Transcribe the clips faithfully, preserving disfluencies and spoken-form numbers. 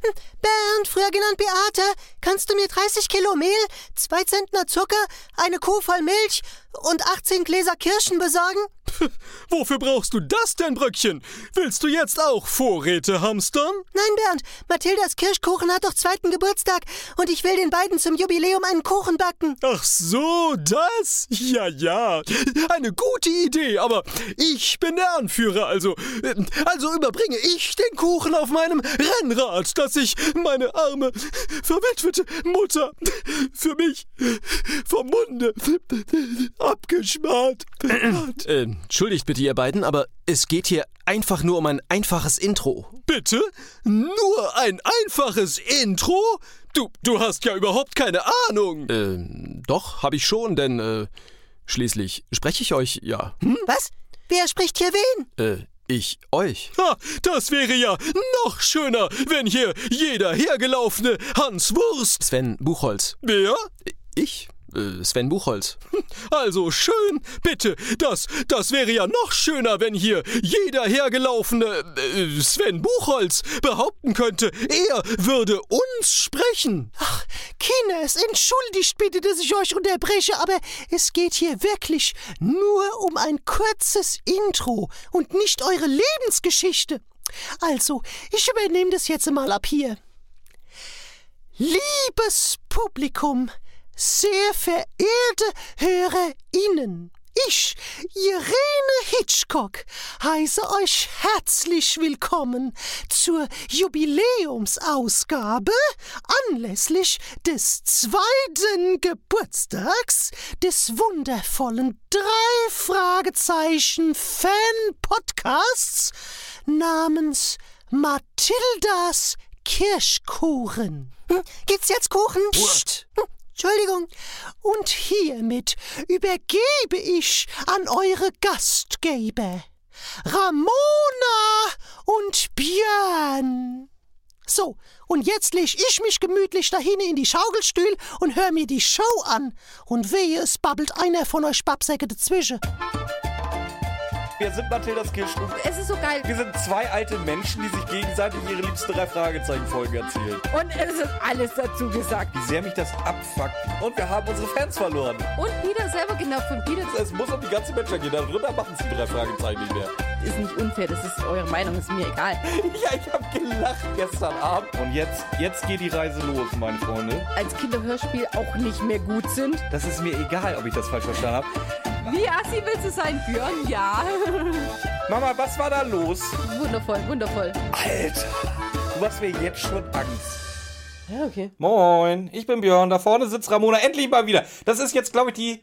Bernd, früher genannt Beate, kannst du mir dreißig Kilo Mehl, zwei Zentner Zucker, eine Kuh voll Milch und achtzehn Gläser Kirschen besorgen? Wofür brauchst du das denn, Bröckchen? Willst du jetzt auch Vorräte hamstern? Nein, Bernd, Mathildas Kirschkuchen hat doch zweiten Geburtstag und ich will den beiden zum Jubiläum einen Kuchen backen. Ach so, das? Ja, ja, eine gute Idee, aber ich bin der Anführer, also, also überbringe ich den Kuchen auf meinem Rennrad, das ich meine arme, verwitwete Mutter für mich vom Munde abgeschmart hat. Äh, entschuldigt bitte, ihr beiden, aber es geht hier einfach nur um ein einfaches Intro. Bitte? Nur ein einfaches Intro? Du, du hast ja überhaupt keine Ahnung. Ähm, doch, hab ich schon, denn, äh, schließlich spreche ich euch ja. Hm? Was? Wer spricht hier wen? Äh, ich euch. Ha, das wäre ja noch schöner, wenn hier jeder hergelaufene Hans Wurst... Sven Buchholz. Wer? Ich? Sven Buchholz. Also schön, bitte, das, das wäre ja noch schöner, wenn hier jeder hergelaufene äh, Sven Buchholz behaupten könnte, er würde uns sprechen. Ach, Kinders, entschuldigt bitte, dass ich euch unterbreche, aber es geht hier wirklich nur um ein kurzes Intro und nicht eure Lebensgeschichte. Also, ich übernehme das jetzt mal ab hier. Liebes Publikum, sehr verehrte HörerInnen, ich, Irene Hitchcock, heiße euch herzlich willkommen zur Jubiläumsausgabe anlässlich des zweiten Geburtstags des wundervollen drei Fragezeichen Fan-Podcasts namens Mathildas Kirschkuchen. Hm, gibt's jetzt Kuchen? Psst. Hm. Entschuldigung. Und hiermit übergebe ich an eure Gastgeber, Ramona und Björn. So, und jetzt leg ich mich gemütlich dahin in die Schaukelstühl und hör mir die Show an. Und wehe, es babbelt einer von euch Babsäcke dazwischen. Wir sind Mathildas Kirschkuchen. Es ist so geil. Wir sind zwei alte Menschen, die sich gegenseitig ihre liebsten drei Fragezeichen-Folgen erzählen. Und es ist alles dazu gesagt. Wie sehr mich das abfuckt. Und wir haben unsere Fans verloren. Und Peter selber genervt von Peter. Es muss um die ganze Menschheit gehen. Darunter machen sie die drei Fragezeichen nicht mehr. Ist nicht unfair, das ist eure Meinung, ist mir egal. Ja, ich habe gelacht gestern Abend. Und jetzt, jetzt geht die Reise los, meine Freunde. Als Kinderhörspiel auch nicht mehr gut sind. Das ist mir egal, ob ich das falsch verstanden habe. Wie assi willst du sein, Björn? Ja. Mama, was war da los? Wundervoll, wundervoll. Alter, du machst mir jetzt schon Angst. Ja, okay. Moin, ich bin Björn. Da vorne sitzt Ramona. Endlich mal wieder. Das ist jetzt, glaube ich, die...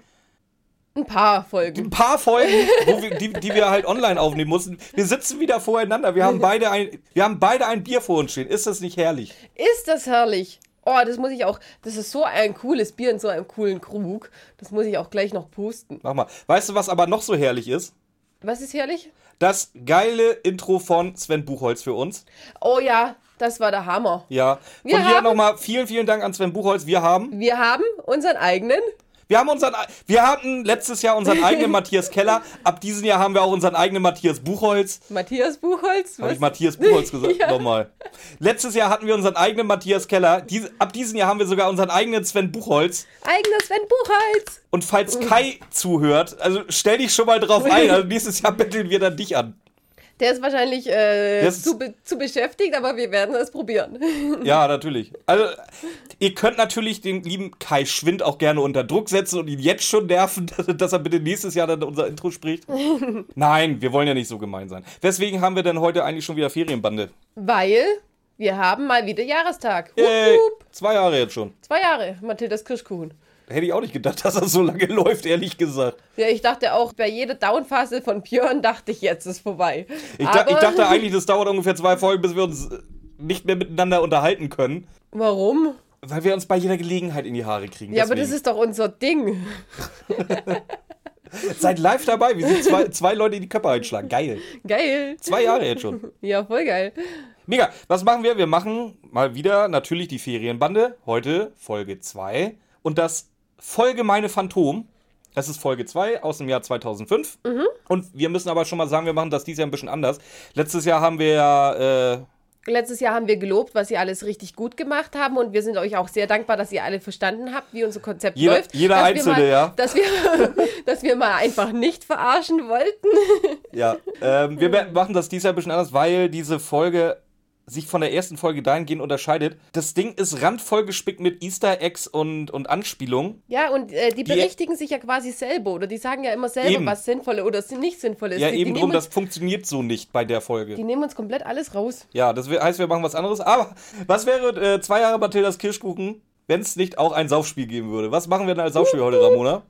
Ein paar Folgen. Ein paar Folgen, wo wir, die, die wir halt online aufnehmen mussten. Wir sitzen wieder voreinander. Wir haben beide ein, wir haben beide ein Bier vor uns stehen. Ist das nicht herrlich? Ist das herrlich? Oh, das muss ich auch, das ist so ein cooles Bier in so einem coolen Krug. Das muss ich auch gleich noch posten. Mach mal. Weißt du, was aber noch so herrlich ist? Was ist herrlich? Das geile Intro von Sven Buchholz für uns. Oh ja, das war der Hammer. Ja. Wir Von hier haben- nochmal vielen, vielen Dank an Sven Buchholz. Wir haben... Wir haben unseren eigenen... Wir haben unseren, wir hatten letztes Jahr unseren eigenen Matthias Keller. Ab diesem Jahr haben wir auch unseren eigenen Matthias Buchholz. Matthias Buchholz? Habe ich Matthias Buchholz gesagt? Ja. Nochmal. Letztes Jahr hatten wir unseren eigenen Matthias Keller. Dies, ab diesem Jahr haben wir sogar unseren eigenen Sven Buchholz. Eigener Sven Buchholz. Und falls Kai zuhört, also stell dich schon mal drauf ein. Also nächstes Jahr betteln wir dann dich an. Der ist wahrscheinlich äh, Der ist- zu, be- zu beschäftigt, aber wir werden es probieren. Ja, natürlich. Also, ihr könnt natürlich den lieben Kai Schwind auch gerne unter Druck setzen und ihn jetzt schon nerven, dass, dass er bitte nächstes Jahr dann unser Intro spricht. Nein, wir wollen ja nicht so gemein sein. Weswegen haben wir denn heute eigentlich schon wieder Ferienbande? Weil wir haben mal wieder Jahrestag. Hup, Yay, hup. zwei Jahre jetzt schon. Zwei Jahre, Mathildas Kirschkuchen. Hätte ich auch nicht gedacht, dass das so lange läuft, ehrlich gesagt. Ja, ich dachte auch, bei jeder Downphase von Björn dachte ich, jetzt ist vorbei. Ich, da, Aber ich dachte eigentlich, das dauert ungefähr zwei Folgen, bis wir uns nicht mehr miteinander unterhalten können. Warum? Weil wir uns bei jeder Gelegenheit in die Haare kriegen. Ja, aber Deswegen. das ist doch unser Ding. Seid live dabei, wir sind zwei, zwei Leute, die die Köpfe einschlagen. Geil. Geil. Zwei Jahre jetzt schon. Ja, voll geil. Mega. Was machen wir? Wir machen mal wieder natürlich die Ferienbande. Heute Folge zwei. Und das vollgemeine Phantom. Das ist Folge zwei aus dem Jahr zweitausendfünf. Mhm. Und wir müssen aber schon mal sagen, wir machen das dieses Jahr ein bisschen anders. Letztes Jahr haben wir ja äh, Letztes Jahr haben wir gelobt, was ihr alles richtig gut gemacht haben und wir sind euch auch sehr dankbar, dass ihr alle verstanden habt, wie unser Konzept Jeder, läuft. jeder dass Einzelne, wir mal, ja. Dass wir, dass wir mal einfach nicht verarschen wollten. Ja, ähm, wir machen das dieses Jahr ein bisschen anders, weil diese Folge sich von der ersten Folge dahingehend unterscheidet. Das Ding ist randvoll gespickt mit Easter Eggs und, und Anspielungen. Ja, und äh, die berichtigen die, sich ja quasi selber oder die sagen ja immer selber, eben. was sinnvoll oder nicht sinnvoll ist. Ja, die, eben die drum, uns, das funktioniert so nicht bei der Folge. Die nehmen uns komplett alles raus. Ja, das heißt, wir machen was anderes. Aber was wäre äh, zwei Jahre Mathildas Kirschkuchen, wenn es nicht auch ein Saufspiel geben würde? Was machen wir denn als Saufspiel heute, Ramona?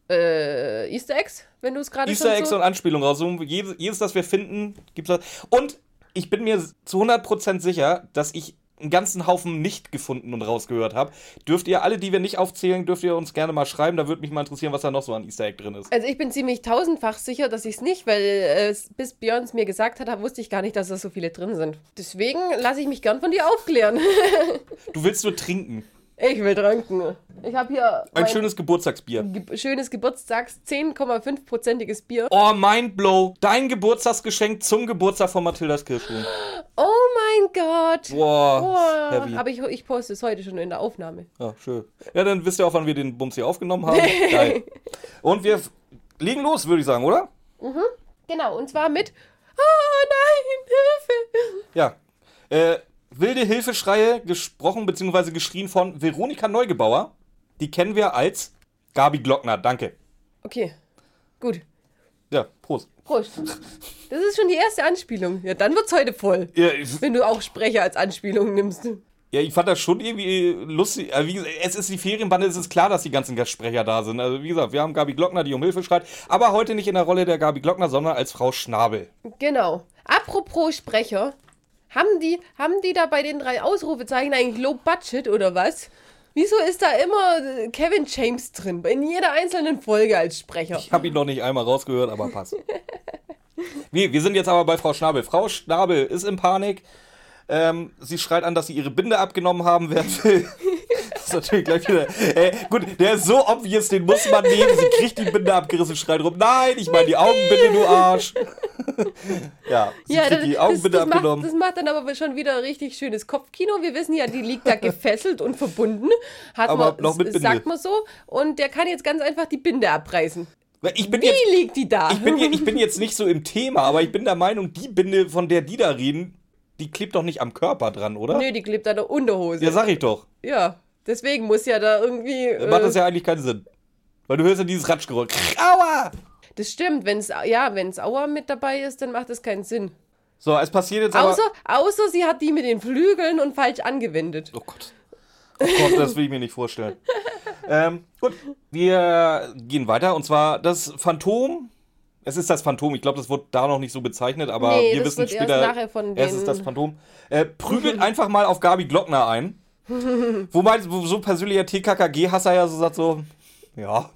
Äh, Easter Eggs, wenn du es gerade schon Easter Eggs so... und Anspielungen raussuchen. Jedes, jedes, das wir finden, gibt's das. Und ich bin mir zu hundert Prozent sicher, dass ich einen ganzen Haufen nicht gefunden und rausgehört habe. Dürft ihr alle, die wir nicht aufzählen, dürft ihr uns gerne mal schreiben. Da würde mich mal interessieren, was da noch so an Easter Egg drin ist. Also ich bin ziemlich tausendfach sicher, dass ich es nicht, weil äh, bis Björn es mir gesagt hat, wusste ich gar nicht, dass da so viele drin sind. Deswegen lasse ich mich gern von dir aufklären. Du willst nur trinken. Ich will trinken. Ich habe hier Ein schönes Geburtstagsbier. Ge schönes Geburtstags zehn Komma fünf prozentiges Bier. Oh, Mindblow. Dein Geburtstagsgeschenk zum Geburtstag von Mathildas Kirschkuchen. Oh mein Gott. Boah, Boah. heavy. Aber ich, ich poste es heute schon in der Aufnahme. Ja, schön. Ja, dann wisst ihr auch, wann wir den Bums hier aufgenommen haben. Geil. Und wir legen los, würde ich sagen, oder? Mhm. Genau, und zwar mit Oh nein, Hilfe. Ja. Äh, wilde Hilfeschreie gesprochen bzw. geschrien von Veronika Neugebauer. Die kennen wir als Gabi Glockner. Danke. Okay, gut. Ja, Prost. Prost. Das ist schon die erste Anspielung. Ja, dann wird's heute voll. Ja, ich, Wenn du auch Sprecher als Anspielung nimmst. ja, ich fand das schon irgendwie lustig. Also, wie gesagt, es ist die Ferienbande, es ist klar, dass die ganzen Gastsprecher da sind. Also wie gesagt, wir haben Gabi Glockner, die um Hilfe schreit. Aber heute nicht in der Rolle der Gabi Glockner, sondern als Frau Schnabel. Genau. Apropos Sprecher. Haben die, haben die da bei den drei Ausrufezeichen eigentlich Low Budget oder was? Wieso ist da immer Kevin James drin? In jeder einzelnen Folge als Sprecher. Ich habe ihn noch nicht einmal rausgehört, aber passt. wir, wir sind jetzt aber bei Frau Schnabel. Frau Schnabel ist in Panik. Ähm, sie schreit an, dass sie ihre Binde abgenommen haben werden will. Das ist natürlich gleich wieder. Äh, gut, der ist so obvious, den muss man nehmen. Sie kriegt die Binde abgerissen, schreit rum. Nein, ich meine die Augenbinde, du Arsch. Ja, sie Ja, kriegt das, die Augenbinde das, das, abgenommen. macht, das macht dann aber schon wieder richtig schönes Kopfkino. Wir wissen ja, die liegt da gefesselt und verbunden. Hat Aber man, noch mit Binde. Sagt man so. Und der kann jetzt ganz einfach die Binde abreißen. Ich bin Wie jetzt, liegt die da? ich bin, je- ich bin jetzt nicht so im Thema, aber ich bin der Meinung, die Binde, von der die da reden, die klebt doch nicht am Körper dran, oder? Nö, die klebt an der Unterhose. Ja, sag ich doch. Ja, deswegen muss ja da irgendwie... Dann macht äh, das ja eigentlich keinen Sinn. Weil du hörst ja dieses Ratschgeräusch. Aua! Das stimmt, wenn es ja, wenn's Auer mit dabei ist, dann macht das keinen Sinn. So, es passiert jetzt aber... Außer, außer sie hat die mit den Flügeln und falsch angewendet. Oh Gott. Oh Gott, das will ich mir nicht vorstellen. ähm, gut, wir gehen weiter. Und zwar das Phantom. Es ist das Phantom. Ich glaube, das wird da noch nicht so bezeichnet, aber Nee, wir das wissen wird erst später... nachher von es den- ist das Phantom. Äh, prügelt einfach mal auf Gabi Glockner ein. Wo mein wo so persönlicher T K K G-Hasser ja so sagt so... Ja.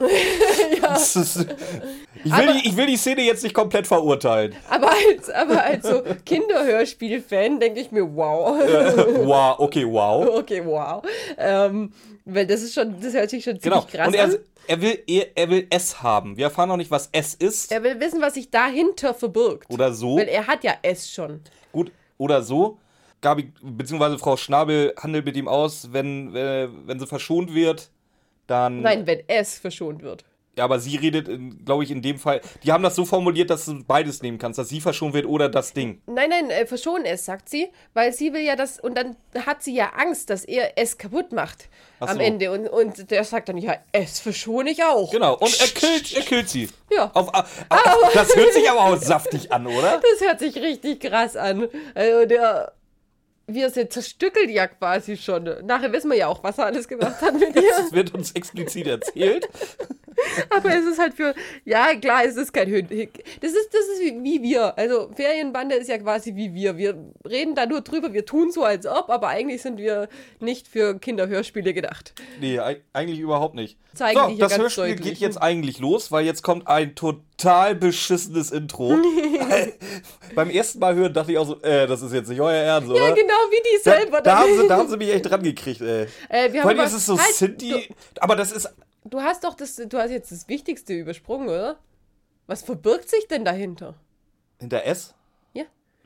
Das ist, ich, will Aber- die, ich will die Szene jetzt nicht komplett verurteilen. Aber als, aber als so Kinderhörspiel-Fan denke ich mir, wow. Äh, wow, okay, wow. Okay, wow. Ähm, weil das ist schon, das hört sich schon Genau. ziemlich krass Und er, an. er, will, er, er will S haben. Wir erfahren noch nicht, was S ist. Er will wissen, was sich dahinter verbirgt. Oder so. Weil er hat ja S schon. Gut, oder so. Gabi, beziehungsweise Frau Schnabel handelt mit ihm aus, wenn, äh, wenn sie verschont wird, dann... Nein, wenn S verschont wird. Ja, aber sie redet, glaube ich, in dem Fall... Die haben das so formuliert, dass du beides nehmen kannst, dass sie verschont wird oder das Ding. Nein, nein, äh, verschonen es, sagt sie, weil sie will ja das, und dann hat sie ja Angst, dass er es kaputt macht Ach am so. Ende. Und, und der sagt dann, ja, es verschone ich auch. Genau, und er killt, er killt sie. Ja. Auf, auf, auf, das hört sich aber auch saftig an, oder? Das hört sich richtig krass an. Also der, wie er sie zerstückelt ja quasi schon. Nachher wissen wir ja auch, was er alles gemacht hat mit ihr. Das wird uns explizit erzählt. Aber es ist halt für, ja klar, es ist kein Hund. Das ist, das ist wie, wie wir. Also Ferienbande ist ja quasi wie wir. Wir reden da nur drüber, wir tun so als ob, aber eigentlich sind wir nicht für Kinderhörspiele gedacht. Nee, eig- eigentlich überhaupt nicht. Zeigen so, die hier das ganz Hörspiel deutlich. geht jetzt eigentlich los, weil jetzt kommt ein total beschissenes Intro. Beim ersten Mal hören dachte ich auch so, äh, das ist jetzt nicht euer Ernst, oder? Ja, genau, wie die Da, selber. da, haben sie, da haben sie mich echt dran gekriegt, ey. Äh, wir Vor haben allem aber- ist es so halt, Cindy, aber das ist, Du hast doch das, du hast jetzt das Wichtigste übersprungen, oder? Was verbirgt sich denn dahinter? hinter S? Ja.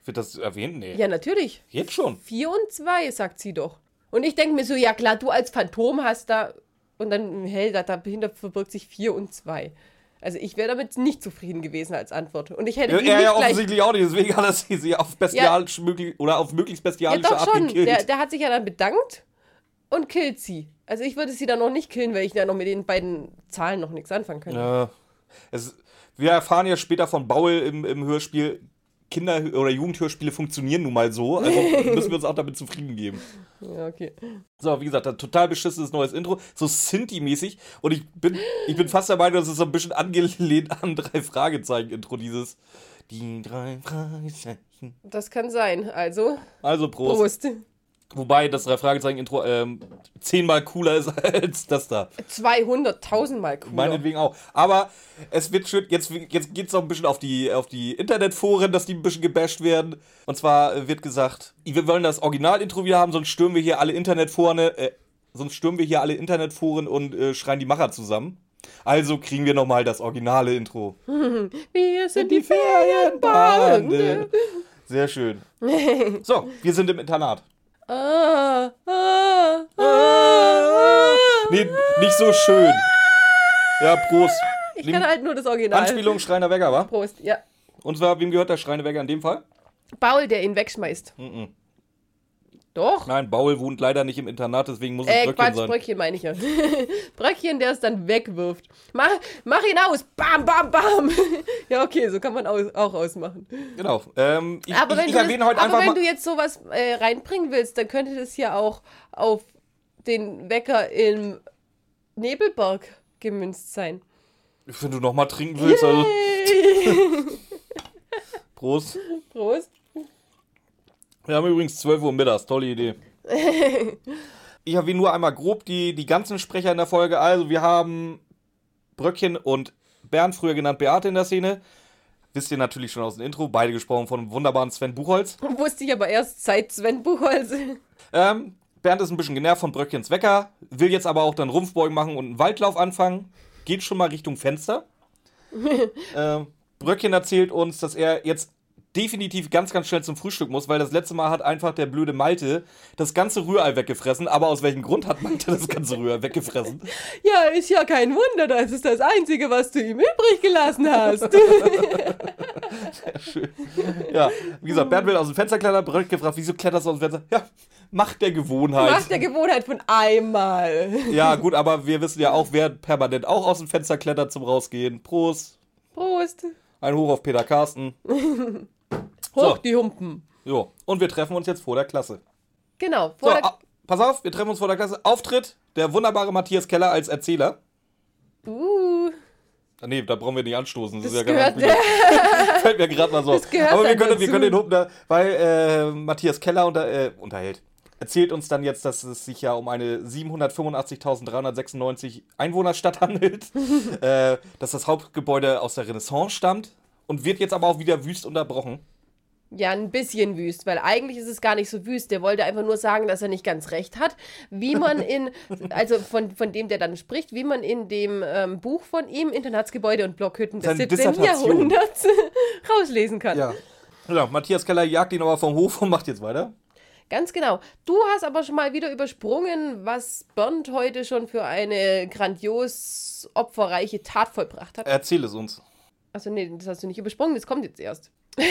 Wird das erwähnt? Nee. Ja, natürlich. Jetzt schon. Vier und zwei, sagt sie doch. Und ich denke mir so, ja klar, du als Phantom hast da, und dann, hey, da, dahinter verbirgt sich vier und zwei. Also ich wäre damit nicht zufrieden gewesen als Antwort. Und ich hätte Ja, die er nicht ja gleich... offensichtlich auch nicht, deswegen hat er sie auf bestialisch möglich oder auf möglichst Ja, bestialische doch Art schon. gekillt. Der, der hat sich ja dann bedankt und killt sie. Also ich würde sie dann noch nicht killen, weil ich ja noch mit den beiden Zahlen noch nichts anfangen könnte. Ja. Es, wir erfahren ja später von Baul im, im Hörspiel, Kinder- oder Jugendhörspiele funktionieren nun mal so, also müssen wir uns auch damit zufrieden geben. Ja, okay. So, wie gesagt, ein total beschissenes neues Intro, so Sinti-mäßig und ich bin, ich bin fast der Meinung, das ist so ein bisschen angelehnt an drei Fragezeichen-Intro, dieses die drei Fragezeichen. Das kann sein. Also, Also Prost. Prost. Wobei das drei Fragezeichen-Intro ähm, zehnmal cooler ist als das da. zweihunderttausend Mal cooler. Meinetwegen auch. Aber es wird schön, jetzt, jetzt geht es auch ein bisschen auf die, auf die Internetforen, dass die ein bisschen gebasht werden. Und zwar wird gesagt, wir wollen das Original-Intro wieder haben, sonst stürmen wir hier alle Internetforen, äh, sonst stürmen wir hier alle Internetforen und äh, schreien die Macher zusammen. Also kriegen wir nochmal das originale Intro. Wir sind die Ferienbande. Sehr schön. So, wir sind im Internat. Ah, ah, ah, Nee, nicht so schön. Ja, Prost. ich kann halt nur das Original. Anspielung Schreiner Wegger, wa? Prost, ja. Und zwar, wem gehört der Schreiner Wegger in dem Fall? Paul, der ihn wegschmeißt. Mhm. Doch. Nein, Baul wohnt leider nicht im Internat, deswegen muss es Äh, Bröckchen Quatsch, sein. Bröckchen meine ich ja. Bröckchen, der es dann wegwirft. Mach, mach ihn aus! Bam, bam, bam! Ja, okay, so kann man aus, auch ausmachen. Genau. Ähm, ich Aber, ich, wenn, ich du, erwähne das, heute aber einfach wenn mal. du jetzt sowas äh, reinbringen willst, dann könnte das ja auch auf den Wecker im Nebelberg gemünzt sein. Wenn du nochmal trinken willst, also. Prost. Prost. Wir haben übrigens zwölf Uhr mittags, tolle Idee. Ich erwähne nur einmal grob die, die ganzen Sprecher in der Folge. Also, wir haben Bröckchen und Bernd, früher genannt Beate, in der Szene. Wisst ihr natürlich schon aus dem Intro. Beide gesprochen von dem wunderbaren Sven Buchholz. Wusste ich aber erst seit Sven Buchholz. Ähm, Bernd ist ein bisschen genervt von Bröckchens Wecker, will jetzt aber auch dann Rumpfbeugen machen und einen Waldlauf anfangen. Geht schon mal Richtung Fenster. ähm, Bröckchen erzählt uns, dass er jetzt definitiv ganz, ganz schnell zum Frühstück muss, weil das letzte Mal hat einfach der blöde Malte das ganze Rührei weggefressen. Aber aus welchem Grund hat Malte das ganze Rührei weggefressen? Ja, ist ja kein Wunder, das ist das Einzige, was du ihm übrig gelassen hast. Sehr schön. Ja, wie gesagt, Bernd will aus dem Fenster klettern, Bröckchen gefragt, wieso kletterst du aus dem Fenster? Ja, macht der Gewohnheit. Macht der Gewohnheit von einmal. Ja, gut, aber wir wissen ja auch, wer permanent auch aus dem Fenster klettert zum Rausgehen. Prost. Prost. Ein Hoch auf Peter Carsten. Hoch So. die Humpen. Jo, und wir treffen uns jetzt vor der Klasse. Genau. So, Vor der a- pass auf, wir treffen uns vor der Klasse. Auftritt, der wunderbare Matthias Keller als Erzähler. uh, Ah, nee, da brauchen wir nicht anstoßen. Das, das ist ja gar gehört, nicht. Fällt mir gerade mal so. Das gehört Aber wir dann können, wir dazu. können den Humpen da, weil äh, Matthias Keller unter, äh, unterhält. Erzählt uns dann jetzt, dass es sich ja um eine siebenhundertfünfundachtzigtausenddreihundertsechsundneunzig Einwohnerstadt handelt. äh, dass das Hauptgebäude aus der Renaissance stammt. Und wird jetzt aber auch wieder wüst unterbrochen. ja, ein bisschen wüst, weil eigentlich ist es gar nicht so wüst. Der wollte einfach nur sagen, dass er nicht ganz recht hat, wie man in, also von, von dem, der dann spricht, wie man in dem ähm, Buch von ihm, Internatsgebäude und Blockhütten des Seine siebzehnten. Dissertation. Jahrhunderts, rauslesen kann. Ja. Ja, Matthias Keller jagt ihn aber vom Hof und macht jetzt weiter. Ganz genau. Du hast aber schon mal wieder übersprungen, was Bernd heute schon für eine grandios opferreiche Tat vollbracht hat. Erzähl es uns. Achso, nee, das hast du nicht übersprungen, das kommt jetzt erst.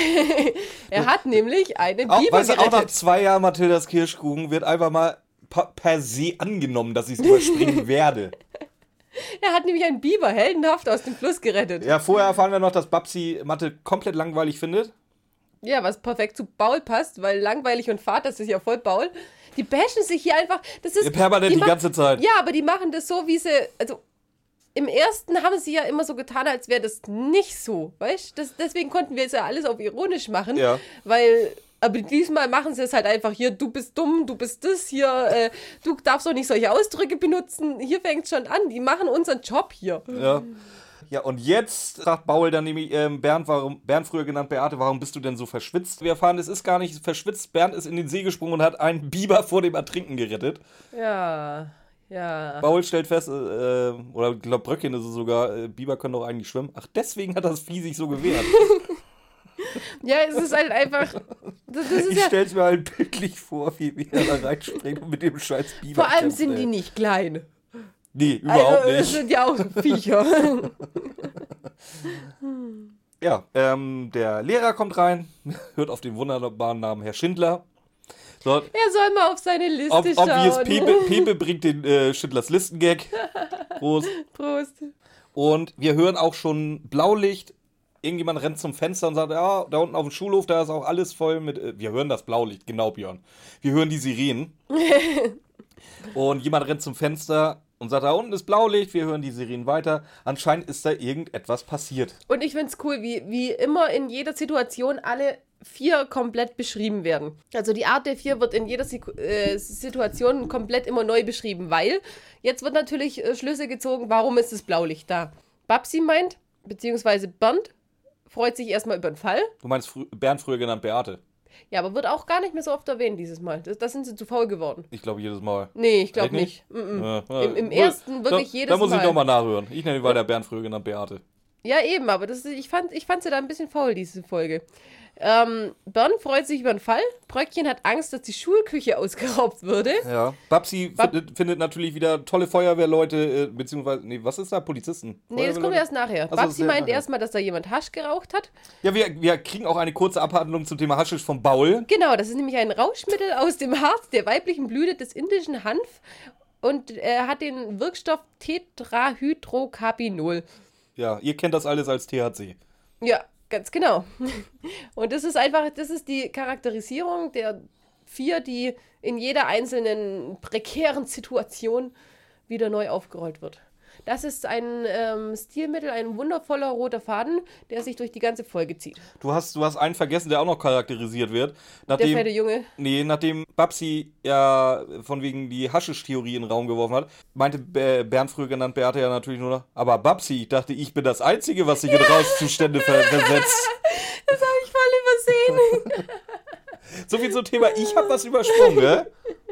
Er hat nämlich einen Auch, Biber weißt du, auch nach gerettet. zwei Jahren Mathildas Kirschkuchen wird einfach mal pa- per se angenommen, dass ich es überspringen werde. Er hat nämlich einen Biber heldenhaft aus dem Fluss gerettet. Ja, vorher erfahren wir noch, dass Babsi Mathe komplett langweilig findet. Ja, was perfekt zu Baul passt, weil langweilig und Fahrt, das ist ja voll Baul. Die bashen sich hier einfach. Das ist Ja, permanent die mach- ganze Zeit. Ja, aber die machen das so, wie sie. Also im ersten haben sie ja immer so getan, als wäre das nicht so. Weißt du? Deswegen konnten wir es ja alles auf ironisch machen. Ja. Weil. Aber diesmal machen sie es halt einfach hier, du bist dumm, du bist das hier, äh, du darfst doch nicht solche Ausdrücke benutzen. Hier fängt es schon an, die machen unseren Job hier. Ja. Ja, und jetzt sagt Baul dann nämlich, ähm, Bernd, warum, Bernd früher genannt Beate, warum bist du denn so verschwitzt? Wir erfahren, es ist gar nicht verschwitzt. Bernd ist in den See gesprungen und hat einen Biber vor dem Ertrinken gerettet. Ja, ja. Baul stellt fest, äh, oder ich glaube Bröckchen ist es sogar, äh, Biber können doch eigentlich schwimmen. Ach, deswegen hat das Vieh sich so gewehrt. Ja, es ist halt einfach. Das, das ist Ich ja, stell's mir halt bildlich vor, wie, wie er da reinspringt und mit dem scheiß Biber vor allem kämpft, sind ey. die nicht klein. Nee, überhaupt also, es nicht. sind ja auch Viecher. Ja, ähm, der Lehrer kommt rein, hört auf den wunderbaren Namen Herr Schindler. So, Er soll mal auf seine Liste ob, obvious schauen. Pepe, Pepe bringt den äh, Schindlers Listengag. Prost. Prost. Und wir hören auch schon Blaulicht. Irgendjemand rennt zum Fenster und sagt, ja, da unten auf dem Schulhof, da ist auch alles voll mit... Äh, wir hören das Blaulicht, genau, Björn. Wir hören die Sirenen. Und jemand rennt zum Fenster und sagt, da unten ist Blaulicht, wir hören die Sirenen weiter. Anscheinend ist da irgendetwas passiert. Und ich find's cool, wie, wie immer in jeder Situation alle vier komplett beschrieben werden. Also die Art der vier wird in jeder Siku- äh, Situation komplett immer neu beschrieben, weil jetzt wird natürlich äh, Schlüsse gezogen, warum ist das Blaulicht da. Babsi meint, beziehungsweise Bernd, freut sich erstmal über den Fall. Du meinst frü- Bernd, früher genannt Beate. Ja, aber wird auch gar nicht mehr so oft erwähnt dieses Mal. Das, das sind sie zu faul geworden. Ich glaube jedes Mal. Nee, ich glaube Echt nicht. nicht? Mm-mm. Ja, ja. Im, Im ersten wirklich da, jedes Da muss Mal. ich nochmal nachhören. Ich nenne ihn weiter Bernd, früher genannt Beate. Ja, eben, aber das ist, ich, fand, ich fand sie da ein bisschen faul, diese Folge. Ähm, Bernd freut sich über den Fall. Bröckchen hat Angst, dass die Schulküche ausgeraubt würde. Ja. Babsi Bab- findet, findet natürlich wieder tolle Feuerwehrleute, äh, beziehungsweise, nee, was ist da? Polizisten? Nee, das kommt Feuerwehrleute? erst nachher. Ach so, Babsi sehr meint nachher. erstmal, dass da jemand Hasch geraucht hat. Ja, wir, wir kriegen auch eine kurze Abhandlung zum Thema Haschisch vom Baul. Genau, das ist nämlich ein Rauschmittel aus dem Harz der weiblichen Blüte des indischen Hanf und er hat den Wirkstoff Tetrahydrocannabinol. Ja, ihr kennt das alles als T H C. Ja, ganz genau. Und das ist einfach, das ist die Charakterisierung der vier, die in jeder einzelnen prekären Situation wieder neu aufgerollt wird. Das ist ein ähm, Stilmittel, ein wundervoller roter Faden, der sich durch die ganze Folge zieht. Du hast, du hast einen vergessen, der auch noch charakterisiert wird. Der Nachdem, fette Junge. Nee, nachdem Babsi ja von wegen die Haschisch-Theorie in den Raum geworfen hat, meinte Be- Bernd, früher genannt Beate, ja natürlich nur noch, aber Babsi, ich dachte, ich bin das Einzige, was sich in Rauschzustände ver versetzt. Das habe ich voll übersehen. So viel zum Thema, ich habe was übersprungen, gell?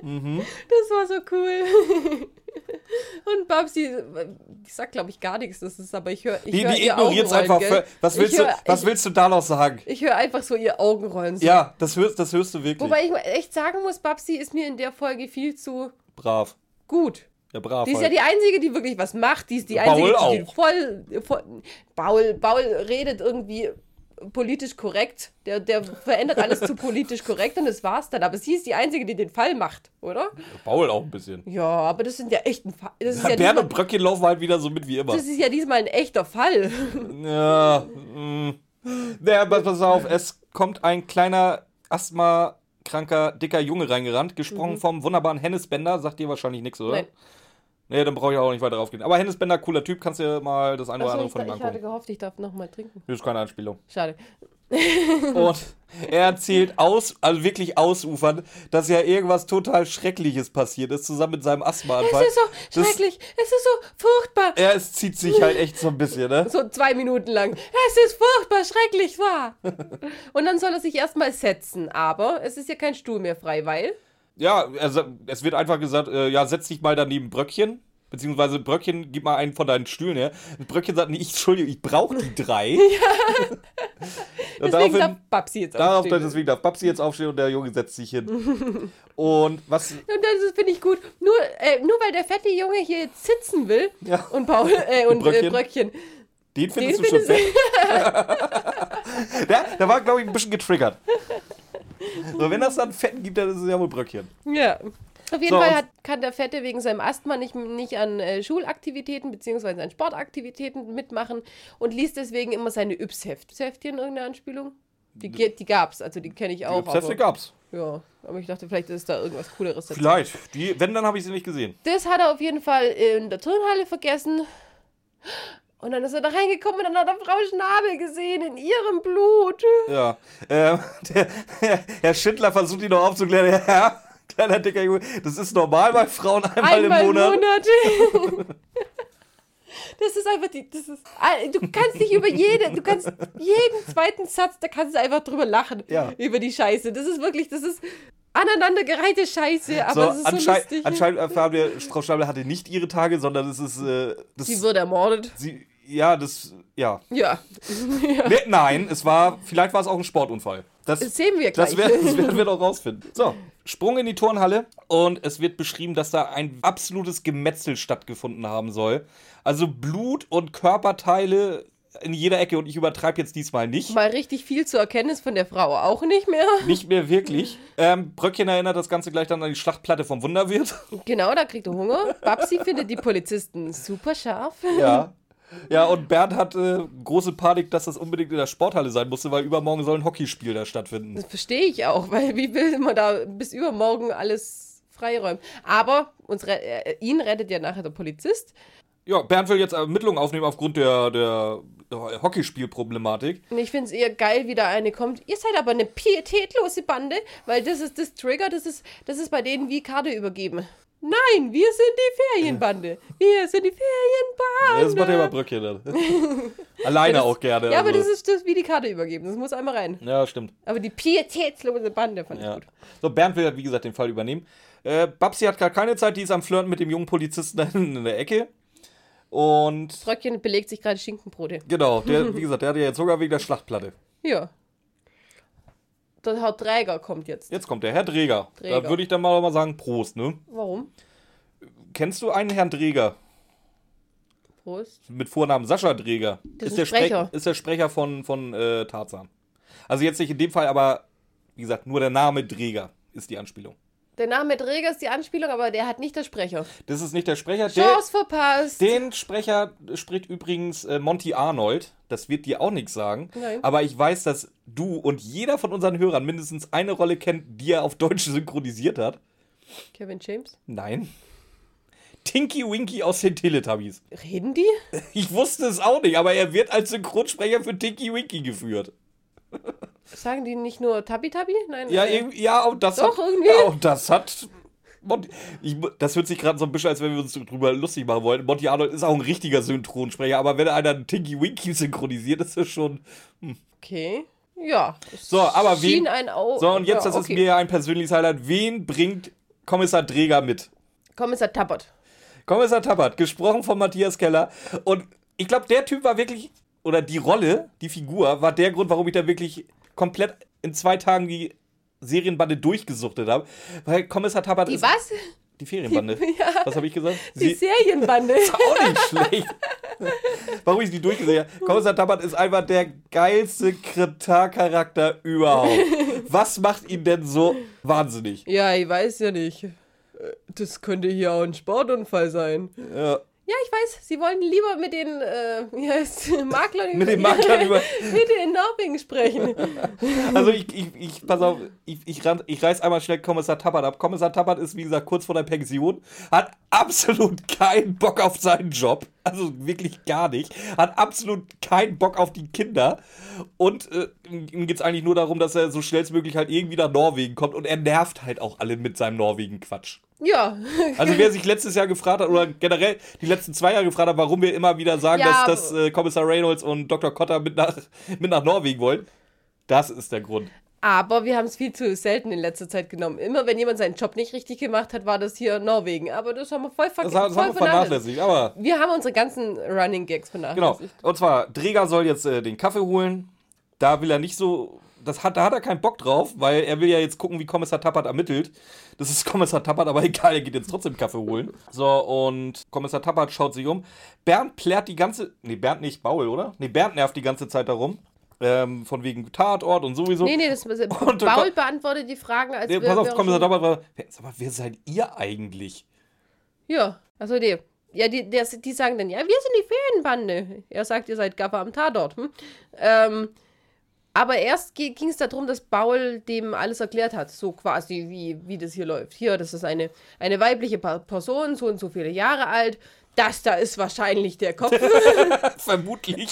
Das war so cool. Und Babsi, ich sag glaube ich gar nichts, das ist, aber ich höre ich Die, hör die ihr ignoriert's Augenrollen, einfach. gell? Für, was Ich willst, hör- du, was ich- willst du da noch sagen? Ich höre einfach so ihr Augenrollen. So. Ja, das hörst, das hörst du wirklich. Wobei ich echt sagen muss, Babsi ist mir in der Folge viel zu Brav. gut. Ja, brav. Die ist ja halt. die Einzige, die wirklich was macht. Die ist die Baul Einzige, die, auch. die voll, voll Baul, Baul redet irgendwie politisch korrekt. Der, der verändert alles zu politisch korrekt und das war's dann. Aber sie ist die Einzige, die den Fall macht, oder? Paul auch ein bisschen. Ja, aber das sind ja echt ein Fall. Das ist ja, Bernd diesmal, und Bröckchen laufen halt wieder so mit wie immer. das ist ja diesmal ein echter Fall. Ja, mh. Ja, aber pass auf, es kommt ein kleiner Asthma-kranker, dicker Junge reingerannt, gesprochen vom wunderbaren Hennes Bender. Sagt dir wahrscheinlich nichts, oder? Mhm. Nein. Nee, dann brauche ich auch nicht weiter draufgehen. Aber Hennes Bender, cooler Typ, kannst dir mal das eine oder Achso, andere ich, von ihm ich hatte angucken. gehofft, ich darf nochmal trinken. Das ist keine Anspielung. Schade. Und er erzählt aus, also wirklich ausufern, dass ja irgendwas total Schreckliches passiert ist, zusammen mit seinem Asthmaanfall. Es ist so Das- schrecklich. Es ist so furchtbar. Ja, es zieht sich halt echt so ein bisschen, ne? So zwei Minuten lang. Es ist furchtbar schrecklich, wahr? Und dann soll er sich erstmal setzen. Aber es ist ja kein Stuhl mehr frei, weil... Ja, also es wird einfach gesagt, äh, ja, setz dich mal daneben Bröckchen. Beziehungsweise Bröckchen, gib mal einen von deinen Stühlen her. Und Bröckchen sagt, nee, ich, Entschuldigung, ich brauche die drei. Und Deswegen darf daraufhin, Babsi jetzt darauf, aufstehen. deswegen darf Babsi jetzt aufstehen und der Junge setzt sich hin. Und was, Und das finde ich gut. Nur, äh, nur weil der fette Junge hier jetzt sitzen will Ja. und Paul äh, und, Bröckchen. Äh, Bröckchen. den findest Den du schon findest fett? der, der war, glaube ich, ein bisschen getriggert. So, wenn das dann Fetten gibt, dann ist es ja wohl Bröckchen. Ja. Auf jeden So, Fall und- hat, kann der Fette wegen seinem Asthma nicht, nicht an äh, Schulaktivitäten bzw. an Sportaktivitäten mitmachen und liest deswegen immer seine Yps-Heft. Yps-Heftchen, irgendeine Anspielung? Die, ge- die gab's, also die kenne ich auch. Die Hefte aber, gab's. ja, aber ich dachte, vielleicht ist da irgendwas Cooleres dazu. Vielleicht. Die, wenn, dann habe ich sie nicht gesehen. Das hat er auf jeden Fall in der Turnhalle vergessen. Und dann ist er da reingekommen und dann hat er Frau Schnabel gesehen in ihrem Blut. Ja. Ähm, der, Herr Schindler versucht ihn noch aufzuklären. Ja, kleiner dicker Junge, das ist normal bei Frauen einmal, Einmal im Monat. Monat. Das ist einfach die, das ist, du kannst nicht über jede, du kannst jeden zweiten Satz, da kannst du einfach drüber lachen. Ja. Über die Scheiße. Das ist wirklich, das ist aneinandergereihte Scheiße, aber So, das ist so anschei lustig. anscheinend erfahren wir, Frau Schnabel hatte nicht ihre Tage, sondern es ist. Äh, das Sie wird ermordet. sie, Ja, das, ja. Ja. Nee, nein, es war, vielleicht war es auch ein Sportunfall. Das, Das sehen wir gleich. Das, wär, das werden wir doch rausfinden. So, Sprung in die Turnhalle und es wird beschrieben, dass da ein absolutes Gemetzel stattgefunden haben soll. Also Blut und Körperteile in jeder Ecke und ich übertreibe jetzt diesmal nicht. Mal richtig viel zu erkennen ist von der Frau auch nicht mehr. Nicht mehr wirklich. Ähm, Bröckchen erinnert das Ganze gleich dann an die Schlachtplatte vom Wunderwirt. Genau, da kriegt er Hunger. Babsi findet die Polizisten super scharf. Ja. Ja, und Bernd hatte große Panik, dass das unbedingt in der Sporthalle sein musste, weil übermorgen soll ein Hockeyspiel da stattfinden. Das verstehe ich auch, weil wie will man da bis übermorgen alles freiräumen? Aber uns, äh, ihn rettet ja nachher der Polizist. Ja, Bernd will jetzt Ermittlungen aufnehmen aufgrund der, der Hockeyspielproblematik. Und ich finde es eher geil, wie da eine kommt. Ihr seid aber eine pietätlose Bande, weil das ist das Trigger, das ist, das ist bei denen wie Karte übergeben. Nein, wir sind die Ferienbande. Wir sind die Ferienbande. Das macht ja immer Bröckchen dann. Alleine das, auch gerne. Ja, aber also. das ist das wie die Karte übergeben. Das muss einmal rein. Ja, stimmt. Aber die pietätlose Bande fand ich Ja. gut. So, Bernd will, wie gesagt, den Fall übernehmen. Äh, Babsi hat gerade keine Zeit, die ist am Flirten mit dem jungen Polizisten da hinten in der Ecke. Und Bröckchen belegt sich gerade Schinkenbrote. genau, der, wie gesagt, der hat ja jetzt sogar wegen der Schlachtplatte. Ja. Der Herr Träger kommt jetzt. Jetzt kommt der Herr Dreger. Dreger. Da würde ich dann mal, mal sagen, Prost, ne? Warum? Kennst du einen Herrn Dreger? Prost. Mit Vornamen Sascha Dreger. Das ist der ein Sprecher. Ist der Sprecher von, von äh, Tarzan. Also jetzt nicht in dem Fall, aber wie gesagt, nur der Name Dreger ist die Anspielung. Der Name Träger ist die Anspielung, aber der hat nicht der Sprecher. Das ist nicht der Sprecher. Der, Chance verpasst. den Sprecher spricht übrigens äh, Monty Arnold. Das wird dir auch nichts sagen. Nein. Aber ich weiß, dass du und jeder von unseren Hörern mindestens eine Rolle kennt, die er auf Deutsch synchronisiert hat. Kevin James. Nein. Tinky Winky aus den Teletubbies. Reden die? Ich wusste es auch nicht, aber er wird als Synchronsprecher für Tinky Winky geführt. Sagen die nicht nur Tabi Tabi? Nein. Ja, äh, irgendwie, ja, und das Doch, hat, irgendwie. Ja, und das hat Monty, ich, das hört sich gerade so ein bisschen, als wenn wir uns drüber lustig machen wollen. Monty Arnold ist auch ein richtiger Synchronsprecher, aber wenn einer einen Tinky Winky synchronisiert, ist das schon. Hm. Okay. Ja. das So, aber schien wen. ein Au So, und jetzt, ja, das okay. ist mir ja ein persönliches Highlight. Wen bringt Kommissar Dreger mit? Kommissar Tappert. Kommissar Tappert, gesprochen von Matthias Keller. Und ich glaube, der Typ war wirklich, oder die Rolle, die Figur, war der Grund, warum ich da wirklich komplett in zwei Tagen die Serienbande durchgesucht habe. Weil Kommissar Tappert Die ist. was? Die Ferienbande. Die- ja. Was habe ich gesagt? Die Sie Serienbande. ist auch nicht schlecht. Warum ich die durchgesehen habe. Kommissar Tappert ist einfach der geilste Kretar-Charakter überhaupt. Was macht ihn denn so wahnsinnig? Ja, ich weiß ja nicht. Das könnte hier auch ein Sportunfall sein. Ja. Ja, ich weiß, sie wollen lieber mit den, äh, wie heißt, Maklern Mit den Maklern über- mit den Norwegen sprechen. Also ich, ich, ich, pass auf, ich, ich, ran- ich reiß einmal schnell Kommissar Tappert ab. Kommissar Tappert ist, wie gesagt, kurz vor der Pension, hat absolut keinen Bock auf seinen Job, also wirklich gar nicht, hat absolut keinen Bock auf die Kinder und äh, ihm geht's eigentlich nur darum, dass er so schnellstmöglich halt irgendwie nach Norwegen kommt und er nervt halt auch alle mit seinem Norwegen-Quatsch. Ja. Also wer sich letztes Jahr gefragt hat, oder generell die letzten zwei Jahre gefragt hat, warum wir immer wieder sagen, Ja, dass, dass äh, Kommissar Reynolds und Doktor Cotter mit nach, mit nach Norwegen wollen, das ist der Grund. Aber wir haben es viel zu selten in letzter Zeit genommen. Immer wenn jemand seinen Job nicht richtig gemacht hat, war das hier Norwegen. Aber das haben wir voll, ver Das, das voll haben wir vernachlässigt, aber Wir haben unsere ganzen Running Gags genau. vernachlässigt. Und zwar, Dreger soll jetzt äh, den Kaffee holen. Da will er nicht so, das hat, da hat er keinen Bock drauf, weil er will ja jetzt gucken, wie Kommissar Tappert ermittelt. Das ist Kommissar Tappert, aber egal, er geht jetzt trotzdem Kaffee holen. So, und Kommissar Tappert schaut sich um. Bernd plärt die ganze, nee, Bernd nicht, Baul, oder? Nee, Bernd nervt die ganze Zeit darum. Ähm, von wegen Tatort und sowieso. Nee, nee, das Und- Paul beantwortet die Fragen, als Nee, wir, pass auf, wir Kommissar schon- Tappert war, wer, sag mal, wer seid ihr eigentlich? Ja, also nee. Ja, die, der, die sagen dann, ja, wir sind die Ferienbande. Er sagt, ihr seid Gaffer am Tatort. Hm? Ähm, aber erst ging es darum, dass Paul dem alles erklärt hat, so quasi, wie, wie das hier läuft. Hier, das ist eine, eine weibliche Pa- Person, so und so viele Jahre alt. Das da ist wahrscheinlich der Kopf. Vermutlich.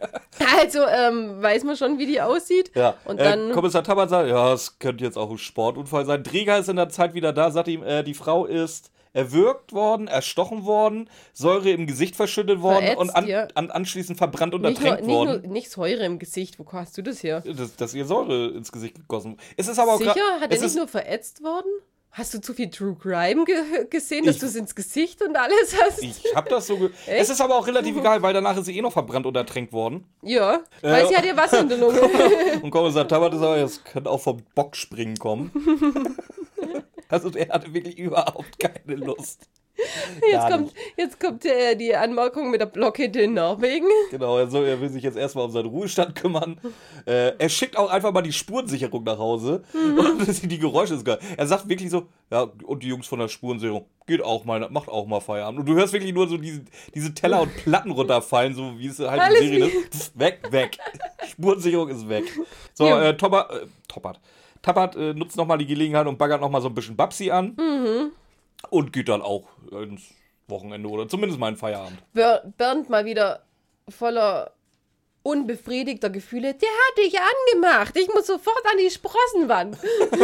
Also ähm, weiß man schon, wie die aussieht. Ja, Und äh, dann, Kommissar Tappert sagt, ja, es könnte jetzt auch ein Sportunfall sein. Dreger ist in der Zeit wieder da, sagt ihm, äh, die Frau ist erwürgt worden, erstochen worden, Säure im Gesicht verschüttet worden Verätzt, und an, ja. an, anschließend verbrannt und nicht, nur, ertränkt nicht, worden. nur, nicht Säure im Gesicht. Wo hast du das her? Dass, dass ihr Säure ins Gesicht gegossen wurde. Es ist aber auch Sicher? gra- Hat es er nicht ist, nur verätzt worden? Hast du zu viel True Crime ge- gesehen, dass Ich- du es ins Gesicht und alles hast? Ich hab das so... Ge- es ist aber auch relativ egal, weil danach ist sie eh noch verbrannt und ertränkt worden. Ja, weil Äh, sie hat ihr Wasser in der Lunge. Und Kommissar Tabat ist aber, das könnte auch vom Bockspringen kommen. Also der hatte wirklich überhaupt keine Lust. Jetzt Gar kommt, nicht. jetzt kommt äh, die Anmerkung mit der Blockade in Norwegen. Genau, also er will sich jetzt erstmal um seinen Ruhestand kümmern. Äh, er schickt auch einfach mal die Spurensicherung nach Hause. Mhm. Und die Geräusche ist geil. Er sagt wirklich so, ja, und die Jungs von der Spurensicherung, geht auch mal, macht auch mal Feierabend. Und du hörst wirklich nur so diese, diese Teller und Platten runterfallen, so wie es halt Alles in Serien wie- ist. Pff, weg, weg. Spurensicherung ist weg. So, Ja. äh, Topper, äh, Toppert. Tappert äh, nutzt nochmal die Gelegenheit und baggert nochmal so ein bisschen Babsi an. Mhm. Und geht dann auch ins Wochenende oder zumindest mal in Feierabend. Ber- Bernd mal wieder voller unbefriedigter Gefühle. Der hat dich angemacht. Ich muss sofort an die Sprossenwand.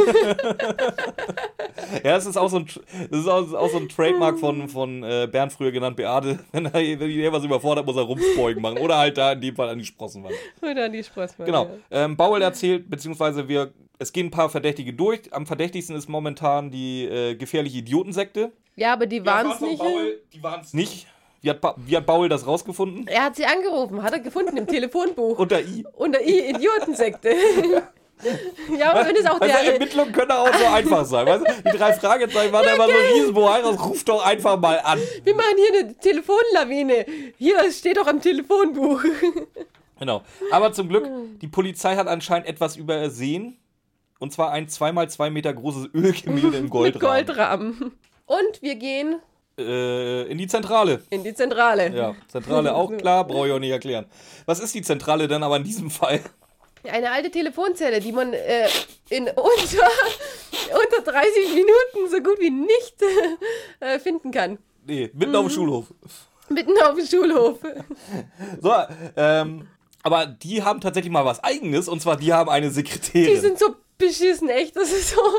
Ja, das ist auch so ein, das ist auch, auch so ein Trademark von, von äh, Bernd, früher genannt Beate. Wenn er, wenn er was überfordert, muss er Rumpfbeugen machen. Oder halt da in dem Fall an die Sprossenwand. Oder an die Sprossenwand. Genau. Ja. Ähm, Baul erzählt, beziehungsweise wir, es gehen ein paar Verdächtige durch. Am verdächtigsten ist momentan die äh, gefährliche Idiotensekte. Ja, aber die waren es nicht. Die waren es nicht. Wie hat, ba wie hat Baul das rausgefunden? Er hat sie angerufen, hat er gefunden im Telefonbuch. Unter I. Unter I, Idiotensekte. Ja, und wenn es auch Also der... Ermittlungen können auch so einfach sein. Weißt du? Die drei Fragezeichen waren da immer so riesenbohai raus. Ruf doch einfach mal an. Wir machen hier eine Telefonlawine. Hier es steht doch im Telefonbuch. Genau. Aber zum Glück, die Polizei hat anscheinend etwas übersehen. Und zwar ein zwei mal zwei Meter großes Ölgemälde im Mit Goldrahmen. Goldrahmen. Und wir gehen Äh, in die Zentrale. in die Zentrale. Ja, Zentrale auch klar, brauche ich auch nicht erklären. Was ist die Zentrale denn aber in diesem Fall? Eine alte Telefonzelle, die man äh, in unter, unter dreißig Minuten so gut wie nicht äh, finden kann. Nee, mitten auf dem Schulhof. Mitten auf dem Schulhof. So, ähm, aber die haben tatsächlich mal was Eigenes, und zwar die haben eine Die Sekretärin. sind so beschissen, echt. Das ist so.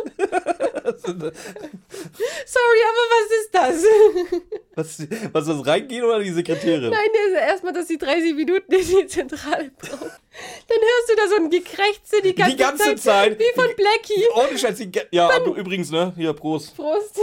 Sorry, aber was ist das? was, was das reingehen oder die Sekretärin? Nein, das ist erstmal, dass sie dreißig Minuten in die Zentrale brauchen. Dann hörst du da so ein Gekrächze die ganze, Die ganze Zeit. Wie von Blackie. Ohne Scheiß, die, ge- ja, aber übrigens, ne, hier, Prost. Prost.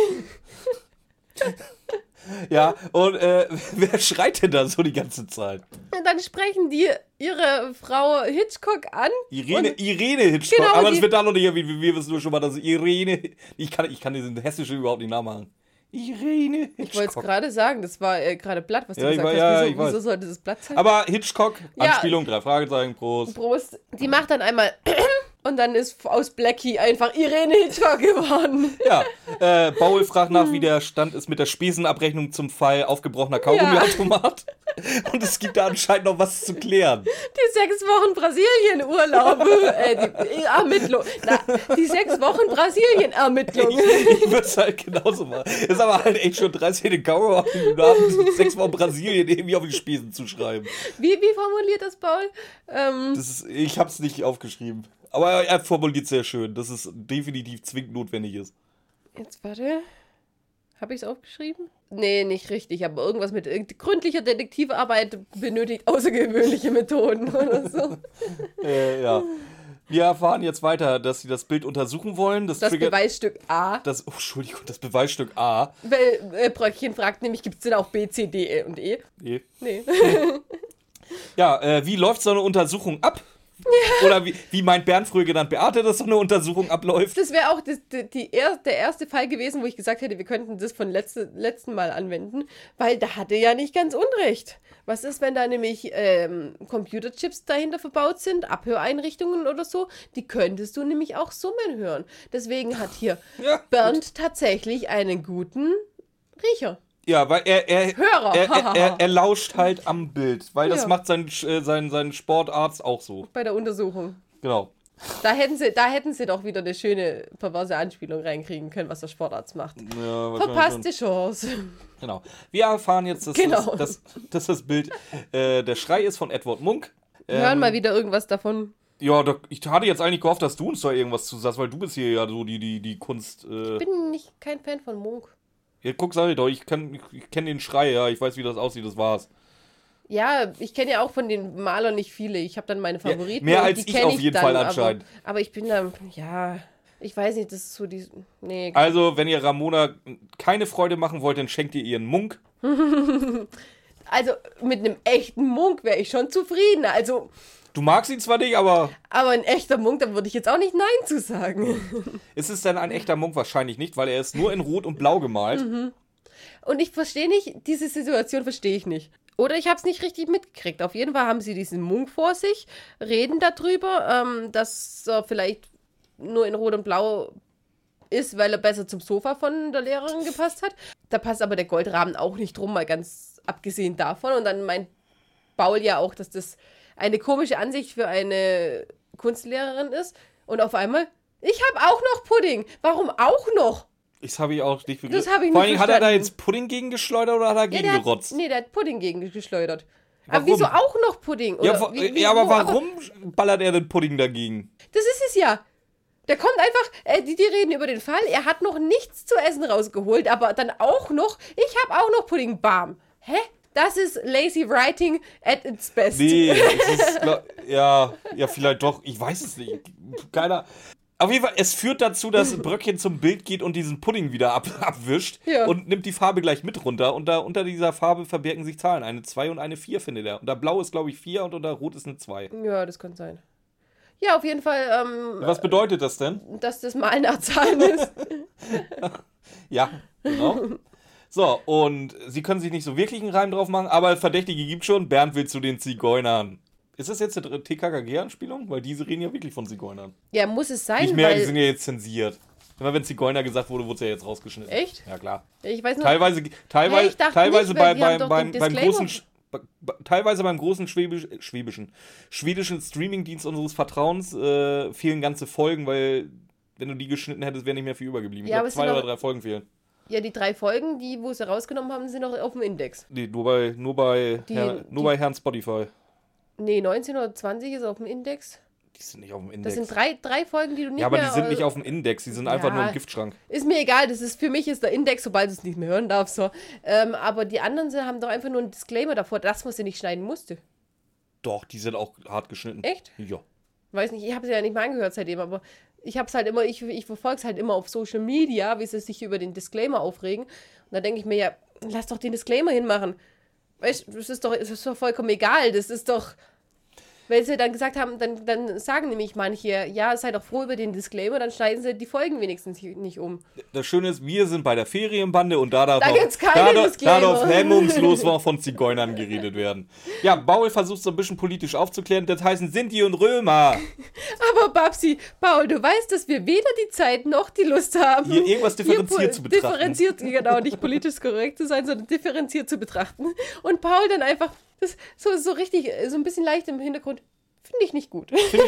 Ja, und äh, wer schreit denn da so die ganze Zeit? Und dann sprechen die ihre Frau Hitchcock an. Irene, Und- Irene Hitchcock, Genau, aber die- es wird da noch nicht, wie wir wissen nur schon mal, dass Irene, ich kann, ich kann diesen hessischen überhaupt nicht nachmachen. Irene Ich wollte es Hitchcock. gerade sagen, das war äh, gerade Blatt, was du Ja, ich gesagt war- ja, hast. ich Wieso, weiß. wieso sollte das Blatt sein? Aber Hitchcock, Ja. Anspielung, drei Fragezeichen, Prost. Prost. Die macht dann einmal und dann ist aus Blackie einfach Irene Hitchcock geworden. Ja, äh, Baul fragt nach, wie der Stand ist mit der Spesenabrechnung zum Fall aufgebrochener Kaugummiautomat. Und es gibt da anscheinend noch was zu klären. Die sechs Wochen Brasilien-Urlaub. äh, die, die Ermittlung. Na, die sechs Wochen Brasilien-Ermittlung. Ich, ich würde es halt genauso machen. Ist aber halt echt schon dreißig den Kaugummiautomaten sechs Mal Brasilien irgendwie auf die Spesen zu schreiben. Wie, wie formuliert das Paul? Ähm, Das ist, ich hab's nicht aufgeschrieben. Aber er formuliert sehr schön, dass es definitiv zwingend notwendig ist. jetzt warte. Habe ich es aufgeschrieben? Nee, nicht richtig, aber irgendwas mit äh, gründlicher Detektivarbeit benötigt außergewöhnliche Methoden oder so. Äh, ja. Wir erfahren jetzt weiter, dass sie das Bild untersuchen wollen. Das, Das triggert Beweisstück A. das, oh, Entschuldigung, das Beweisstück A. Weil äh, Bröckchen fragt nämlich, gibt es denn auch B, C, D E und E? Nee. Nee. Ja, äh, wie läuft so eine Untersuchung ab? Ja. Oder wie, wie meint Bernd, früher genannt Beate, dass so eine Untersuchung abläuft? Das wäre auch das, die, die er, der erste Fall gewesen, wo ich gesagt hätte, wir könnten das von letzte, letzten Mal anwenden, weil da hatte ja nicht ganz Unrecht. Was ist, wenn da nämlich ähm, Computerchips dahinter verbaut sind, Abhöreinrichtungen oder so? Die könntest du nämlich auch summen hören. Deswegen hat hier Ja, Bernd tatsächlich einen guten Riecher. Ja, weil er, er, Hörer. er, er, er, er lauscht halt am Bild, weil das Ja. macht sein, äh, sein, sein Sportarzt auch so. Bei der Untersuchung. Genau. Da hätten sie, da hätten sie doch wieder eine schöne perverse Anspielung reinkriegen können, was der Sportarzt macht. Ja, wahrscheinlich Verpasste Chance. schon. Genau. Wir erfahren jetzt, dass, Genau. das, dass, dass das Bild äh, der Schrei ist von Edward Munk. Wir hören Ähm, mal wieder irgendwas davon. Ja, da, ich hatte jetzt eigentlich gehofft, dass du uns da irgendwas zu sagst, weil du bist hier ja so die, die, die Kunst. Äh, Ich bin nicht kein Fan von Munk. ja, guck, sag ich doch, ich, kann- ich, ich kenne den Schrei, ja, ich weiß, wie das aussieht, das war's. Ja, ich kenne ja auch von den Malern nicht viele. Ich habe dann meine Favoriten. mehr und als die ich kenn auf jeden Fall aber, anscheinend. Aber ich bin da, ja, Ich weiß nicht, das ist so die... Nee. Also, wenn ihr Ramona keine Freude machen wollt, dann schenkt ihr ihren Munk. Also, mit einem echten Munk wäre ich schon zufrieden. Also... Du magst ihn zwar nicht, aber... Aber ein echter Munk, da würde ich jetzt auch nicht Nein zu sagen. Ist es denn ein echter Munk? Wahrscheinlich nicht, weil er ist nur in Rot und Blau gemalt. Mhm. Und ich verstehe nicht, diese Situation verstehe ich nicht. Oder ich habe es nicht richtig mitgekriegt. Auf jeden Fall haben sie diesen Munk vor sich, reden darüber, ähm, dass er vielleicht nur in Rot und Blau ist, weil er besser zum Sofa von der Lehrerin gepasst hat. Da passt aber der Goldrahmen auch nicht drum, mal ganz abgesehen davon. Und dann meint Paul ja auch, dass das eine komische Ansicht für eine Kunstlehrerin ist. Und auf einmal, ich habe auch noch Pudding. Warum auch noch? Das habe ich auch nicht begriffen. Das habe ich nicht Vor allem, hat er da verstanden. jetzt Pudding gegen geschleudert oder hat er Ja, gegen der hat, gerotzt? nee, der hat Pudding gegen geschleudert. Warum? Aber wieso auch noch Pudding? Oder Ja, wa- wie, wie, ja, aber wo- warum ballert er den Pudding dagegen? Das ist es ja. Der kommt einfach, äh, die, die reden über den Fall, er hat noch nichts zu essen rausgeholt, aber dann auch noch, ich habe auch noch Pudding, bam. Hä? Das ist lazy writing at its best. Nee, es ist, glaub- ja, ja, vielleicht doch, ich weiß es nicht. Keiner. Auf jeden Fall, es führt dazu, dass Bröckchen zum Bild geht und diesen Pudding wieder ab, abwischt Ja. und nimmt die Farbe gleich mit runter. Und da unter dieser Farbe verbergen sich Zahlen. Eine zwei und eine vier, findet er. Unter Blau ist, glaube ich, vier und unter Rot ist eine zwei. Ja, das kann sein. Ja, auf jeden Fall, ähm, Was bedeutet das denn? dass das mal nach Zahlen ist. Ja, genau. So, und sie können sich nicht so wirklich einen Reim drauf machen, aber Verdächtige gibt schon. Bernd will zu den Zigeunern. Ist das jetzt eine T K K G-Anspielung? Weil diese reden ja wirklich von Zigeunern. Ja, muss es sein, Nicht mehr, die weil... sind ja jetzt zensiert. Immer wenn Zigeuner gesagt wurde, wurde es ja jetzt rausgeschnitten. Echt? Ja, klar. Ich weiß nur, Teilweise, teilweise, Hä, ich dachte teilweise nicht, weil bei, wir haben beim, doch beim, den beim Disclaimer. großen, Sch- be- be- teilweise beim großen Schwäbisch, schwäbischen, schwedischen Streamingdienst unseres Vertrauens äh, fehlen ganze Folgen, weil wenn du die geschnitten hättest, wäre nicht mehr viel übergeblieben. Ja, ich aber glaube, es zwei sind oder doch- drei Folgen fehlen. ja, die drei Folgen, die, wo sie rausgenommen haben, sind noch auf dem Index. Nee, nur bei, nur bei, Die- Herr, nur die- bei Herrn Spotify. Nee, neunzehn oder zwanzig ist auf dem Index. Die sind nicht auf dem Das Index. sind drei, drei Folgen, die du nicht ja, aber mehr... die sind nicht äh, auf dem Index, die sind einfach Ja. nur im Giftschrank. Ist mir egal, das ist für mich ist der Index, sobald du es nicht mehr hören darfst. So. Ähm, aber die anderen sind, haben doch einfach nur einen Disclaimer davor, dass man sie nicht schneiden musste. Doch, die sind auch hart geschnitten. Echt? Ja. Weiß nicht, ich habe sie ja nicht mal angehört seitdem, aber ich habe es halt immer, ich, ich verfolge es halt immer auf Social Media, wie sie sich über den Disclaimer aufregen. Und da denke ich mir, ja, lass doch den Disclaimer hinmachen. Weißt du, das ist doch, das ist doch vollkommen egal. Das ist doch. Weil sie dann gesagt haben, dann, dann sagen nämlich manche, ja, seid doch froh über den Disclaimer, dann schneiden sie die Folgen wenigstens nicht um. Das Schöne ist, wir sind bei der Ferienbande und da darf, Da auch- gibt's keine da, darf- da Disclaimer. darf hemmungslos mal von Zigeunern geredet werden. Ja, Baul versucht so ein bisschen politisch aufzuklären, das heißen Sinti und Römer. Aber Babsi, Paul, du weißt, dass wir weder die Zeit noch die Lust haben, Hier irgendwas differenziert hier zu betrachten. Differenziert, genau, nicht politisch korrekt zu sein, sondern differenziert zu betrachten. Und Paul dann einfach, das so, so richtig, so ein bisschen leicht im Hintergrund, finde ich nicht gut. Das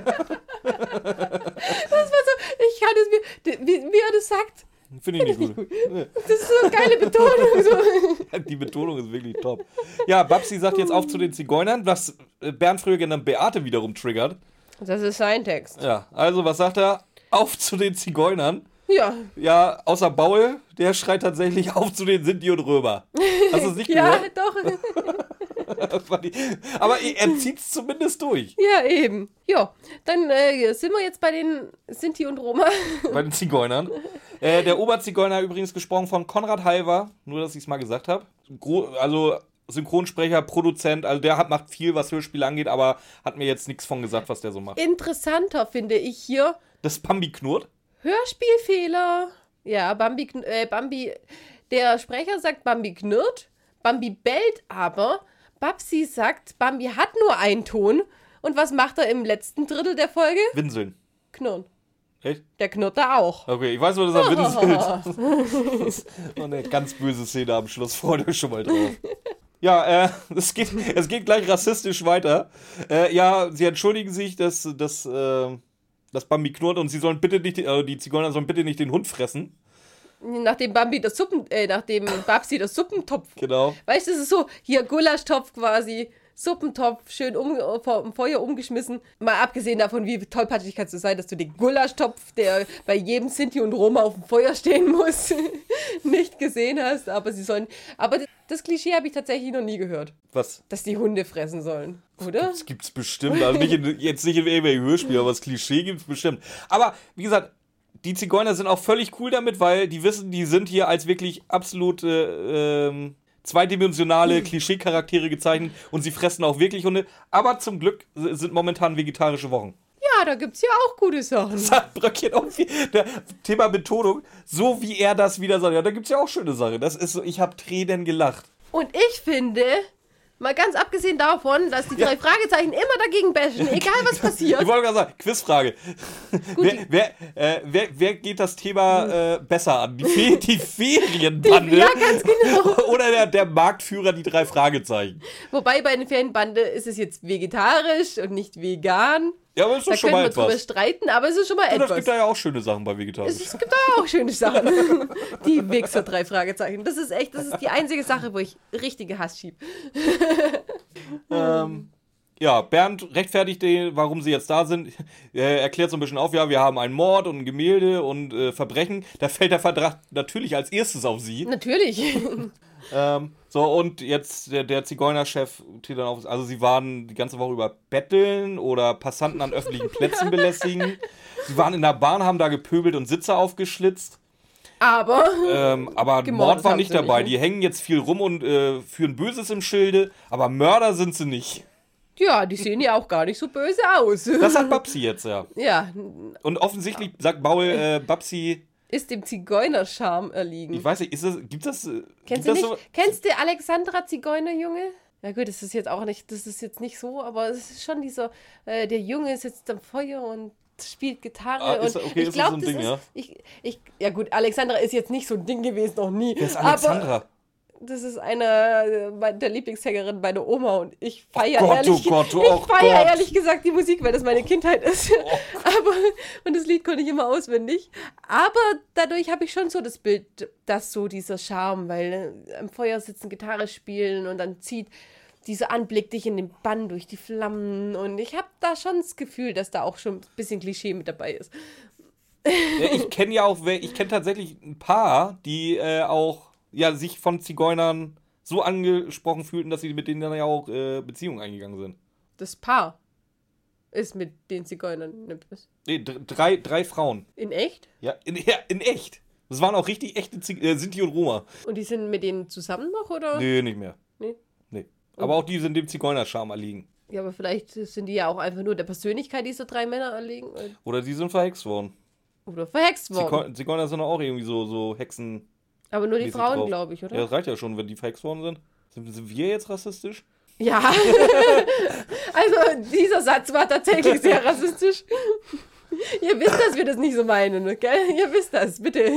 war so, ich kann es mir, wie, wie er das sagt, Finde ich nicht gut. das ist so eine geile Betonung. So. Die Betonung ist wirklich top. Ja, Babsi sagt jetzt auf zu den Zigeunern, was äh, Bernd früher genannt Beate wiederum triggert. Das ist sein Text. Ja, also was sagt er? Auf zu den Zigeunern. Ja, Ja, außer Baul, der schreit tatsächlich auf zu den Sinti und Römer. Hast du es nicht ja, gehört? doch. Das war die- Aber er zieht es zumindest durch. Ja, eben. Ja, dann äh, sind wir jetzt bei den Sinti und Roma. Bei den Zigeunern. Äh, der Oberzigeuner übrigens gesprochen von Konrad Halver, nur dass ich es mal gesagt habe. Also Synchronsprecher, Produzent, also der hat, macht viel, was Hörspiele angeht, aber hat mir jetzt nichts von gesagt, was der so macht. Interessanter finde ich hier Das Bambi knurrt. Hörspielfehler. Ja, Bambi, kn- äh, Bambi, der Sprecher sagt, Bambi knurrt, Bambi bellt aber, Babsi sagt, Bambi hat nur einen Ton. Und was macht er im letzten Drittel der Folge? Winseln. Knurren. Echt? Der knurrt da auch. Okay, ich weiß nur, dass er winselt. Das ist noch eine ganz böse Szene am Schluss. Freut euch schon mal drauf. Ja, äh, es geht, es geht gleich rassistisch weiter. Äh, ja, sie entschuldigen sich, dass, dass, äh, dass Bambi knurrt und sie sollen bitte nicht, äh, die Zigeuner sollen bitte nicht den Hund fressen. Nachdem Bambi das Suppen, äh, nachdem Babsi das Suppentopf. Genau. Weißt du, das ist so, hier Gulaschtopf quasi, Suppentopf, schön um, vom Feuer umgeschmissen. Mal abgesehen davon, wie tollpatschig kannst du sein, dass du den Gulaschtopf, der bei jedem Sinti und Roma auf dem Feuer stehen muss, nicht gesehen hast. Aber sie sollen, aber das Klischee habe ich tatsächlich noch nie gehört, Was? dass die Hunde fressen sollen, oder? Das gibt's bestimmt. Also nicht in, jetzt nicht in irgendwelchen Hörspielen, aber das Klischee gibt's bestimmt. Aber, wie gesagt, die Zigeuner sind auch völlig cool damit, weil die wissen, die sind hier als wirklich absolute ähm, zweidimensionale Hm. Klischee-Charaktere gezeichnet und sie fressen auch wirklich Hunde. Aber zum Glück sind momentan vegetarische Wochen. Ja, da gibt's ja auch gute Sachen. Sagt Bröckchen auch viel. Der Thema Betonung, so wie er das wieder sagt. Ja, da gibt's ja auch schöne Sachen. Das ist so, ich habe Tränen gelacht. Und ich finde, mal ganz abgesehen davon, dass die drei Fragezeichen immer dagegen bashen, egal was passiert. Ich wollte gerade sagen, Quizfrage. wer, wer, äh, wer, wer geht das Thema äh, besser an? Die, Fe die Ferienbande? Ja, ganz genau. Oder der, der Marktführer, die drei Fragezeichen? Wobei bei den Ferienbande ist es jetzt vegetarisch und nicht vegan. Ja, aber ist doch Da schon können mal wir drüber etwas. streiten, aber es ist schon mal Und es etwas. gibt da ja auch schöne Sachen bei Es, Vegetarisch. es gibt da auch schöne Sachen. Die Wichser, drei Fragezeichen. Das ist echt, das ist die einzige Sache, wo ich richtige Hass schieb. Ähm, ja, Bernd rechtfertigt, den, warum sie jetzt da sind. Er erklärt so ein bisschen auf, ja, wir haben einen Mord und ein Gemälde und äh, Verbrechen. Da fällt der Verdacht natürlich als erstes auf sie. Natürlich. Ähm, so, und jetzt der, der Zigeunerchef tritt dann auf. Also, sie waren die ganze Woche über betteln oder Passanten an öffentlichen Plätzen belästigen. Sie waren in der Bahn, haben da gepöbelt und Sitze aufgeschlitzt. Aber Ähm, aber Gemordet Mord war haben nicht sie dabei. nicht, ne? Die hängen jetzt viel rum und äh, führen Böses im Schilde. Aber Mörder sind sie nicht. ja, die sehen ja auch gar nicht so böse aus. Das hat Babsi jetzt, ja. Ja, Und offensichtlich sagt Paul, äh, Babsi, ist dem Zigeunerscharme erliegen. ich weiß nicht, ist das, gibt das, äh, Kennst gibt du das nicht? so? Kennst du Alexandra Zigeunerjunge? Ja gut, das ist jetzt auch nicht, das ist jetzt nicht so, aber es ist schon dieser, äh, der Junge sitzt am Feuer und spielt Gitarre. Ah, ist- und okay, ich ist das glaube, so ein das Ding, ist, ja? ich, ich, ja gut, Alexandra ist jetzt nicht so ein Ding gewesen, noch nie. Wer ist Aber Alexandra? das ist eine äh, der Lieblingssängerin meiner Oma und ich feiere Gott, ehrlich, oh Gott, oh ich feiere Gott. ehrlich gesagt die Musik, weil das meine Kindheit ist. Aber und das Lied konnte ich immer auswendig. Aber dadurch habe ich schon so das Bild, dass so dieser Charme, weil äh, am Feuer sitzen, Gitarre spielen und dann zieht dieser Anblick dich in den Bann durch die Flammen und ich habe da schon das Gefühl, dass da auch schon ein bisschen Klischee mit dabei ist. Ja, ich kenne ja auch, wer- ich kenne tatsächlich ein paar, die äh, auch ja, sich von Zigeunern so angesprochen fühlten, dass sie mit denen dann ja auch äh, Beziehungen eingegangen sind. Das Paar ist mit den Zigeunern. Nimmt es. Nee, d- drei, drei Frauen. In echt? Ja in, ja, in echt. Das waren auch richtig echte Zig äh, Sinti und Roma. Und die sind mit denen zusammen noch, oder? Nee, nicht mehr. Nee. Nee. Aber auch die sind dem Zigeunerscharme erliegen. Ja, aber vielleicht sind die ja auch einfach nur der Persönlichkeit dieser drei Männer erlegen. Oder die sind verhext worden. Oder verhext worden. Zigeu- Zigeuner sind doch auch irgendwie so, so Hexen. Aber nur die mäßig Frauen, drauf. glaube ich, oder? Ja, das reicht ja schon, wenn die verhext worden sind. Sind, sind wir jetzt rassistisch? Ja. Also, dieser Satz war tatsächlich sehr rassistisch. Ihr wisst, dass wir das nicht so meinen, gell? Ihr wisst das, bitte.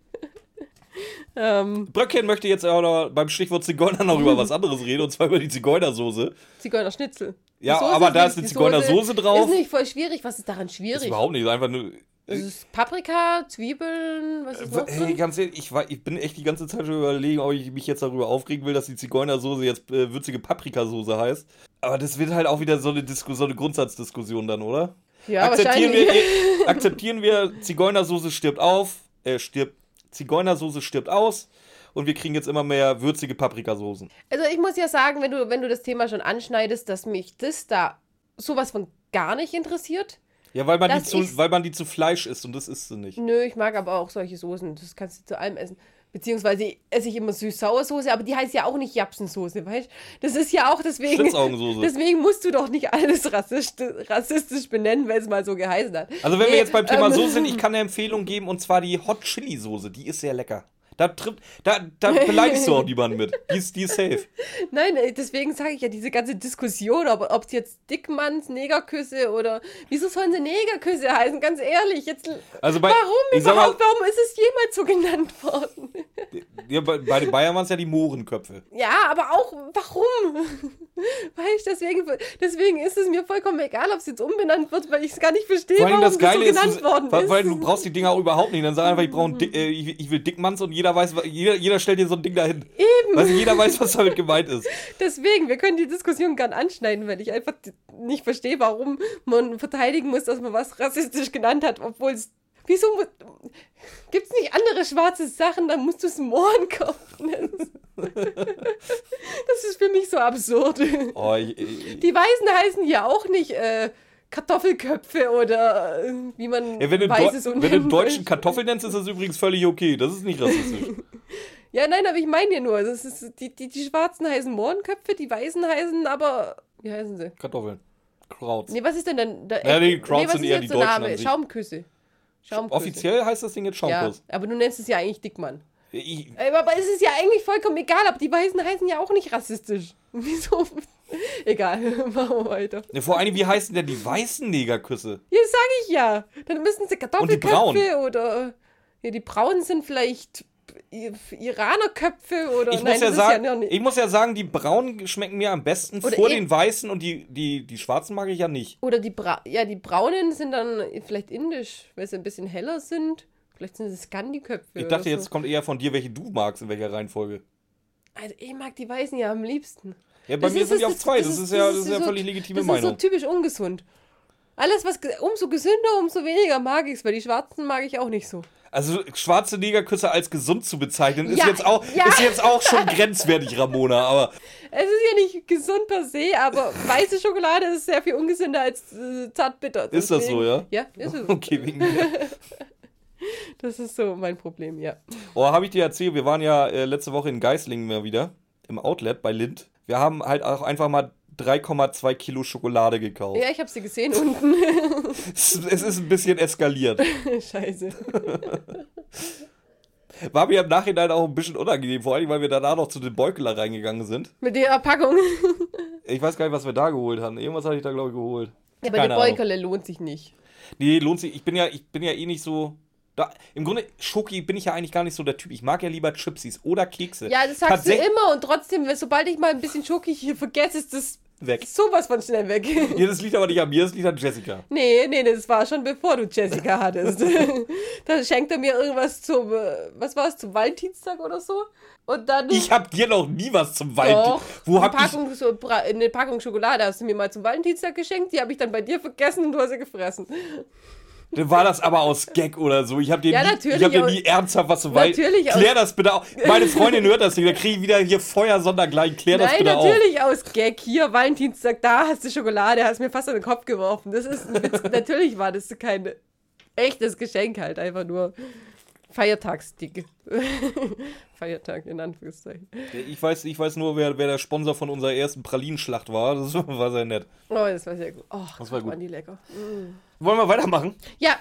ähm, Bröckchen möchte jetzt auch noch beim Stichwort Zigeuner noch über was anderes reden, und zwar über die Zigeunersoße. Zigeunerschnitzel. Die Ja, Soße aber da nicht- ist eine die Zigeunersoße drauf. Ist nicht voll schwierig. Was ist daran Ist schwierig? überhaupt nicht, ist einfach nur. Es ist Paprika, Zwiebeln, was ist noch Hey, drin? ganz ehrlich, ich, war, ich bin echt die ganze Zeit schon überlegen, ob ich mich jetzt darüber aufregen will, dass die Zigeunersoße jetzt äh, würzige Paprikasoße heißt. Aber das wird halt auch wieder so eine, Disku so eine Grundsatzdiskussion dann, oder? Ja, akzeptieren, wahrscheinlich. wir, äh, akzeptieren wir, Zigeunersoße stirbt auf, äh, stirbt, Zigeunersoße stirbt aus und wir kriegen jetzt immer mehr würzige Paprikasoßen. Also ich muss ja sagen, wenn du, wenn du das Thema schon anschneidest, dass mich das da sowas von gar nicht interessiert. Ja, weil man, die Dass zu, ich's- weil man die zu Fleisch isst und das isst sie nicht. Nö, ich mag aber auch solche Soßen. Das kannst du zu allem essen. Beziehungsweise esse ich immer Süß-Sauer-Soße, aber die heißt ja auch nicht Japsensoße, weißt du? Das ist ja auch deswegen... Schlitzaugensoße. Deswegen musst du doch nicht alles rassistisch, rassistisch benennen, weil es mal so geheißen hat. Also wenn wir Nee, jetzt beim Thema ähm, Soße sind, ich kann eine Empfehlung geben, und zwar die Hot Chili Soße. Die ist sehr lecker. Da, trifft, da, da beleidigst du auch niemanden mit. Die ist, die ist safe. Nein, äh, deswegen sage ich ja, diese ganze Diskussion, ob es jetzt Dickmanns Negerküsse oder... Wieso sollen sie Negerküsse heißen? Ganz ehrlich, jetzt... Also bei, Warum ich sag mal, überhaupt? Warum ist es jemals so genannt worden? ja, bei, bei den Bayern waren es ja die Mohrenköpfe. Ja, aber auch, warum? Weißt du, deswegen, deswegen ist es mir vollkommen egal, ob es jetzt umbenannt wird, weil ich es gar nicht verstehe, Vor allem warum das Geile das so ist, genannt worden vor, ist. vor allem, du brauchst die Dinger auch überhaupt nicht. Dann sag einfach, ich, brauch einen Dick, äh, ich, ich will Dickmanns, und jeder weiß, jeder, jeder stellt dir so ein Ding dahin. Eben. Also jeder weiß, was damit gemeint ist. Deswegen, wir können die Diskussion gern anschneiden, weil ich einfach nicht verstehe, warum man verteidigen muss, dass man was rassistisch genannt hat, obwohl es... Wieso gibt es nicht andere schwarze Sachen, dann musst du es Mohrenkopf nennen. Das ist für mich so absurd. Oh, ich, ich, Die Weißen heißen ja auch nicht äh, Kartoffelköpfe oder äh, wie man Ja, wenn du, weiß Deu- es und wenn du einen Deutschen Kartoffel nennst, ist das übrigens völlig okay. Das ist nicht rassistisch. Ja, nein, aber ich meine ja nur, das ist, die, die, die schwarzen heißen Mohrenköpfe, die weißen heißen aber, wie heißen sie? Kartoffeln. Krauts. Nee, was ist denn dann? Da, Ja, die nee, Krauts was sind ist eher jetzt die der Deutschen Name? an sich. Schaumküsse. Schaumküsse. Offiziell heißt das Ding jetzt Ja, Schaumkuss. aber du nennst es ja eigentlich Dickmann. Ich, Aber es ist ja eigentlich vollkommen egal, aber die Weißen heißen ja auch nicht rassistisch. Wieso? Egal, machen wir weiter. ne, vor allem, wie heißen denn die weißen Negerküsse? Ja, sag ich ja. Dann müssen sie Braunen? Kartoffelköpfe oder. Ja, die Braunen sind vielleicht I- Iranerköpfe oder. Ich, nein, muss ja das sagen, ist ja nicht. ich muss ja sagen, die braunen schmecken mir am besten Oder vor eh- den weißen und die, die, die schwarzen mag ich ja nicht. Oder die Bra ja, die Braunen sind dann vielleicht indisch, weil sie ein bisschen heller sind. Vielleicht sind es Skandi-Köpfe. Ich dachte, oder jetzt so. kommt eher von dir, welche du magst, in welcher Reihenfolge. Also, ich mag die Weißen ja am liebsten. Ja, bei Das mir ist- sind die das auf ist- zwei. das Das ist- ist ja, das das ist ist ja so- völlig legitime Das ist Meinung. so typisch ungesund. Alles, was ge- umso gesünder, umso weniger mag ich es, weil die Schwarzen mag ich auch nicht so. Also schwarze Negerküsse als gesund zu bezeichnen, ist, Ja, jetzt auch, ja. ist jetzt auch schon grenzwertig, Ramona. Aber Es ist ja nicht gesund per se, aber weiße Schokolade ist sehr viel ungesünder als äh, zartbitter. Ist das so, ja? Ja, ist es. okay, wegen mir. Das ist so mein Problem, ja. Oh, habe ich dir erzählt, wir waren ja äh, letzte Woche in Geislingen mal wieder, im Outlet bei Lindt. Wir haben halt auch einfach mal drei Komma zwei Kilo Schokolade gekauft. Ja, ich habe sie gesehen unten. Es, es ist ein bisschen eskaliert. Scheiße. War mir im Nachhinein auch ein bisschen unangenehm, vor allem, weil wir danach noch zu den Beukeler reingegangen sind. Mit der Packung. Ich weiß gar nicht, was wir da geholt haben. Irgendwas hatte ich da, glaube ich, geholt. Ja, aber Keine der Ahnung. Beukerle lohnt sich nicht. Nee, lohnt sich. Ich bin ja, ich bin ja eh nicht so. Da, Im Grunde, Schoki bin ich ja eigentlich gar nicht so der Typ. Ich mag ja lieber Chipsies oder Kekse. Ja, das sagst Tatsä- du immer und trotzdem, sobald ich mal ein bisschen Schoki hier vergesse, ist das Weg. sowas von schnell weg. Ja, das liegt aber nicht an mir, das liegt an Jessica. Nee, nee, das war schon bevor du Jessica hattest. Da schenkt er mir irgendwas zum, äh, was war es, zum Valentinstag oder so. Und dann... Ich hab dir noch nie was zum Valentin. Doch, Wo eine hab ich. Packung, so, Bra- eine Packung Schokolade hast du mir mal zum Valentinstag geschenkt, die habe ich dann bei dir vergessen und du hast sie gefressen. War das aber aus Gag oder so? Ich hab dir, Ja, nie, natürlich ich hab dir aus- nie ernsthaft was zum Valentin. Natürlich aus- Klär das bitte auf. Meine Freundin hört das nicht, da kriege ich wieder hier Feuer sondergleich. Klär das Nein, bitte auf. natürlich aus Gag. Hier, Valentinstag, da hast du Schokolade, hast mir fast an den Kopf geworfen. Das ist ein Witz. Natürlich war das kein echtes Geschenk halt, einfach nur Feiertagsdicke. Feiertag in Anführungszeichen. Ich weiß, ich weiß nur, wer, wer der Sponsor von unserer ersten Pralinenschlacht war. Das war sehr nett. Oh, das war sehr gut. Oh, Das war gut. waren die lecker. Wollen wir weitermachen? Ja,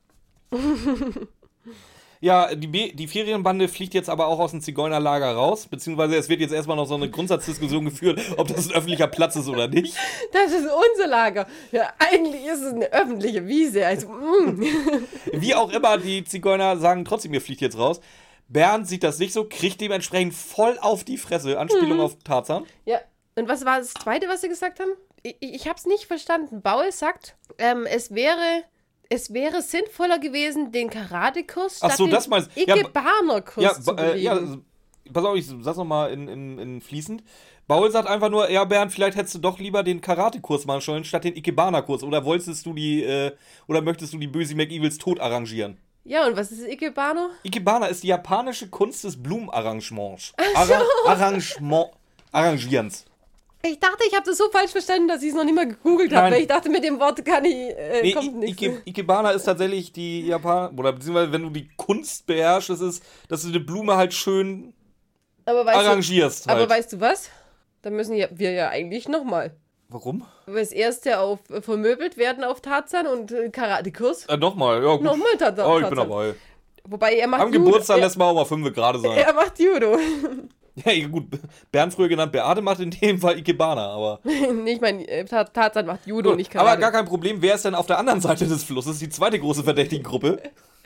Ja, die, B die Ferienbande fliegt jetzt aber auch aus dem Zigeunerlager raus, beziehungsweise es wird jetzt erstmal noch so eine Grundsatzdiskussion geführt, ob das ein öffentlicher Platz ist oder nicht. das ist unser Lager. Ja, eigentlich ist es eine öffentliche Wiese. Also, mm. Wie auch immer, die Zigeuner sagen trotzdem, ihr fliegt jetzt raus. Bernd sieht das nicht so, kriegt dementsprechend voll auf die Fresse. Anspielung auf Tarzan. Ja, und was war das Zweite, was sie gesagt haben? Ich, ich, ich habe es nicht verstanden. Baul sagt, ähm, es wäre... Es wäre sinnvoller gewesen, den Karatekurs Ach statt so, den das meinst- ja, Ikebana-Kurs Ja, zu ba- äh, ja, belegen. pass auf, ich sag's nochmal in, in, in fließend. Baul sagt einfach nur, ja Bernd, vielleicht hättest du doch lieber den Karate-Kurs machen sollen, statt den Ikebana-Kurs. Oder wolltest du die, äh, oder möchtest du die Böse McEvils Tod arrangieren? Ja, und was ist Ikebana? Ikebana ist die japanische Kunst des Blumenarrangements. Arra Arrangement, Arrangierens. Ich dachte, ich habe das so falsch verstanden, dass ich es noch nicht mal gegoogelt habe. Nein. Weil ich dachte, mit dem Wort kann ich, äh, Nee, kommt nichts. Ike Ikebana ist tatsächlich die Japan oder beziehungsweise wenn du die Kunst beherrschst, ist es, dass du die Blume halt schön Aber weißt arrangierst du, aber halt. weißt du was? Da müssen ja, wir ja eigentlich nochmal. Warum? Das erste auf äh, vermöbelt werden auf Tarzan und äh, Karatekurs. Äh, nochmal, ja gut. Nochmal Tarzan. Oh, ich bin dabei. Wobei er macht Am Judo. Geburtstag er, lässt man auch mal fünf gerade sein. er macht Judo. Ja, gut. Bernd früher genannt Beate macht in dem Fall Ikebana, aber. Nee, ich meine, äh, Tar- Tarzan macht Judo, nicht aber Karate. gar kein Problem. Wer ist denn auf der anderen Seite des Flusses? Die zweite große verdächtige Gruppe.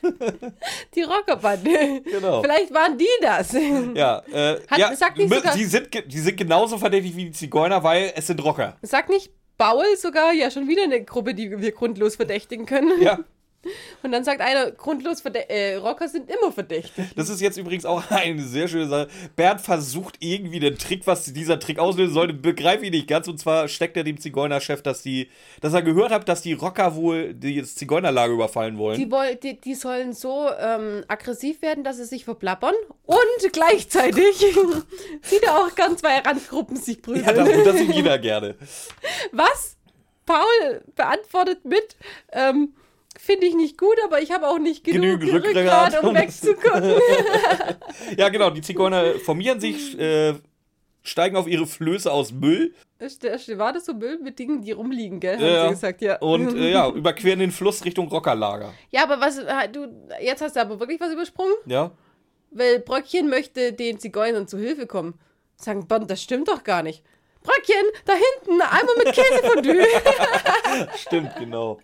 Die Rockerbande. Genau. Vielleicht waren die das. Ja, äh, Hat- ja sagt nicht sogar- die, sind, ge- die sind genauso verdächtig wie die Zigeuner, weil es sind Rocker. Sag nicht Baul sogar, ja schon wieder eine Gruppe, die wir grundlos verdächtigen können. Ja. Und dann sagt einer, grundlos verdä äh, Rocker sind immer verdächtig. Das ist jetzt übrigens auch eine sehr schöne Sache. Bernd versucht irgendwie den Trick, was dieser Trick auslösen sollte, begreife ich nicht ganz. Und zwar steckt er dem Zigeunerchef, dass die, dass er gehört hat, dass die Rocker wohl das Zigeunerlager überfallen wollen. Die, woll die, die sollen so ähm, aggressiv werden, dass sie sich verplappern. Und gleichzeitig sieht er auch ganz zwei Randgruppen sich prügeln. ja, das, das sieht jeder gerne. Was? Paul beantwortet mit, ähm, finde ich nicht gut, aber ich habe auch nicht genug Genügend Rückgrat, Rückgrat, um um- wegzugucken. Ja, genau, die Zigeuner formieren sich, äh, steigen auf ihre Flöße aus Müll War das so Müll mit Dingen, die rumliegen, gell? Haben Ja. sie gesagt, ja. und äh, ja, überqueren den Fluss Richtung Rockerlager. Ja, aber was, du, jetzt hast du aber wirklich was übersprungen, Ja? weil Bröckchen möchte den Zigeunern zu Hilfe kommen. Sagen, Bernd, das stimmt doch gar nicht. Bröckchen, da hinten, einmal mit Käsefondue. Stimmt, genau.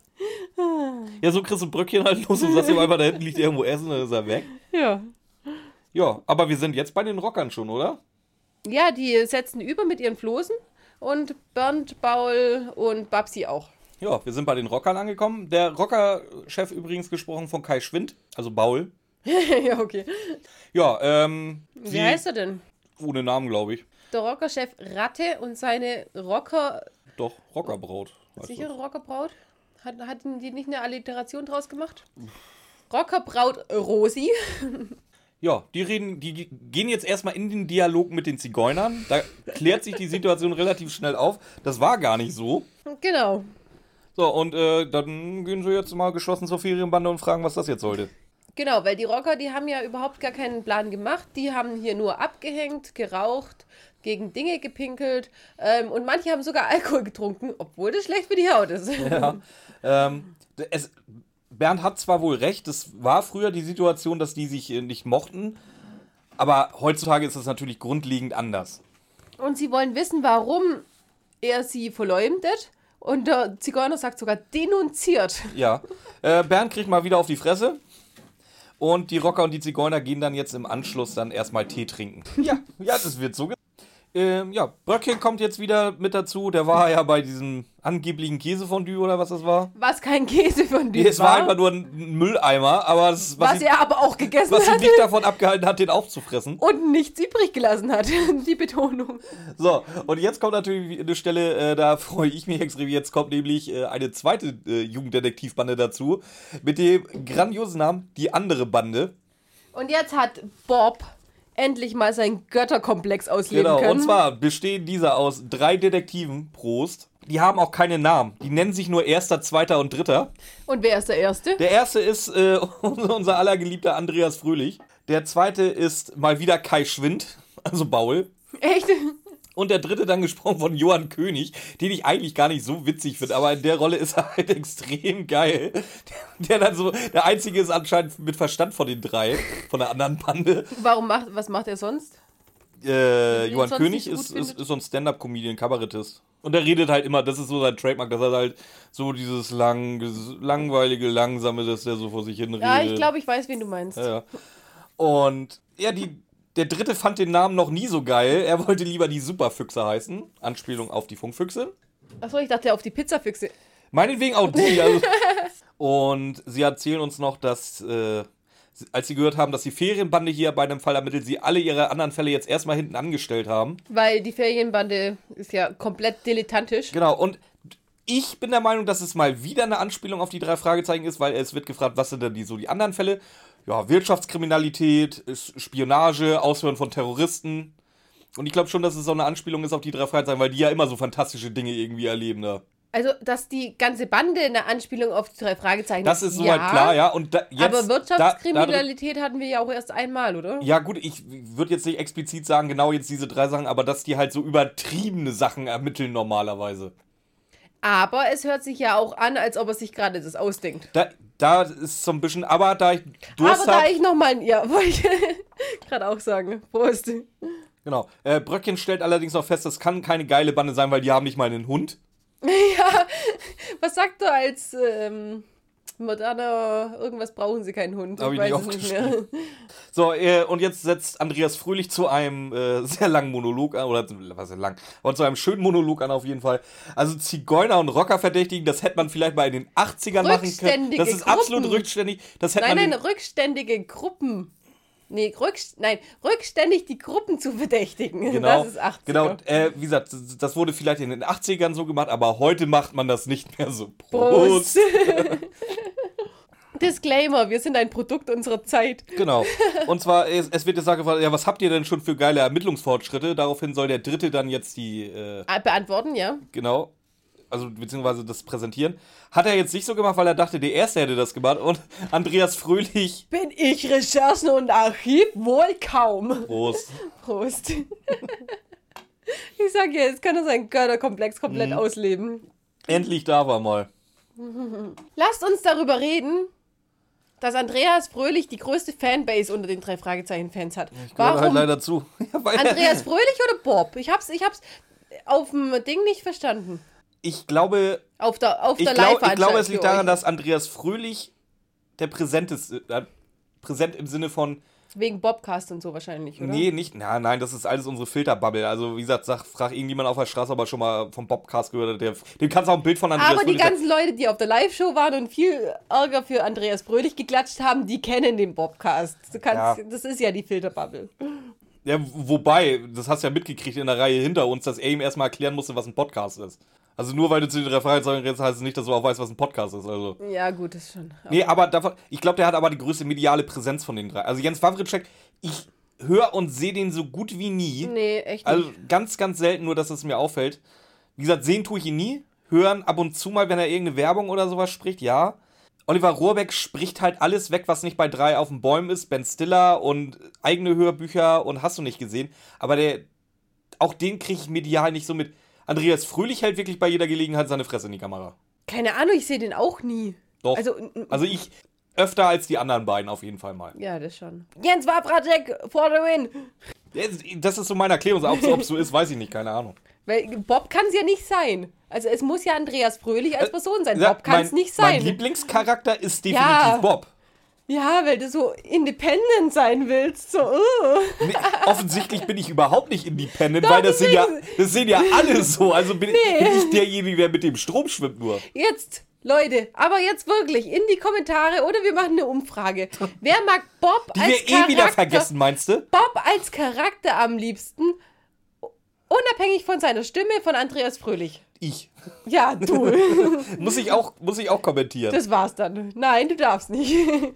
Ja, so kriegst du ein Bröckchen halt los und sagst ihm einfach, da hinten liegt irgendwo Essen, dann ist er weg. Ja. Ja, aber wir sind jetzt bei den Rockern schon, oder? Ja, die setzen über mit ihren Floßen und Bernd, Paul und Babsi auch. Ja, wir sind bei den Rockern angekommen. Der Rocker-Chef übrigens gesprochen von Kai Schwind, also Baul. Ja, okay. Ja, ähm. Wie sie- heißt er denn? Ohne Namen, glaube ich. Der Rockerchef Ratte und seine Rocker, Doch, Rockerbraut. heißt sichere das. Rockerbraut? Hat, hatten die nicht eine Alliteration draus gemacht? Rockerbraut Rosi. Ja, die reden, die die gehen jetzt erstmal in den Dialog mit den Zigeunern. Da klärt sich die Situation relativ schnell auf. Das war gar nicht so. Genau. So, und äh, dann gehen sie jetzt mal geschlossen zur Ferienbande und fragen, was das jetzt sollte. Genau, weil die Rocker, die haben ja überhaupt gar keinen Plan gemacht. Die haben hier nur abgehängt, geraucht, gegen Dinge gepinkelt ähm, und manche haben sogar Alkohol getrunken, obwohl das schlecht für die Haut ist. Ja. ähm, es, Bernd hat zwar wohl recht, es war früher die Situation, dass die sich äh, nicht mochten, aber heutzutage ist es natürlich grundlegend anders. Und sie wollen wissen, warum er sie verleumdet. Und der Zigeuner sagt sogar denunziert. Ja. Äh, Bernd kriegt mal wieder auf die Fresse. Und die Rocker und die Zigeuner gehen dann jetzt im Anschluss dann erstmal Tee trinken. Ja, ja, das wird so. ge- Ähm, ja, Bröckchen kommt jetzt wieder mit dazu. Der war ja bei diesem angeblichen Käsefondue oder was das war. Was kein Käse von Nee, dir es war einfach nur ein Mülleimer, aber das, was, was ihn, er aber auch gegessen was ihn hat nicht davon abgehalten hat, den aufzufressen. und nichts übrig gelassen hat. Die Betonung. So, und jetzt kommt natürlich eine Stelle, äh, da freue ich mich extrem. Jetzt kommt nämlich äh, eine zweite äh, Jugenddetektivbande dazu. Mit dem grandiosen Namen Die andere Bande. Und jetzt hat Bob endlich mal seinen Götterkomplex ausleben Genau, können. und zwar bestehen diese aus drei Detektiven, Prost. Die haben auch keine Namen. Die nennen sich nur Erster, Zweiter und Dritter. Und wer ist der Erste? Der erste ist äh, unser allergeliebter Andreas Fröhlich. Der zweite ist mal wieder Kai Schwind, also Baul. Echt? Und der dritte dann gesprochen von Johann König, den ich eigentlich gar nicht so witzig finde, aber in der Rolle ist er halt extrem geil. Der, der dann so, der einzige ist anscheinend mit Verstand von den drei, von der anderen Bande. Warum macht, was macht er sonst? Äh, ihn Johann sonst König nicht gut ist, ist, findet? ist so ein Stand-Up-Comedian, Kabarettist. Und der redet halt immer, das ist so sein Trademark, dass er halt so dieses lang, langweilige, langsame, dass der so vor sich hin redet. Ja, ich glaube, ich weiß, wen du meinst. Ja, ja. Und ja, die, der dritte fand den Namen noch nie so geil. Er wollte lieber die Superfüchse heißen. Anspielung auf die Funkfüchse. Achso, ich dachte auf die Pizzafüchse. Meinetwegen auch die. Also. Und sie erzählen uns noch, dass, äh, als sie gehört haben, dass die Ferienbande hier bei einem Fall ermittelt, sie alle ihre anderen Fälle jetzt erstmal hinten angestellt haben. Weil die Ferienbande ist ja komplett dilettantisch. Genau, und ich bin der Meinung, dass es mal wieder eine Anspielung auf die drei Fragezeichen ist, weil es wird gefragt, was sind denn die, so die anderen Fälle? Ja, Wirtschaftskriminalität, Spionage, Aushören von Terroristen. Und ich glaube schon, dass es so eine Anspielung ist auf die drei Fragezeichen, weil die ja immer so fantastische Dinge irgendwie erleben da. Also, dass die ganze Bande eine Anspielung auf die drei Fragezeichen Das ist soweit klar, ja. Und da, jetzt, aber da, Wirtschaftskriminalität hatten wir ja auch erst einmal, oder? da, ja gut, ich würde jetzt nicht explizit sagen, genau jetzt diese drei Sachen, aber dass die halt so übertriebene Sachen ermitteln normalerweise. Aber es hört sich ja auch an, als ob er sich gerade das ausdenkt. Da, da ist so ein bisschen, aber da ich Durst Aber da hab- ich nochmal, ja, wollte ich gerade auch sagen. Prost. Genau. Äh, Bröckchen stellt allerdings auch fest, das kann keine geile Bande sein, weil die haben nicht mal einen Hund. Ja, was sagt er als ähm, moderner, irgendwas brauchen sie keinen Hund? Hab ich weiß nicht es nicht mehr. So, äh, und jetzt setzt Andreas Fröhlich zu einem äh, sehr langen Monolog an, oder was ist lang, aber zu einem schönen Monolog an auf jeden Fall. Also Zigeuner und Rocker verdächtigen, das hätte man vielleicht mal in den achtzigern machen können. Rückständige Das ist Gruppen. absolut rückständig. Das hätte Nein, man nein, den, rückständige Gruppen. Nee, rückst nein, rückständig die Gruppen zu verdächtigen. Genau, Das ist achtziger. genau äh, wie gesagt, das- das wurde vielleicht in den achtzigern so gemacht, aber heute macht man das nicht mehr so. Prost. Disclaimer, wir sind ein Produkt unserer Zeit. Genau. Und zwar, es, es wird jetzt gefragt, ja, was habt ihr denn schon für geile Ermittlungsfortschritte? Daraufhin soll der Dritte dann jetzt die, äh, Ah, beantworten, ja. genau, also beziehungsweise das Präsentieren, hat er jetzt nicht so gemacht, weil er dachte, der Erste hätte das gemacht und Andreas Fröhlich... Bin ich Recherchen und Archiv? Wohl kaum. Prost. Prost. Ich sag ja, jetzt kann er seinen Götterkomplex komplett Mhm. ausleben. Endlich darf er mal. Lasst uns darüber reden, dass Andreas Fröhlich die größte Fanbase unter den drei Fragezeichen-Fans hat. Ich gehöre halt Warum leider zu. Ja, weil Andreas Fröhlich oder Bob? Ich hab's, ich hab's auf dem Ding nicht verstanden. Ich glaube, Auf der, auf ich, der glaub, Live-Veranstaltung ich glaube, es liegt für daran, euch. dass Andreas Fröhlich der präsenteste, äh, präsent im Sinne von, Wegen Bobcast und so wahrscheinlich, oder? nee, nicht, na, nein, das ist alles unsere Filterbubble. Also, wie gesagt, sag, frag irgendjemand auf der Straße, ob er schon mal vom Bobcast gehört hat. Der, dem kannst du auch ein Bild von Andreas Aber die Fröhlich ganzen Leute, die auf der Live-Show waren und viel Ärger für Andreas Fröhlich geklatscht haben, die kennen den Bobcast. Du kannst, Ja. Das ist ja die Filterbubble. Ja, wobei, das hast du ja mitgekriegt in der Reihe hinter uns, dass er ihm erstmal erklären musste, was ein Podcast ist. Also nur weil du zu den drei Fragezeichen redest, heißt es nicht, dass du auch weißt, was ein Podcast ist. Also. Ja, gut, das schon. Nee, aber davon, ich glaube, der hat aber die größte mediale Präsenz von den drei. Also Jens Wawritschek, ich höre und sehe den so gut wie nie. Nee, echt nicht. Also ganz, ganz selten, nur dass es mir auffällt. Wie gesagt, sehen tue ich ihn nie. Hören ab und zu mal, wenn er irgendeine Werbung oder sowas spricht, ja. Oliver Rohrbeck spricht halt alles weg, was nicht bei drei auf den Bäumen ist. Ben Stiller und eigene Hörbücher und hast du nicht gesehen. Aber der, auch den kriege ich medial nicht so mit. Andreas Fröhlich hält wirklich bei jeder Gelegenheit seine Fresse in die Kamera. Keine Ahnung, ich sehe den auch nie. Doch. Also, Also ich öfter als die anderen beiden auf jeden Fall mal. ja, das schon. Jens Wawritschek for the win. Das ist so meine Erklärung. Ob es so ist, weiß ich nicht. Keine Ahnung. Weil Bob kann es ja nicht sein. Also es muss ja Andreas Fröhlich als Person sein. Ja, Bob kann es mein- nicht sein. Mein Lieblingscharakter ist definitiv Ja. Bob. Ja, weil du so independent sein willst. So, uh. Nee, offensichtlich bin ich überhaupt nicht independent, weil das sind, ja, das sind ja alle so. Also bin, Nee. bin ich derjenige, der mit dem Strom schwimmt nur. Jetzt, Leute, aber jetzt wirklich in die Kommentare oder wir machen eine Umfrage. Wer mag Bob Die als wir eh Charakter, wieder vergessen, meinst du? Bob als Charakter am liebsten, unabhängig von seiner Stimme, von Andreas Fröhlich? Ich. Ja, du. Muss ich auch, muss ich auch kommentieren. Das war's dann. Nein, du darfst nicht.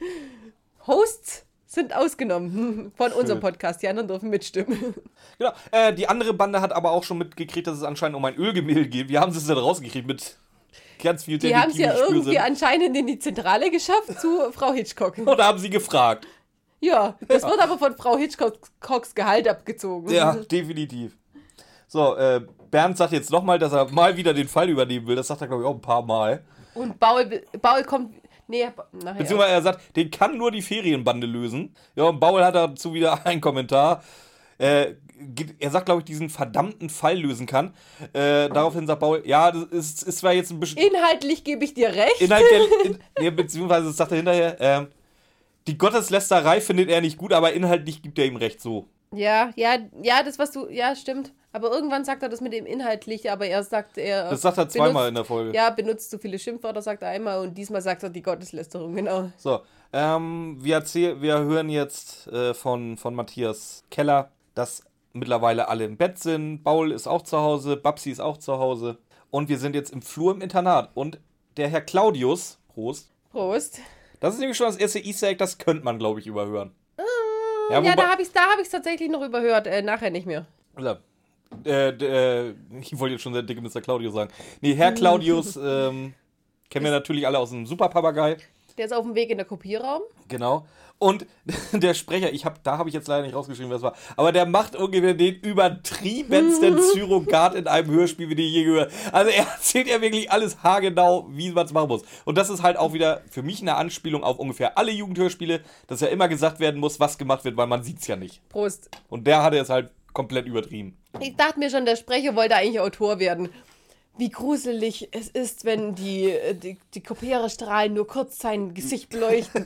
Hosts sind ausgenommen von unserem Podcast. Die anderen dürfen mitstimmen. Genau. Äh, die andere Bande hat aber auch schon mitgekriegt, dass es anscheinend um ein Ölgemälde geht. Wie haben sie es denn rausgekriegt mit ganz viel Die haben es ja Detektivgespür irgendwie sind? anscheinend in die Zentrale geschafft zu Frau Hitchcock. Und da haben sie gefragt. Ja, das wird aber von Frau Hitchcocks Gehalt abgezogen. Ja, definitiv. So, äh, Bernd sagt jetzt nochmal, dass er mal wieder den Fall übernehmen will. Das sagt er, glaube ich, auch ein paar Mal. Und Baul, Baul kommt. Nee, nachher. Beziehungsweise er sagt, den kann nur die Ferienbande lösen. Ja, und Baul hat dazu wieder einen Kommentar. Äh, er sagt, glaube ich, diesen verdammten Fall lösen kann. Äh, daraufhin sagt Baul, ja, das ist, ist zwar jetzt ein bisschen... Inhaltlich gebe ich dir recht. Inhalt der, in, ja, beziehungsweise das sagt er hinterher, ähm, die Gotteslästerei findet er nicht gut, aber inhaltlich gibt er ihm recht so. Ja, ja, ja, das, was du. Ja, stimmt. Aber irgendwann sagt er das mit dem inhaltlich, aber er sagt, er. Das sagt er zweimal benutzt, in der Folge. Ja, benutzt zu viele Schimpfwörter, sagt er einmal und diesmal sagt er die Gotteslästerung, genau. So, ähm, wir, erzähl, wir hören jetzt äh, von, von Matthias Keller, dass mittlerweile alle im Bett sind. Baul ist auch zu Hause, Babsi ist auch zu Hause. Und wir sind jetzt im Flur im Internat. Und der Herr Claudius, Prost, Prost. das ist nämlich schon das erste Easter Egg, das könnte man, glaube ich, überhören. Ja, da habe ich es da hab ich's tatsächlich noch überhört, äh, nachher nicht mehr. Ja. Äh, d- äh, ich wollte jetzt schon der dicke Mister Claudius sagen. Nee, Herr Claudius, ähm, kennen wir natürlich alle aus dem Superpapagei. Der ist auf dem Weg in der Kopierraum. Genau. Und der Sprecher, ich hab, da habe ich jetzt leider nicht rausgeschrieben, wer es war, aber der macht ungefähr den übertriebensten Surrogat in einem Hörspiel, wie ich je gehört. Also er erzählt ja wirklich alles haargenau, wie man es machen muss. Und das ist halt auch wieder für mich eine Anspielung auf ungefähr alle Jugendhörspiele, dass ja immer gesagt werden muss, was gemacht wird, weil man sieht es ja nicht. Prost. Und der hatte es halt komplett übertrieben. Ich dachte mir schon, der Sprecher wollte eigentlich Autor werden. Wie gruselig es ist, wenn die, die, die Kopiererstrahlen nur kurz sein Gesicht beleuchten.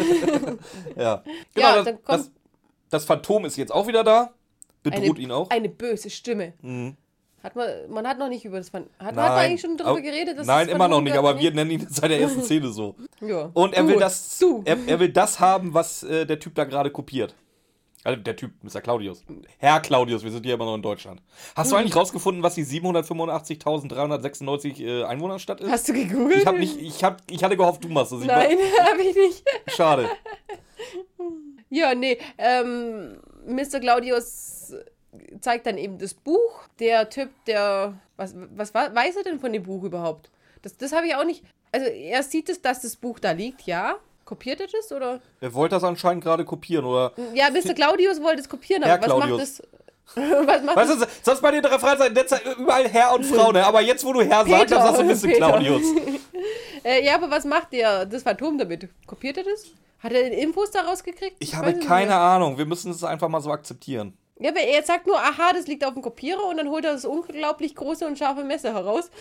Ja. Genau, Ja, das, dann kommt- das, das Phantom ist jetzt auch wieder da. Bedroht eine, ihn auch. Eine böse Stimme. Mhm. Hat man, man hat noch nicht über das Phantom. Hat, hat Nein. man eigentlich schon darüber Aber- geredet? Dass Nein, das immer noch Phantom nicht, gehört? aber wir nennen ihn seit der ersten Szene so. Ja. Und er Du, will das, Du. er, er will das haben, was äh, der Typ da gerade kopiert. Also der Typ, Mister Claudius. Herr Claudius, wir sind hier immer noch in Deutschland. Hast du eigentlich rausgefunden, was die siebenhundertfünfundachtzigtausenddreihundertsechsundneunzig äh, Einwohnerstadt ist? Hast du gegoogelt? Ich, hab nicht, ich, hab, ich hatte gehofft, du machst das. Ich Nein, habe ich nicht. War, schade. Ja, nee. Ähm, Mister Claudius zeigt dann eben das Buch. Der Typ, der, was, was weiß er denn von dem Buch überhaupt? Das, das habe ich auch nicht, also er sieht es, dass das Buch da liegt, ja. Kopiert er das, oder? Er wollte das anscheinend gerade kopieren, oder? Ja, Mister Claudius wollte es kopieren, aber Herr was Claudius. macht das? Was macht Weißt das? du, sonst bei den Referenzen überall Herr und Frau, ne? Aber jetzt, wo du Herr sagst, dann sagst du Mister Peter. Claudius. Äh, ja, aber was macht der, das Phantom damit? Kopiert er das? Hat er Infos daraus gekriegt? Ich weiß habe es keine nicht. Ahnung. Wir müssen es einfach mal so akzeptieren. Ja, aber er sagt nur, aha, das liegt auf dem Kopierer und dann holt er das unglaublich große und scharfe Messer heraus.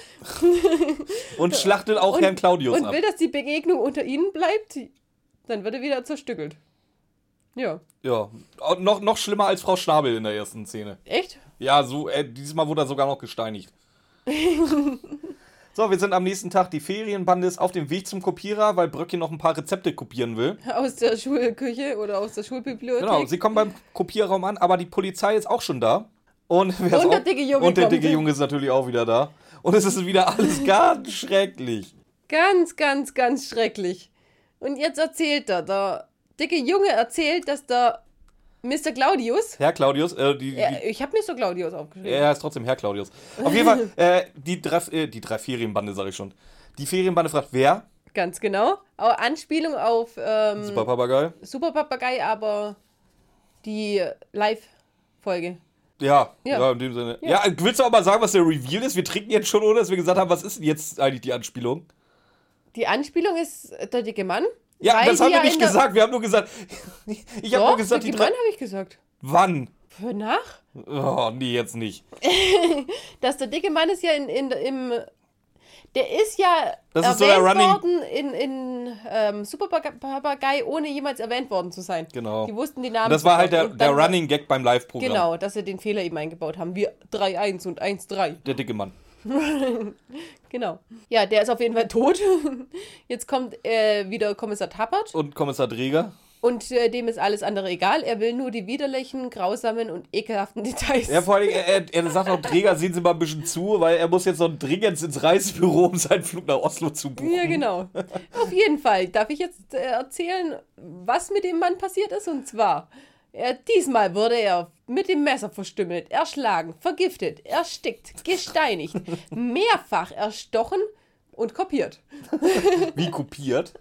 Und schlachtet auch und, Herrn Claudius Und ab. will, dass die Begegnung unter ihnen bleibt, dann wird er wieder zerstückelt. Ja. Ja, und noch, noch schlimmer als Frau Schnabel in der ersten Szene. Echt? Ja, so, äh, diesmal wurde er sogar noch gesteinigt. So, wir sind am nächsten Tag. Die Ferienbande ist auf dem Weg zum Kopierer, weil Bröckchen noch ein paar Rezepte kopieren will. Aus der Schulküche oder aus der Schulbibliothek. Genau, sie kommen beim Kopierraum an, aber die Polizei ist auch schon da. Und, wer ist Und der auch, dicke Junge Und der kommt. dicke Junge ist natürlich auch wieder da. Und es ist wieder alles ganz schrecklich. Ganz, ganz, ganz schrecklich. Und jetzt erzählt er, der dicke Junge erzählt, dass der Mister Claudius, Herr Claudius, äh, die, die, ja, ich habe Mister Claudius aufgeschrieben. er ist trotzdem Herr Claudius. Auf jeden Fall, äh, die, drei, äh, die drei Ferienbande, sag ich schon. Die Ferienbande fragt, wer? Ganz genau. Auch Anspielung auf ähm, Super Papagei. Super Papagei, aber die Live-Folge. Ja, ja, Ja. in dem Sinne. Ja. ja, willst du auch mal sagen, was der Reveal ist? Wir trinken jetzt schon, ohne dass wir gesagt haben, was ist denn jetzt eigentlich die Anspielung? Die Anspielung ist der dicke Mann. Ja, weil das die haben wir ja nicht in der- gesagt. Wir haben nur gesagt, ich habe Doch, nur gesagt, die dicke Mann drei. habe ich gesagt. Wann? Für nach? Oh, nee, jetzt nicht. Dass der dicke Mann ist ja in, in, im... Der ist ja Das ist so erwähnt der Running- worden in, in ähm, Super Papagei, ohne jemals erwähnt worden zu sein. Genau. Die wussten die Namen. Und das war halt der, sofort. Und der dann- Running Gag beim Live-Programm. Genau, dass sie den Fehler eben eingebaut haben. Wir drei eins und eins drei. Der dicke Mann. Genau. Ja, der ist auf jeden Fall tot. Jetzt kommt äh, wieder Kommissar Tappert Und Kommissar Dreger. und äh, dem ist alles andere egal. Er will nur die widerlichen, grausamen und ekelhaften Details. Ja, vor allem, er, er, er sagt auch, Dreger, sehen Sie mal ein bisschen zu, weil er muss jetzt noch dringend ins Reisebüro, um seinen Flug nach Oslo zu buchen. Ja, genau. Auf jeden Fall darf ich jetzt äh, erzählen, was mit dem Mann passiert ist. Und zwar, er, diesmal wurde er mit dem Messer verstümmelt, erschlagen, vergiftet, erstickt, gesteinigt, mehrfach erstochen und kopiert. Wie kopiert?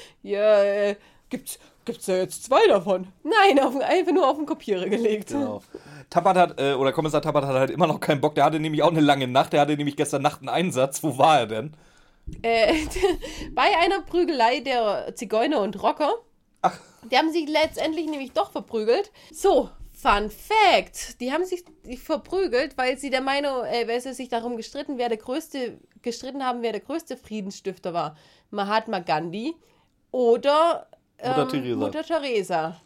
Ja, äh, gibt's, gibt's da jetzt zwei davon? Nein, auf, einfach nur auf den Kopierer gelegt. Genau. Tappert hat, äh, oder Kommissar Tappert hat halt immer noch keinen Bock. Der hatte nämlich auch eine lange Nacht. Der hatte nämlich gestern Nacht einen Einsatz. Wo war er denn? Äh, bei einer Prügelei der Zigeuner und Rocker. Ach. Die haben sich letztendlich nämlich doch verprügelt. So, Fun Fact. Die haben sich verprügelt, weil sie der Meinung, äh, weil sie sich darum gestritten, wer der größte, gestritten haben, wer der größte Friedensstifter war. Mahatma Gandhi oder ähm, Mutter Teresa. Mutter Teresa.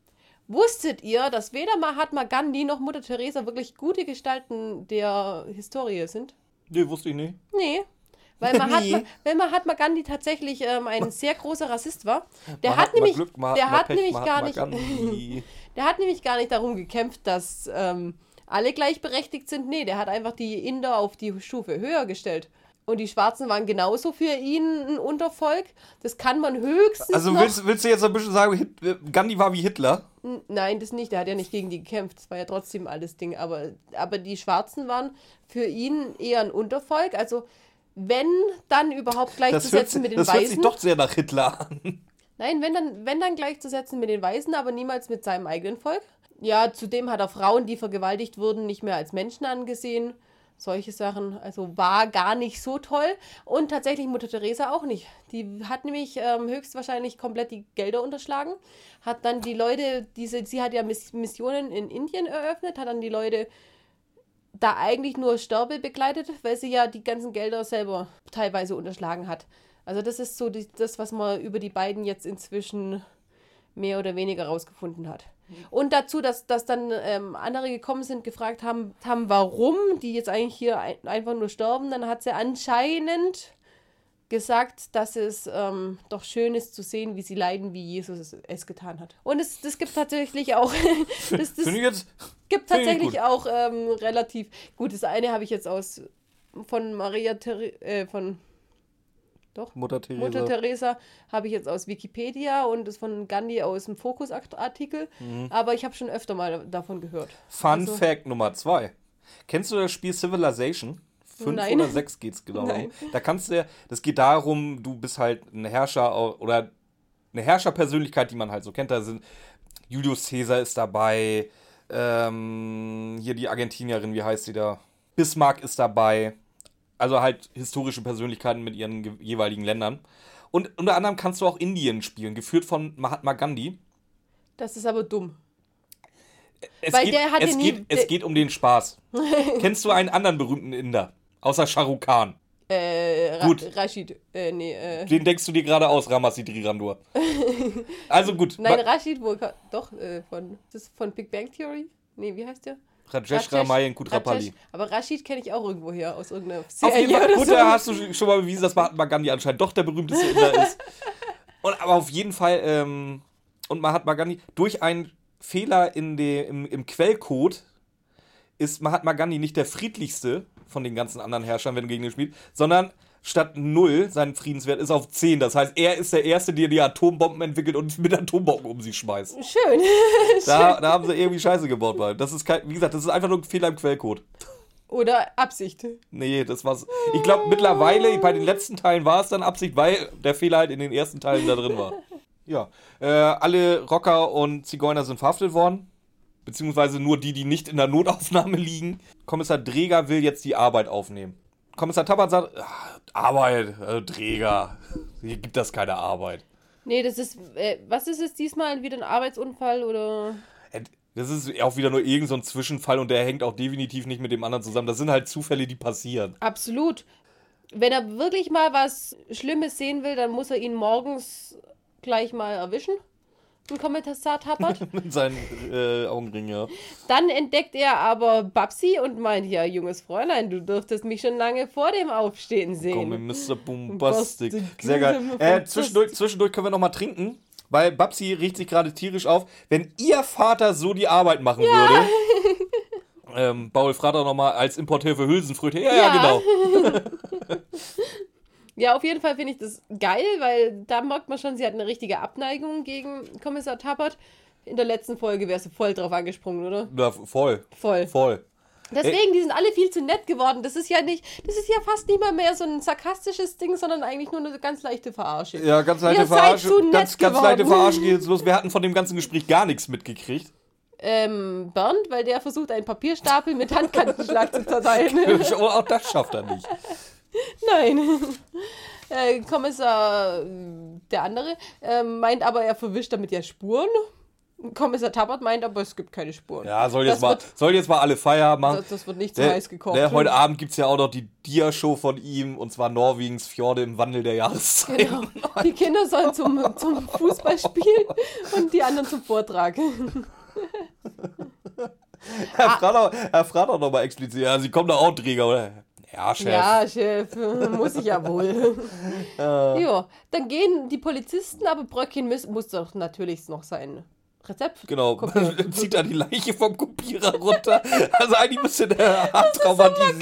Wusstet ihr, dass weder Mahatma Gandhi noch Mutter Teresa wirklich gute Gestalten der Historie sind? Nee, wusste ich nicht. Nee. Weil Mahatma, Nee. weil Mahatma Gandhi tatsächlich ähm, ein sehr großer Rassist war. Der Mahatma hat nämlich, Glück, Mahatma der hat Pech, nämlich Mahatma gar nicht, Gandhi. der hat nämlich gar nicht darum gekämpft, dass ähm, alle gleichberechtigt sind. Nee, der hat einfach die Inder auf die Stufe höher gestellt. Und die Schwarzen waren genauso für ihn ein Untervolk. Das kann man höchstens Also noch... willst, willst du jetzt ein bisschen sagen, Hit, äh, Gandhi war wie Hitler? N- Nein, das nicht. Der hat ja nicht gegen die gekämpft. Das war ja trotzdem alles Ding. Aber, aber die Schwarzen waren für ihn eher ein Untervolk. Also wenn dann überhaupt Das, hört, gleichzusetzen mit den das hört Weißen. sich doch sehr nach Hitler an. Nein, wenn dann, wenn dann gleichzusetzen mit den Weißen, aber niemals mit seinem eigenen Volk. Ja, zudem hat er Frauen, die vergewaltigt wurden, nicht mehr als Menschen angesehen. Solche Sachen. Also war gar nicht so toll. Und tatsächlich Mutter Teresa auch nicht. Die hat nämlich ähm, höchstwahrscheinlich komplett die Gelder unterschlagen. Hat dann die Leute, diese, sie hat ja Miss- Missionen in Indien eröffnet, hat dann die Leute da eigentlich nur Sterbe begleitet, weil sie ja die ganzen Gelder selber teilweise unterschlagen hat. Also das ist so die, das, was man über die beiden jetzt inzwischen mehr oder weniger rausgefunden hat. Und dazu, dass, dass dann ähm, andere gekommen sind, gefragt haben, haben, warum die jetzt eigentlich hier ein, einfach nur sterben. Dann hat sie anscheinend gesagt, dass es ähm, doch schön ist zu sehen, wie sie leiden, wie Jesus es, es getan hat. Und es das gibt tatsächlich auch... das, das Finde ich jetzt. gibt Finde ich tatsächlich gut. auch ähm, relativ... Gut, das eine habe ich jetzt aus... von Maria Ther äh, von... Doch. Mutter Teresa. Mutter Teresa habe ich jetzt aus Wikipedia und das von Gandhi aus dem Fokus-Artikel. Mhm. Aber ich habe schon öfter mal davon gehört. Fun Also- Fact Nummer zwei. Kennst du das Spiel Civilization? Fünf Nein. oder sechs geht's genau. Nein. Da kannst du ja, das geht darum, du bist halt ein Herrscher au- oder eine Herrscherpersönlichkeit, die man halt so kennt. Da sind Julius Caesar ist dabei, ähm, hier die Argentinierin, wie heißt sie da? Bismarck ist dabei. Also halt historische Persönlichkeiten mit ihren ge- jeweiligen Ländern. Und unter anderem kannst du auch Indien spielen, geführt von Mahatma Gandhi. Das ist aber dumm. Es, Weil geht, der hat es, ja nie- geht, es der- geht um den Spaß. Kennst du einen anderen berühmten Inder? Außer Shah Rukh Khan. Äh, Ra Gut. Rashid. Äh, nee, äh. Den denkst du dir gerade aus, Ramasidri Randur. Also gut. Nein, Ma- Rashid wohl. Doch, äh, von. Das ist von Big Bang Theory? Nee, wie heißt der? Rajesh Ramayan Kutrapali. Rajesh. Aber Rashid kenne ich auch irgendwo her, aus irgendeiner Auf jeden Serie Fall, oder gut, so. da hast du schon mal bewiesen, dass Mahatma Gandhi anscheinend doch der berühmteste Inder ist. Und aber auf jeden Fall, ähm, und Mahatma Gandhi, durch einen Fehler in de, im, im Quellcode ist Mahatma Gandhi nicht der friedlichste von den ganzen anderen Herrschern, wenn du gegen ihn spielst, sondern statt null, sein Friedenswert ist auf zehn. Das heißt, er ist der Erste, der die Atombomben entwickelt und mit Atombomben um sie schmeißt. Schön. Da, da haben sie irgendwie Scheiße gebaut, weil das ist kein, wie gesagt, das ist einfach nur ein Fehler im Quellcode. Oder Absicht. Nee, das war's. Ich glaube, mittlerweile, bei den letzten Teilen war es dann Absicht, weil der Fehler halt in den ersten Teilen da drin war. Ja. Äh, alle Rocker und Zigeuner sind verhaftet worden. Beziehungsweise nur die, die nicht in der Notaufnahme liegen. Kommissar Dreger will jetzt die Arbeit aufnehmen. Kommissar Tappert sagt, "Ah, Arbeit, äh, Dreger. Hier gibt das keine Arbeit. Nee, das ist. Äh, was ist es diesmal? Wieder ein Arbeitsunfall oder. Äh, Das ist auch wieder nur irgend so ein Zwischenfall und der hängt auch definitiv nicht mit dem anderen zusammen. Das sind halt Zufälle, die passieren. Absolut. Wenn er wirklich mal was Schlimmes sehen will, dann muss er ihn morgens gleich mal erwischen. Ein Kommissar Tappert. Mit seinen äh, Augenringen, ja. Dann entdeckt er aber Babsi und meint, ja, junges Fräulein, du dürftest mich schon lange vor dem Aufstehen sehen. Komm, Mister Bombastic. Bombastic. Sehr geil. Äh, Fantastisch. zwischendurch, zwischendurch können wir noch mal trinken, weil Babsi riecht sich gerade tierisch auf. Wenn ihr Vater so die Arbeit machen würde. ähm, Paul fragt auch noch mal als Importeur für Hülsenfrüchte. Ja, ja, Ja. genau. Ja, auf jeden Fall finde ich das geil, weil da merkt man schon, sie hat eine richtige Abneigung gegen Kommissar Tappert. In der letzten Folge wärst du voll drauf angesprungen, oder? Na, voll. Voll. Voll. Deswegen, die sind alle viel zu nett geworden. Das ist ja nicht, das ist ja fast nicht mal mehr so ein sarkastisches Ding, sondern eigentlich nur eine ganz leichte Verarsche. Ja, ganz leichte Ihr seid Verarsche. zu nett Ganz, ganz geworden. leichte Verarsche geht jetzt los. Wir hatten von dem ganzen Gespräch gar nichts mitgekriegt. Ähm, Bernd, weil der versucht, einen Papierstapel mit Handkantenschlag zu zerteilen. Auch das schafft er nicht. Nein. Äh, Kommissar, äh, der andere, äh, meint aber, er verwischt damit ja Spuren. Kommissar Tappert meint aber, es gibt keine Spuren. Ja, soll jetzt, Das mal, wird- soll jetzt mal alle Feierabend machen. Das, das wird nicht zu Der- heiß gekocht. der, heute Abend gibt es ja auch noch die Dia-Show von ihm, und zwar Norwegens Fjorde im Wandel der Jahreszeit. Genau. Die Kinder sollen zum, zum Fußballspiel und die anderen zum Vortrag. Er fragt auch, er fragt auch nochmal explizit, ja, sie kommen da auch Träger, oder? Ja, Chef. Ja, Chef, muss ich ja wohl. Ja, dann gehen die Polizisten, aber Bröckchen muss, muss doch natürlich noch sein Rezept Genau, kopieren. zieht da die Leiche vom Kopierer runter. Also eigentlich müsste der hart traumatisiert.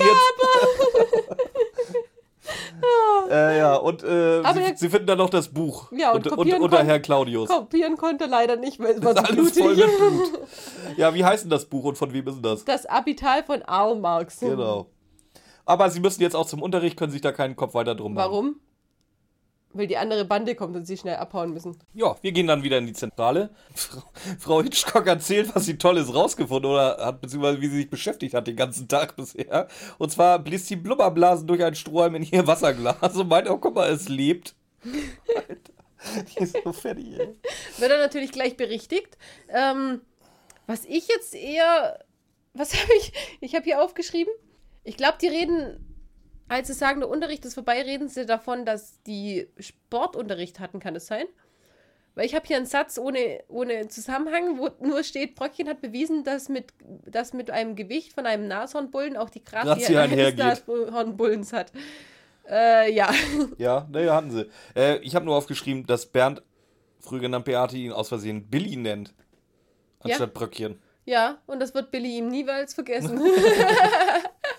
äh, ja, und äh, Aber sie, er- sie finden dann noch das Buch. Ja, und unter, kopieren unter kon- Herr Claudius. Kopieren konnte leider nicht, weil es war Das so ist alles voll blutig. mit Blut. Ja, wie heißt denn das Buch und von wem ist denn das? Das Abital von Karl Marx. Genau. Aber sie müssen jetzt auch zum Unterricht, können sich da keinen Kopf weiter drum machen. Warum? Weil die andere Bande kommt und sie schnell abhauen müssen. Ja, wir gehen dann wieder in die Zentrale. Frau, Frau Hitchcock erzählt, was sie Tolles rausgefunden oder hat, beziehungsweise wie sie sich beschäftigt hat den ganzen Tag bisher. Und zwar bläst sie Blubberblasen durch einen Strohhalm in ihr Wasserglas und meint, oh, guck mal, es lebt. Alter, die ist so fertig, ey. Wird er natürlich gleich berichtigt. Ähm, was ich jetzt eher... Was habe ich... Ich habe hier aufgeschrieben. Ich glaube, die reden... Als sie sagen, der Unterricht ist vorbei, reden sie davon, dass die Sportunterricht hatten, kann es sein? Weil ich habe hier einen Satz ohne, ohne Zusammenhang, wo nur steht, Bröckchen hat bewiesen, dass mit, dass mit einem Gewicht von einem Nashornbullen auch die Kraft Grazie eines einhergeht. Nashornbullens hat. Äh, ja. Ja, naja, hatten sie. Äh, ich habe nur aufgeschrieben, dass Bernd, früher genannt Beate, ihn aus Versehen Billy nennt. Anstatt Bröckchen. Ja, und das wird Billy ihm niemals vergessen.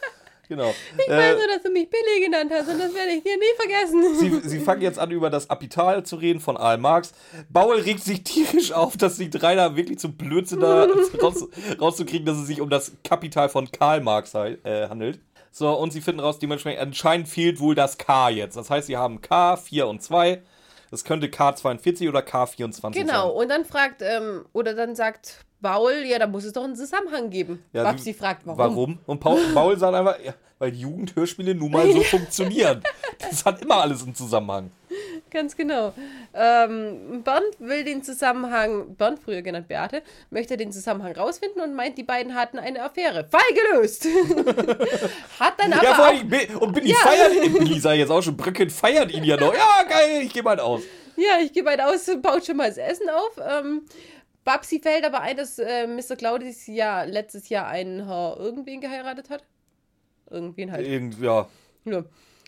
Genau. Ich weiß nur, dass du mich Billy genannt hast und das werde ich dir nie vergessen. Sie, sie fangen jetzt an, über das Kapital zu reden von Karl Marx. Baul regt sich tierisch auf, dass die drei da wirklich zum Blödsinn da raus, rauszukriegen, dass es sich um das Kapital von Karl Marx äh, handelt. So, und sie finden raus, dementsprechend anscheinend fehlt wohl das K jetzt. Das heißt, sie haben K, vier und zwei. Das könnte K zweiundvierzig oder K vierundzwanzig sein. Genau, und dann fragt, ähm, oder dann sagt Baul, ja, da muss es doch einen Zusammenhang geben. Ja, Babsi sie- fragt, warum? Warum? Und Paul, Baul sagt einfach, ja, weil Jugendhörspiele nun mal so funktionieren. Das hat immer alles einen Zusammenhang. Ganz genau. Ähm, Bernd will den Zusammenhang, Bernd, früher genannt Beate, möchte den Zusammenhang rausfinden und meint, die beiden hatten eine Affäre. Fall gelöst! Hat dann aber Ja, vor auch, allem, Bi- und Billy feiert ihn. Billy sei jetzt auch schon, Brücken feiert ihn ja noch. Ja, geil, ich geh mal aus. ja, ich gebe halt aus, baut schon mal das Essen auf. Ähm, Babsi fällt aber ein, dass äh, Mister Claudius ja letztes Jahr einen Herr irgendwen geheiratet hat. Irgendwen halt. Irgend, ja. Ja.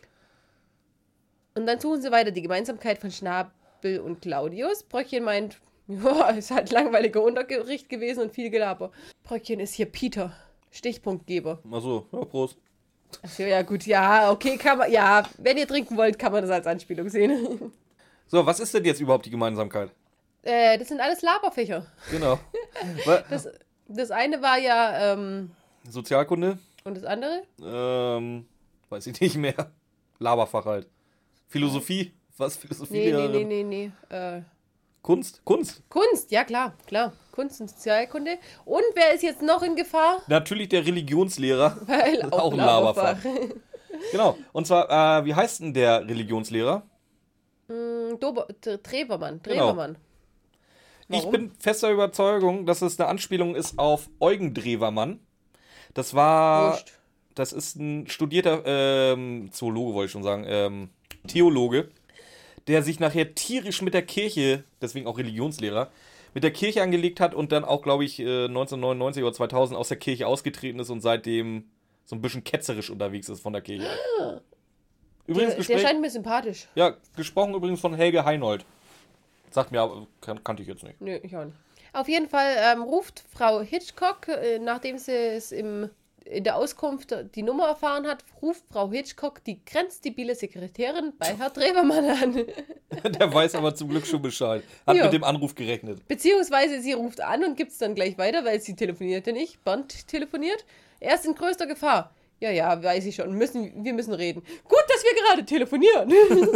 Und dann suchen sie weiter die Gemeinsamkeit von Schnabel und Claudius. Bröckchen meint, ja, ist halt langweiliger Unterricht gewesen und viel Gelaber. Bröckchen ist hier Peter, Stichpunktgeber. Achso, ja, Prost. Achso, ja gut, ja, okay, kann man, ja, wenn ihr trinken wollt, kann man das als Anspielung sehen. So, was ist denn jetzt überhaupt die Gemeinsamkeit? äh, das sind alles Laberfächer. Genau. Wa- Das, das eine war ja, ähm, Sozialkunde? und das andere? Ähm, weiß ich nicht mehr. Laberfach halt. Philosophie? Was? Philosophie? Nee, nee, Lehrerin? nee, nee, nee. Äh, Kunst? Kunst? Kunst, ja klar, klar. Kunst und Sozialkunde. Und wer ist jetzt noch in Gefahr? Natürlich der Religionslehrer. Weil Auch auch ein Laberfach. Genau. Und zwar, äh, wie heißt denn der Religionslehrer? Mm, Dober, T- Trebermann, Genau. Trebermann. Ich Warum? bin fester Überzeugung, dass es eine Anspielung ist auf Eugen Drewermann. Das war, Wurscht. das ist ein studierter ähm, Zoologe, wollte ich schon sagen, ähm, Theologe, der sich nachher tierisch mit der Kirche, deswegen auch Religionslehrer, mit der Kirche angelegt hat und dann auch, glaube ich, äh, neunzehnhundertneunundneunzig oder zweitausend aus der Kirche ausgetreten ist und seitdem so ein bisschen ketzerisch unterwegs ist von der Kirche. Übrigens, Der, der Gespräch, scheint mir sympathisch. ja, gesprochen übrigens von Helge Heinold. Sagt mir, aber kan kannte ich jetzt nicht. Nö, ich auch nicht. Auf jeden Fall ähm, ruft Frau Hitchcock, äh, nachdem sie es im, in der Auskunft die Nummer erfahren hat, ruft Frau Hitchcock die grenzdebile Sekretärin bei Herr Trebermann an. Der weiß aber zum Glück schon Bescheid. Hat Ja. mit dem Anruf gerechnet. Beziehungsweise sie ruft an und gibt es dann gleich weiter, weil sie telefonierte nicht. Bernd telefoniert. Er ist in größter Gefahr. Ja, ja, weiß ich schon. Müssen, wir müssen reden. Gut, dass wir gerade telefonieren.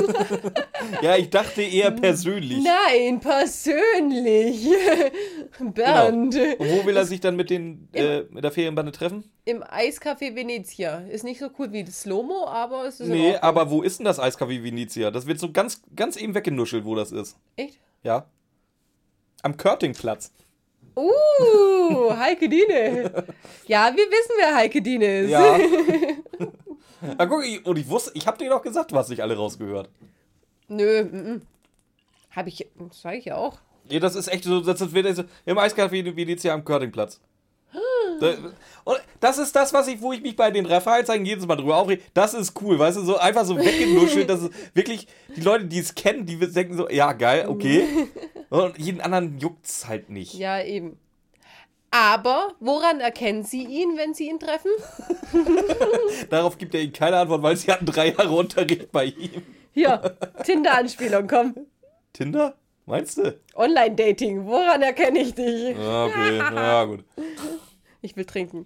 Ja, ich dachte eher persönlich. Nein, persönlich. Bernd. Genau. Und wo will er sich dann mit, den, äh, mit der Ferienbande treffen? Im Eiscafé Venezia. Ist nicht so cool wie das Slomo, aber es ist in Nee, Ordnung. aber wo ist denn das Eiscafé Venezia? Das wird so ganz, ganz eben weggenuschelt, wo das ist. Echt? Ja. Am Körtingplatz. Uh, Heike Diene. Ja, wir wissen, wer Heike Diene ist. Ja. Na guck, ich, und ich wusste, ich hab dir doch gesagt, was nicht alle rausgehört. Nö, mm, mm. Hab ich, das sag ich ja auch. Ja, das ist echt so, das wird so im Eiscafé Venezia am Körtingplatz. Da- Und das ist das, was ich, wo ich mich bei den Referenzeigen jedes Mal drüber aufrege. Das ist cool, weißt du, so einfach so weggenuschelt, dass es wirklich, die Leute, die es kennen, die denken so, ja, geil, okay. Und jeden anderen juckt's halt nicht. Ja, eben. Aber woran erkennen Sie ihn, wenn Sie ihn treffen? Darauf gibt er ihnen keine Antwort, weil sie hatten drei Jahre Unterricht bei ihm. Hier, Tinder-Anspielung, komm. Tinder? Meinst du? Online-Dating, woran erkenne ich dich? Ja, okay, ja gut. Ich will trinken.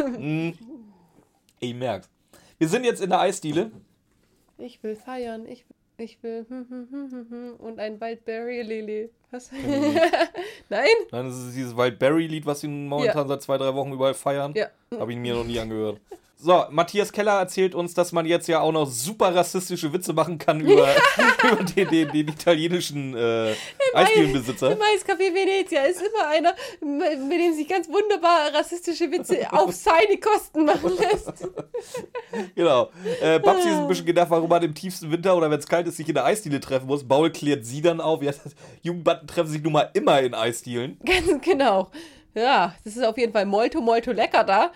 Ich merk's. Wir sind jetzt in der Eisdiele. Ich will feiern, ich, ich will hm, hm, hm, hm, hm, und ein Waldberry-Lili. Was? Nein? Nein, das ist dieses Wildberry-Lied, was sie momentan Ja. seit zwei, drei Wochen überall feiern. Ja. Habe ich mir noch nie angehört. So, Matthias Keller erzählt uns, dass man jetzt ja auch noch super rassistische Witze machen kann über, über den, den, den italienischen äh, Eisdielenbesitzer. Im Eiscafé Venezia ist immer einer, mit dem sich ganz wunderbar rassistische Witze auf seine Kosten machen lässt. Genau. Äh, Babsi ist ein bisschen gedacht, warum man im tiefsten Winter oder wenn es kalt ist, sich in der Eisdiele treffen muss. Baul klärt sie dann auf. Ja, Jugendbanden treffen sich nun mal immer in Eisdielen. Ganz genau. Ja, das ist auf jeden Fall molto, molto lecker da.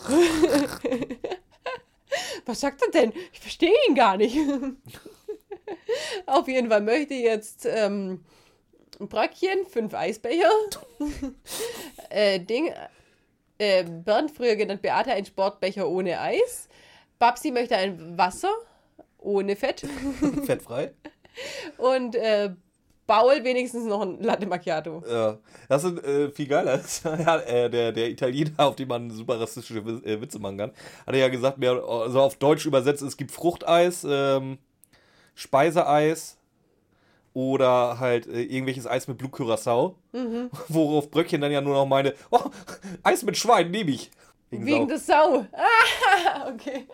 Was sagt er denn? Ich verstehe ihn gar nicht. Auf jeden Fall möchte jetzt ähm, ein Bröckchen, fünf Eisbecher. äh, Ding, äh, Bernd, früher genannt Beate, ein Sportbecher ohne Eis. Babsi möchte ein Wasser ohne Fett. Fettfrei. Und äh, Paul wenigstens noch ein Latte Macchiato. Ja, das ist äh, viel geiler. ja, äh, der, der Italiener, auf den man super rassistische äh, Witze machen kann, hat ja gesagt, mehr, also auf Deutsch übersetzt, es gibt Fruchteis, ähm, Speiseeis oder halt äh, irgendwelches Eis mit Blue Curacao. Mhm. Worauf Bröckchen dann ja nur noch meine, oh, Eis mit Schwein nehme ich. Wegen, Wegen der Sau. Ah, okay.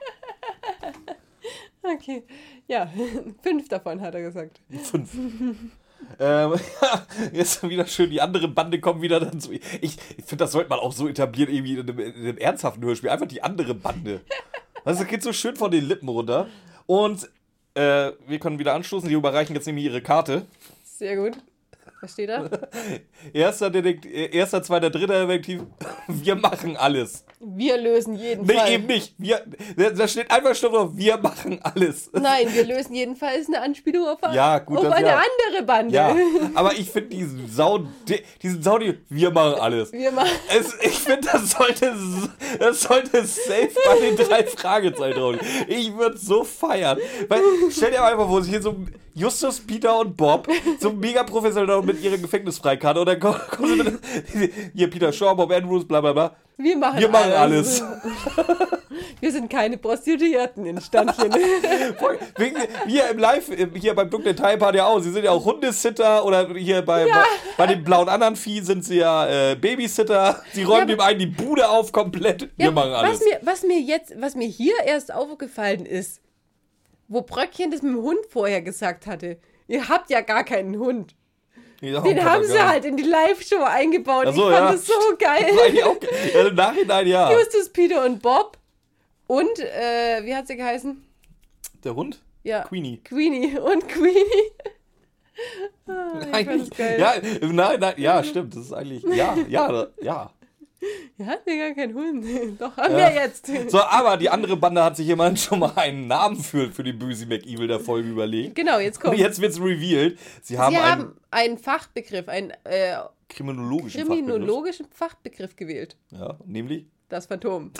Okay, ja, fünf davon hat er gesagt. Fünf. ähm, ja, jetzt wieder schön, die andere Bande kommt wieder dazu. Ich, ich finde, das sollte man auch so etablieren, irgendwie in einem, in einem ernsthaften Hörspiel. Einfach die andere Bande. Also, das geht so schön von den Lippen runter. Und äh, wir können wieder anstoßen. Die überreichen jetzt nämlich ihre Karte. Sehr gut. Was steht da? Erster, Detektiv, erster, zweiter, dritter Detektiv. Wir machen alles. Wir lösen jeden nee, Fall. Nee, eben nicht. Wir, da steht einfach schon drauf, wir machen alles. Nein, wir lösen jeden Fall ist eine Anspielung auf, ja, gut, auf das, eine ja. andere Bande. Ja, aber ich finde diesen Sau, diesen Sau, die, wir machen alles. Wir machen es, ich finde, das sollte, das sollte safe bei den drei Fragezeichen drauf. Ich würde so feiern. Weil, stell dir einfach vor, hier so Justus, Peter und Bob, so mega professionell mit ihrer Gefängnisfreikarte und dann kommen sie mit, hier Peter Shaw, Bob Andrews, bla bla bla. Wir machen, Wir machen alles. alles. Wir sind keine Prostituierten in Standchen. Wegen, hier im Live, hier beim dunklen Teilpart ja auch. Sie sind ja auch Hundesitter oder hier bei, ja. bei, bei dem blauen anderen Vieh sind sie ja äh, Babysitter. Sie räumen ja, dem einen die Bude auf komplett. Wir ja, machen alles. Was mir, was mir jetzt, was mir hier erst aufgefallen ist, wo Bröckchen das mit dem Hund vorher gesagt hatte. Ihr habt ja gar keinen Hund. Ja, den haben sie halt in die Live-Show eingebaut. Ach so, ich fand ja. das so geil. Das auch ge- ja, im Nachhinein, ja. Justus, Peter und Bob. Und, äh, wie hat sie geheißen? Der Hund? Ja. Queenie. Queenie und Queenie. Ah, ich eigentlich, fand das geil. ja, im Nachhinein, ja, stimmt. Das ist eigentlich, ja, ja, ja. Wir hatten ja gar keinen Hund. Doch, haben ja. wir jetzt. So, aber die andere Bande hat sich jemand schon mal einen Namen für, für die böse McEvil der Folge überlegt. Genau, jetzt kommt. Und jetzt wird's revealed. Sie haben, Sie einen, haben einen Fachbegriff, einen äh, kriminologischen, kriminologischen Fachbegriff. Fachbegriff gewählt. Ja, nämlich? Das Phantom.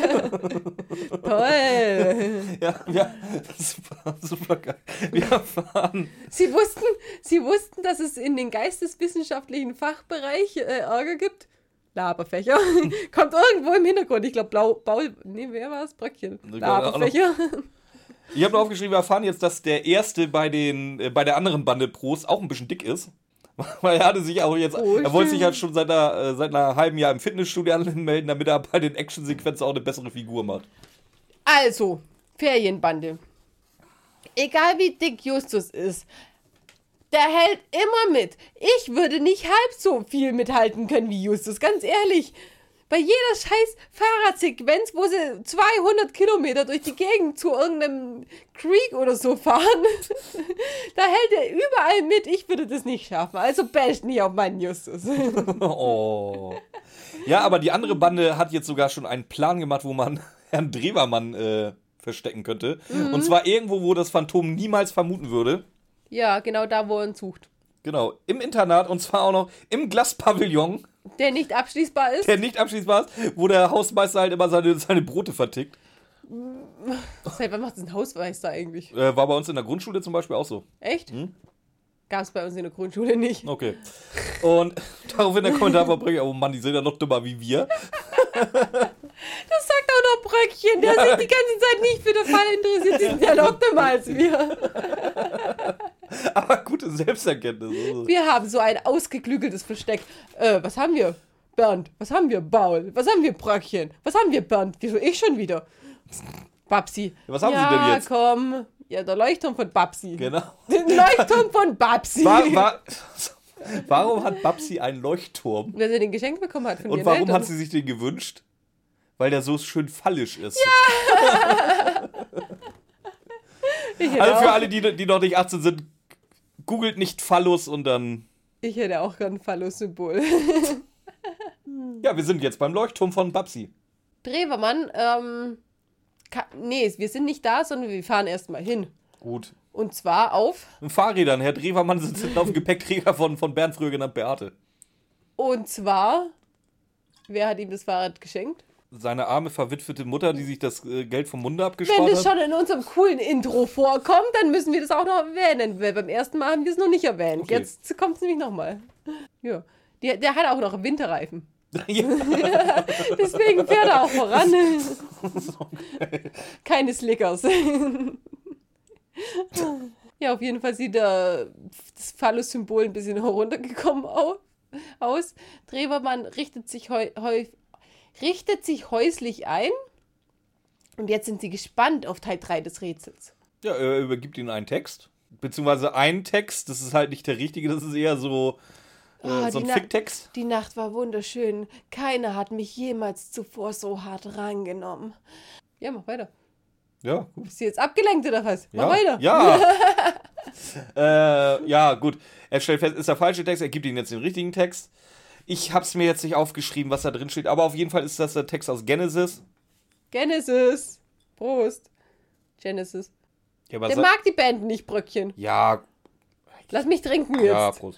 Toll. Ja, ja, super, super geil. Wir erfahren. Sie wussten, Sie wussten, dass es in den geisteswissenschaftlichen Fachbereich äh, Ärger gibt. Laberfächer. Kommt irgendwo im Hintergrund. Ich glaube, Blau, Baul, nee, wer war es? Bröckchen. Laberfächer. Ich habe noch aufgeschrieben, wir erfahren jetzt, dass der Erste bei den äh, bei der anderen Bande Prost auch ein bisschen dick ist. Weil er hatte sich auch jetzt, oh, er wollte sich halt schon seit einer, äh, seit einer halben Jahr im Fitnessstudio anmelden, damit er bei den Actionsequenzen auch eine bessere Figur macht. Also, Ferienbande. Egal wie dick Justus ist, der hält immer mit. Ich würde nicht halb so viel mithalten können wie Justus, ganz ehrlich. Bei jeder scheiß Fahrradsequenz, wo sie zweihundert Kilometer durch die Gegend zu irgendeinem Creek oder so fahren, da hält er überall mit. Ich würde das nicht schaffen. Also basht nicht auf meinen Justus. Oh. Ja, aber die andere Bande hat jetzt sogar schon einen Plan gemacht, wo man Herrn Drewermann äh, verstecken könnte. Mhm. Und zwar irgendwo, wo das Phantom niemals vermuten würde. Ja, genau da, wo er ihn sucht. Genau, im Internat und zwar auch noch im Glaspavillon. Der nicht abschließbar ist. Der nicht abschließbar ist, wo der Hausmeister halt immer seine, seine Brote vertickt. Seit wann macht das ein Hausmeister eigentlich? Äh, war bei uns in der Grundschule zum Beispiel auch so. Echt? Hm? Gab es bei uns in der Grundschule nicht. Okay. Und daraufhin der Kommentar von Bröckchen, oh Mann, die sind ja noch dümmer wie wir. Das sagt auch noch Bröckchen, der ja. sich die ganze Zeit nicht für den Fall interessiert. Die sind ja noch dümmer als wir. Aber gute Selbsterkenntnis. Wir haben so ein ausgeklügeltes Versteck. Äh, was haben wir? Bernd. Was haben wir? Paul. Was haben wir? Bröckchen. Was haben wir? Bernd. Wieso ich schon wieder? Babsi. Was haben ja, Sie denn jetzt? Ja, komm. Ja, der Leuchtturm von Babsi. Genau. Den Leuchtturm von Babsi. War, war, warum hat Babsi einen Leuchtturm? Weil sie den geschenkt bekommen hat von Und ihren warum Eltern. hat sie sich den gewünscht? Weil der so schön fallisch ist. Ja! Also für alle, die, die noch nicht achtzehn sind, googelt nicht Phallus und dann... Ich hätte auch gern ein Phallus-Symbol. Ja, wir sind jetzt beim Leuchtturm von Babsi. Drewermann, ähm... Ka- nee, wir sind nicht da, sondern wir fahren erstmal hin. Gut. Und zwar auf... Fahrrädern. Herr Drewermann sitzt hinten auf dem Gepäckträger von, von Bernd, früher genannt Beate. Und zwar... Wer hat ihm das Fahrrad geschenkt? seine arme, verwitwete Mutter, die sich das äh, Geld vom Munde Wenn abgespart das hat. schon in unserem coolen Intro vorkommt, dann müssen wir das auch noch erwähnen, weil beim ersten Mal haben wir es noch nicht erwähnt. Okay. Jetzt kommt es nämlich nochmal. Ja. Die, der hat auch noch Winterreifen. Ja. Deswegen fährt er auch voran. Keine Slickers. Ja, auf jeden Fall sieht der, das Phallus-Symbol ein bisschen heruntergekommen au, aus. Drewermann richtet sich, heu, heu, richtet sich häuslich ein. Und jetzt sind sie gespannt auf Teil drei des Rätsels. Ja, er übergibt ihnen einen Text. Beziehungsweise einen Text, das ist halt nicht der richtige, das ist eher so, äh, Oh, so ein die Na- Ficktext. Die Nacht war wunderschön. Keiner hat mich jemals zuvor so hart rangenommen. Ja, mach weiter. Ja, gut. Bist du jetzt abgelenkt oder was? Mach Ja, weiter. ja. äh, ja, gut. Er stellt fest, ist der falsche Text, er gibt ihnen jetzt den richtigen Text. Ich hab's mir jetzt nicht aufgeschrieben, was da drin steht, aber auf jeden Fall ist das der Text aus Genesis. Genesis. Prost. Genesis. Ja, aber Der sa- mag die Band nicht, Bröckchen. ja, Lass mich trinken jetzt. ja, Prost.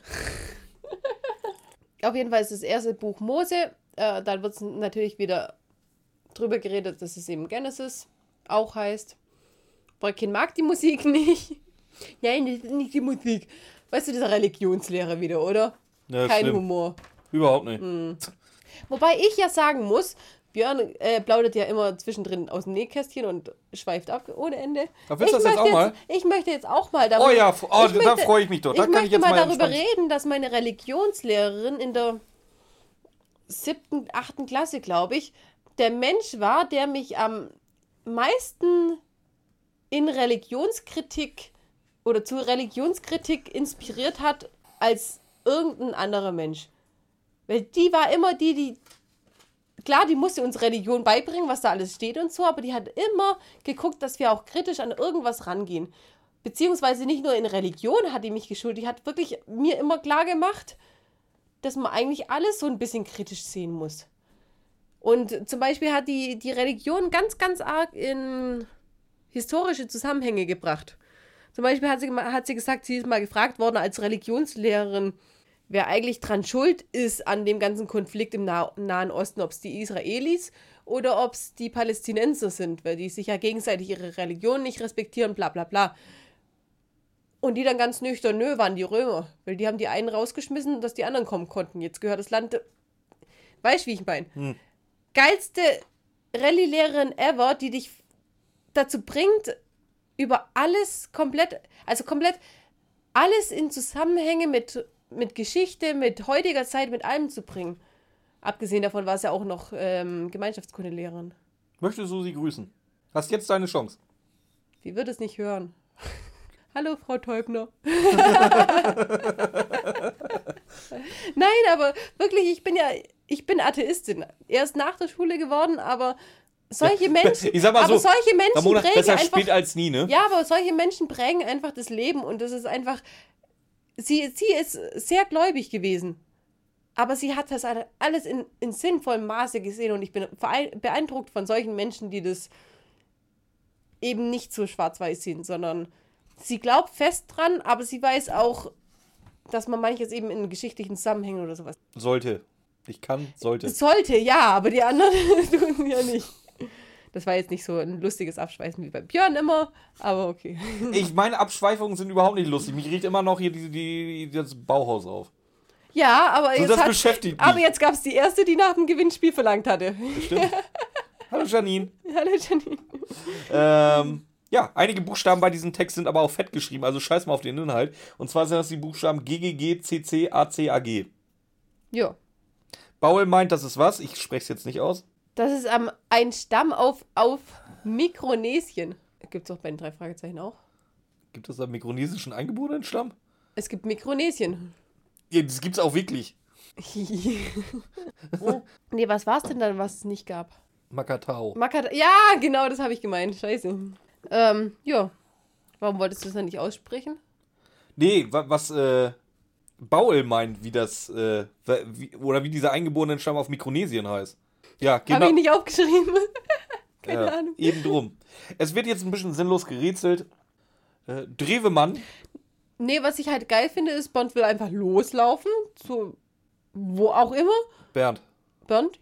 Auf jeden Fall ist das erste Buch Mose. Äh, dann wird es natürlich wieder drüber geredet, dass es eben Genesis auch heißt. Bröckchen mag die Musik nicht. Nein, das ist nicht die Musik. Weißt du, dieser Religionslehrer wieder, oder? Ja, Kein schlimm. Humor. Überhaupt nicht. Wobei ich ja sagen muss, Björn äh, plaudert ja immer zwischendrin aus dem Nähkästchen und schweift ab ohne Ende. Da willst du Ich das jetzt möchte auch mal? Ich möchte jetzt auch mal darüber... Oh ja, f- oh, ich da möchte- freue ich mich doch. Da ich kann möchte ich jetzt mal mal darüber entspannt- reden, dass meine Religionslehrerin in der siebten, achten Klasse, glaube ich, der Mensch war, der mich am meisten in Religionskritik oder zu Religionskritik inspiriert hat als irgendein anderer Mensch. Weil die war immer die, die, klar, die musste uns Religion beibringen, was da alles steht und so, aber die hat immer geguckt, dass wir auch kritisch an irgendwas rangehen. Beziehungsweise nicht nur in Religion hat die mich geschult, die hat wirklich mir immer klar gemacht, dass man eigentlich alles so ein bisschen kritisch sehen muss. Und zum Beispiel hat die, die Religion ganz, ganz arg in historische Zusammenhänge gebracht. Zum Beispiel hat sie, hat sie gesagt, sie ist mal gefragt worden als Religionslehrerin, wer eigentlich dran schuld ist an dem ganzen Konflikt im nah Nahen Osten, ob es die Israelis oder ob es die Palästinenser sind, weil die sich ja gegenseitig ihre Religion nicht respektieren, bla bla bla. Und die dann ganz nüchtern, nö, waren die Römer, weil die haben die einen rausgeschmissen, dass die anderen kommen konnten. Jetzt gehört das Land, weißt du, wie ich meine? Hm. Geilste Rallye-Lehrerin ever, die dich dazu bringt, über alles komplett, also komplett alles in Zusammenhänge mit, mit Geschichte, mit heutiger Zeit, mit allem zu bringen. Abgesehen davon war es ja auch noch ähm, Gemeinschaftskundelehrerin. Möchte Susi grüßen. Hast jetzt deine Chance. Die wird es nicht hören. Hallo, Frau Teubner. Nein, aber wirklich, ich bin ja, ich bin Atheistin. Erst nach der Schule geworden, aber solche Menschen, Ich sag mal aber so, solche Menschen Ramona, prägen besser einfach, spät als nie, ne? ja, aber solche Menschen prägen einfach das Leben und das ist einfach, sie, sie ist sehr gläubig gewesen. Aber sie hat das alles in, in sinnvollem Maße gesehen und ich bin beeindruckt von solchen Menschen, die das eben nicht so schwarz-weiß sehen, sondern sie glaubt fest dran, aber sie weiß auch, dass man manches eben in geschichtlichen Zusammenhängen oder sowas Sollte. Ich kann, sollte. sollte, ja, aber die anderen tun ja nicht. Das war jetzt nicht so ein lustiges Abschweißen wie bei Björn immer, aber okay. Ich meine, Abschweifungen sind überhaupt nicht lustig. Mich riecht immer noch hier die, die, das Bauhaus auf. Ja, aber So, jetzt, das hat, beschäftigt aber mich. jetzt gab es die erste, die nach dem Gewinnspiel verlangt hatte. Stimmt. Hallo Janine. Hallo Janine. Ähm, ja, einige Buchstaben bei diesem Text sind aber auch fett geschrieben, also scheiß mal auf den Inhalt. Und zwar sind das die Buchstaben G G G, C C, A C, A G. Ja. Baul meint, das ist was? Ich spreche es jetzt nicht aus. Das ist ähm, ein Stamm auf, auf Mikronesien. Gibt es auch bei den drei Fragezeichen auch. Gibt es da mikronesischen eingeborenen Stamm? Es gibt Mikronesien. Ja, das gibt's auch wirklich. Nee, was war es denn dann, was es nicht gab? Makatao. Makat ja, genau, das habe ich gemeint. Scheiße. Ähm, ja. Warum wolltest du es dann nicht aussprechen? Nee, wa- was äh, Baul meint, wie das, äh, wie, oder wie dieser eingeborene Stamm auf Mikronesien heißt. Ja, genau. Habe ich nicht aufgeschrieben. Keine ja, Ahnung. Eben drum. Es wird jetzt ein bisschen sinnlos gerätselt. Äh, Drewemann. Nee, was ich halt geil finde, ist, Bond will einfach loslaufen. Zu wo auch immer. Bernd, Bond, ja?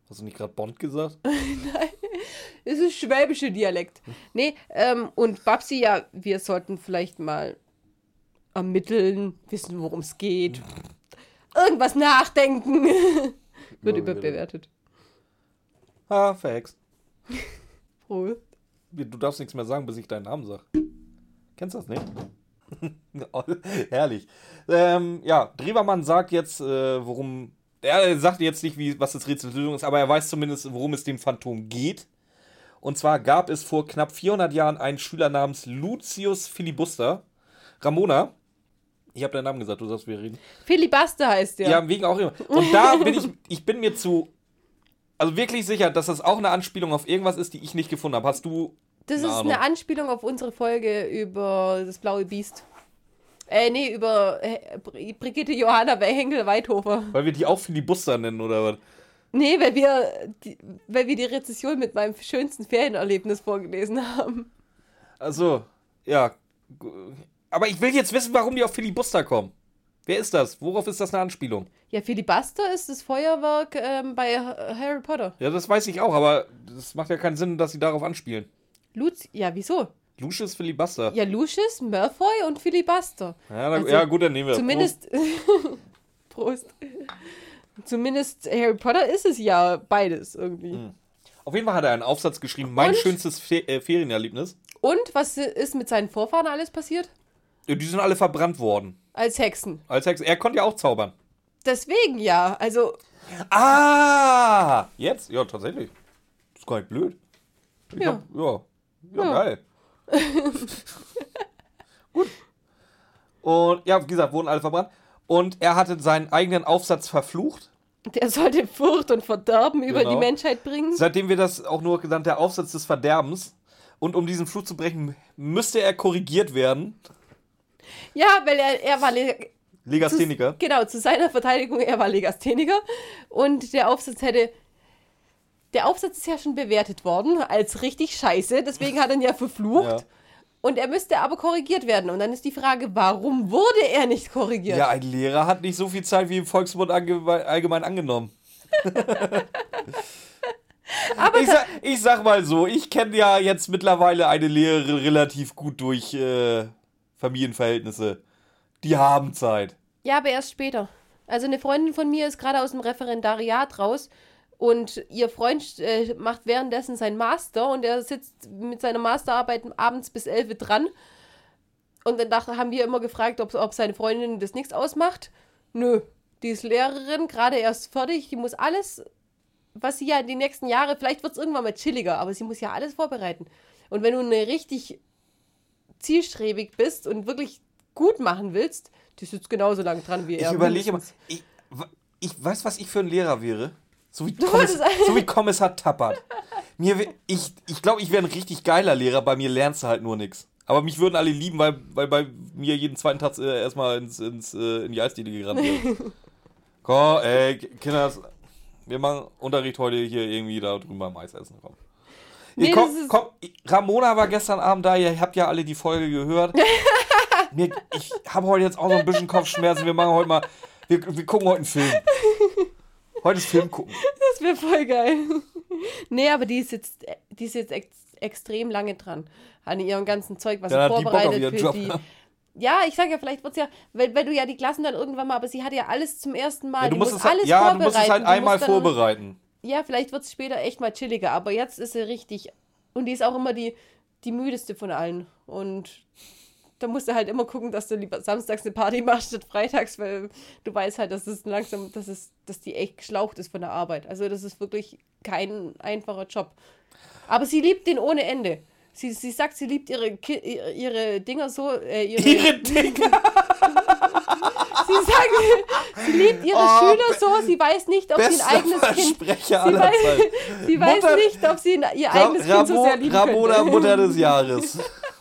Hast du nicht gerade Bond gesagt? Es ist schwäbischer Dialekt. Nee, ähm, und Babsi, ja, wir sollten vielleicht mal ermitteln, wissen, worum es geht. Irgendwas nachdenken. Wird überbewertet. Ah, verhext. Froh. Du darfst nichts mehr sagen, bis ich deinen Namen sag. Kennst du das nicht? Oh, herrlich. Ähm, ja, Drewermann sagt jetzt, äh, worum... Er sagt jetzt nicht, wie, was das Rätselslösung ist, aber er weiß zumindest, worum es dem Phantom geht. Und zwar gab es vor knapp vierhundert Jahren einen Schüler namens Lucius Filibuster. Ramona, ich habe deinen Namen gesagt, du sagst, wir reden. Filibuster heißt der. Ja, wegen auch immer. Und da bin ich, ich bin mir zu, also wirklich sicher, dass das auch eine Anspielung auf irgendwas ist, die ich nicht gefunden habe. Hast du Das eine ist Ahnung? eine Anspielung auf unsere Folge über das blaue Biest. Äh, nee, über äh, Br- Brigitte Johanna bei Henkel Weidhofer. Weil wir die auch Filibuster nennen, oder was? Nee, weil wir, die, weil wir die Rezession mit meinem schönsten Ferienerlebnis vorgelesen haben. Also, ja. Aber ich will jetzt wissen, warum die auf Filibuster kommen. Wer ist das? Worauf ist das eine Anspielung? Ja, Filibuster ist das Feuerwerk ähm, bei Ha- Harry Potter. Ja, das weiß ich auch, aber das macht ja keinen Sinn, dass sie darauf anspielen. Luz, ja, wieso? Lucius Filibuster. Ja, Lucius, Malfoy und Filibuster. Ja, na, Also, ja gut, dann nehmen wir. Zumindest, Prost. Zumindest Harry Potter ist es ja beides irgendwie. Prost. Auf jeden Fall hat er einen Aufsatz geschrieben, mein Und? schönstes Fe äh, Ferienerlebnis. Und was ist mit seinen Vorfahren alles passiert? Ja, die sind alle verbrannt worden. Als Hexen. Als Hex. Er konnte ja auch zaubern. Deswegen ja, also Ah! Jetzt? Ja, tatsächlich. Das ist gar nicht blöd. Ich Ja. Hab, ja. Ja, Ja. geil. Gut. Und ja, wie gesagt, wurden alle verbrannt. Und er hatte seinen eigenen Aufsatz verflucht. der sollte Furcht und Verderben über Genau. die Menschheit bringen. Seitdem wir das auch nur genannt, der Aufsatz des Verderbens. Und um diesen Fluch zu brechen, müsste er korrigiert werden. Ja, weil er, er war Le Legastheniker. genau, zu seiner Verteidigung, er war Legastheniker und der Aufsatz hätte der Aufsatz ist ja schon bewertet worden als richtig scheiße, deswegen hat er ihn ja verflucht. Ja. Und er müsste aber korrigiert werden. Und dann ist die Frage, warum wurde er nicht korrigiert? Ja, ein Lehrer hat nicht so viel Zeit wie im Volksmund ange allgemein angenommen. aber Ich sag, ich sag mal so, ich kenne ja jetzt mittlerweile eine Lehrerin relativ gut durch äh, Familienverhältnisse. Die haben Zeit. Ja, aber erst später. Also eine Freundin von mir ist gerade aus dem Referendariat raus und ihr Freund äh, macht währenddessen seinen Master und er sitzt mit seiner Masterarbeit abends bis elf dran. Und dann dachte, haben wir immer gefragt, ob, ob seine Freundin das nichts ausmacht. Nö, die ist Lehrerin, gerade erst fertig, die muss alles, was sie ja die nächsten Jahre, vielleicht wird es irgendwann mal chilliger, aber sie muss ja alles vorbereiten. Und wenn du eine richtig zielstrebig bist und wirklich gut machen willst, die sitzt genauso lange dran wie er. Ich überlege immer, mindestens. ich, ich weiß, was ich für ein Lehrer wäre. So wie, Du Kommiss, wolltest- so wie Kommissar Tappert. Mir, wär- ich ich glaube, ich wäre ein richtig geiler Lehrer, bei mir lernst du halt nur nichts. Aber mich würden alle lieben, weil, weil bei mir jeden zweiten Tag äh, erstmal ins, ins, äh, in die Eisdiele gerannt wird. Komm, ey, Kinder, wir machen Unterricht heute hier irgendwie da drüben am Eis essen. Komm. Nee, Ihr, komm, das ist- komm, Ramona war gestern Abend da, ihr habt ja alle die Folge gehört. Mir, ich habe heute jetzt auch so ein bisschen Kopfschmerzen. Wir machen heute mal, wir, wir gucken heute einen Film. Heute ist Film gucken. Das wäre voll geil. Nee, aber die ist jetzt, die ist jetzt ex extrem lange dran an ihrem ganzen Zeug, was Ja, sie hat die Bock auf vorbereitet ihren für Job, die. ne? Ja, ich sag ja, vielleicht wird's ja, weil, weil du ja die Klassen dann irgendwann mal, aber sie hat ja alles zum ersten Mal. Ja, du die musst muss es, halt- alles ja, du vorbereiten. musst es halt Du einmal musst dann- vorbereiten. Ja, vielleicht wird es später echt mal chilliger, aber jetzt ist sie richtig. Und die ist auch immer die, die müdeste von allen. Und da musst du halt immer gucken, dass du lieber samstags eine Party machst statt freitags, weil du weißt halt, dass es langsam, dass es, dass die echt geschlaucht ist von der Arbeit. Also das ist wirklich kein einfacher Job. Aber sie liebt den ohne Ende. Sie, sie sagt, sie liebt ihre, Ki ihre, ihre Dinger so, äh, ihre, Ihre Dinger. sie sagt, sie liebt ihre Oh, Schüler so, sie weiß nicht, ob sie Bester ein eigenes Kind, Versprecher sie aller weiß, Zeiten. sie weiß Mutter- nicht, ob sie ein- ihr Ra eigenes Kind so sehr lieben Ramona, könnte. Mutter des Jahres.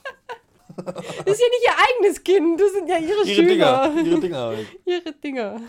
Das ist ja nicht ihr eigenes Kind, das sind ja ihre, Ihre Schüler. Dinger. Ihre Dinger. halt. Ihre Dinger.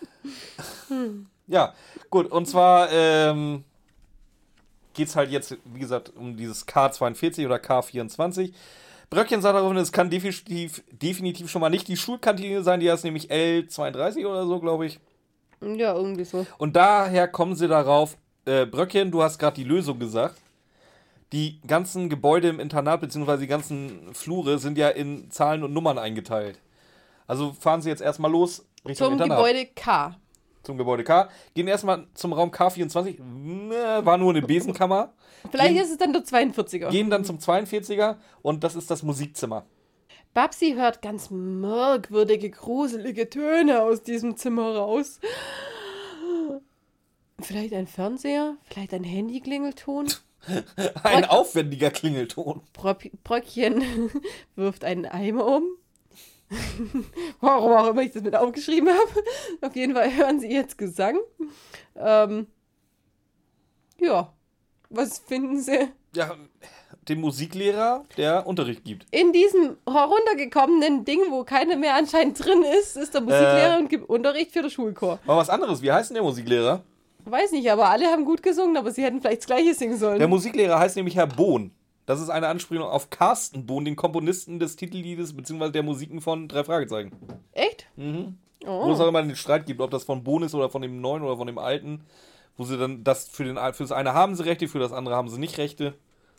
Ja, gut. Und zwar ähm, geht es halt jetzt, wie gesagt, um dieses K zweiundvierzig oder K vierundzwanzig. Bröckchen sagt daraufhin, es kann definitiv, definitiv schon mal nicht die Schulkantine sein, die heißt nämlich L zweiunddreißig oder so, glaube ich. Ja, irgendwie so. Und daher kommen sie darauf, äh, Bröckchen, du hast gerade die Lösung gesagt. Die ganzen Gebäude im Internat, beziehungsweise die ganzen Flure, sind ja in Zahlen und Nummern eingeteilt. Also fahren Sie jetzt erstmal los Richtung Zum Internat. Gebäude K. Zum Gebäude K. Gehen erstmal zum Raum K vierundzwanzig. Ne, war nur eine Besenkammer. Vielleicht Gehen- ist es dann der zweiundvierziger. Gehen dann zum zweiundvierziger und das ist das Musikzimmer. Babsi hört ganz merkwürdige, gruselige Töne aus diesem Zimmer raus. Vielleicht ein Fernseher, vielleicht ein Handyklingelton. Ein Bröck- aufwendiger Klingelton. Bröck- Bröckchen wirft einen Eimer um. Warum auch immer ich das mit aufgeschrieben habe. Auf jeden Fall hören Sie jetzt Gesang. Ähm, ja, was finden Sie? Ja, den Musiklehrer, der Unterricht gibt. In diesem heruntergekommenen Ding, wo keiner mehr anscheinend drin ist, ist der Musiklehrer Äh. und gibt Unterricht für den Schulchor. Aber was anderes, wie heißt denn der Musiklehrer? Weiß nicht, aber alle haben gut gesungen, aber sie hätten vielleicht das Gleiche singen sollen. Der Musiklehrer heißt nämlich Herr Bohn. Das ist eine Anspielung auf Carsten Bohn, den Komponisten des Titelliedes bzw. der Musiken von Drei Fragezeichen. Echt? Mhm. Oh. Wo es auch immer den Streit gibt, ob das von Bohn ist oder von dem neuen oder von dem alten. Wo sie dann das für, den, für das eine haben sie Rechte, für das andere haben sie nicht Rechte.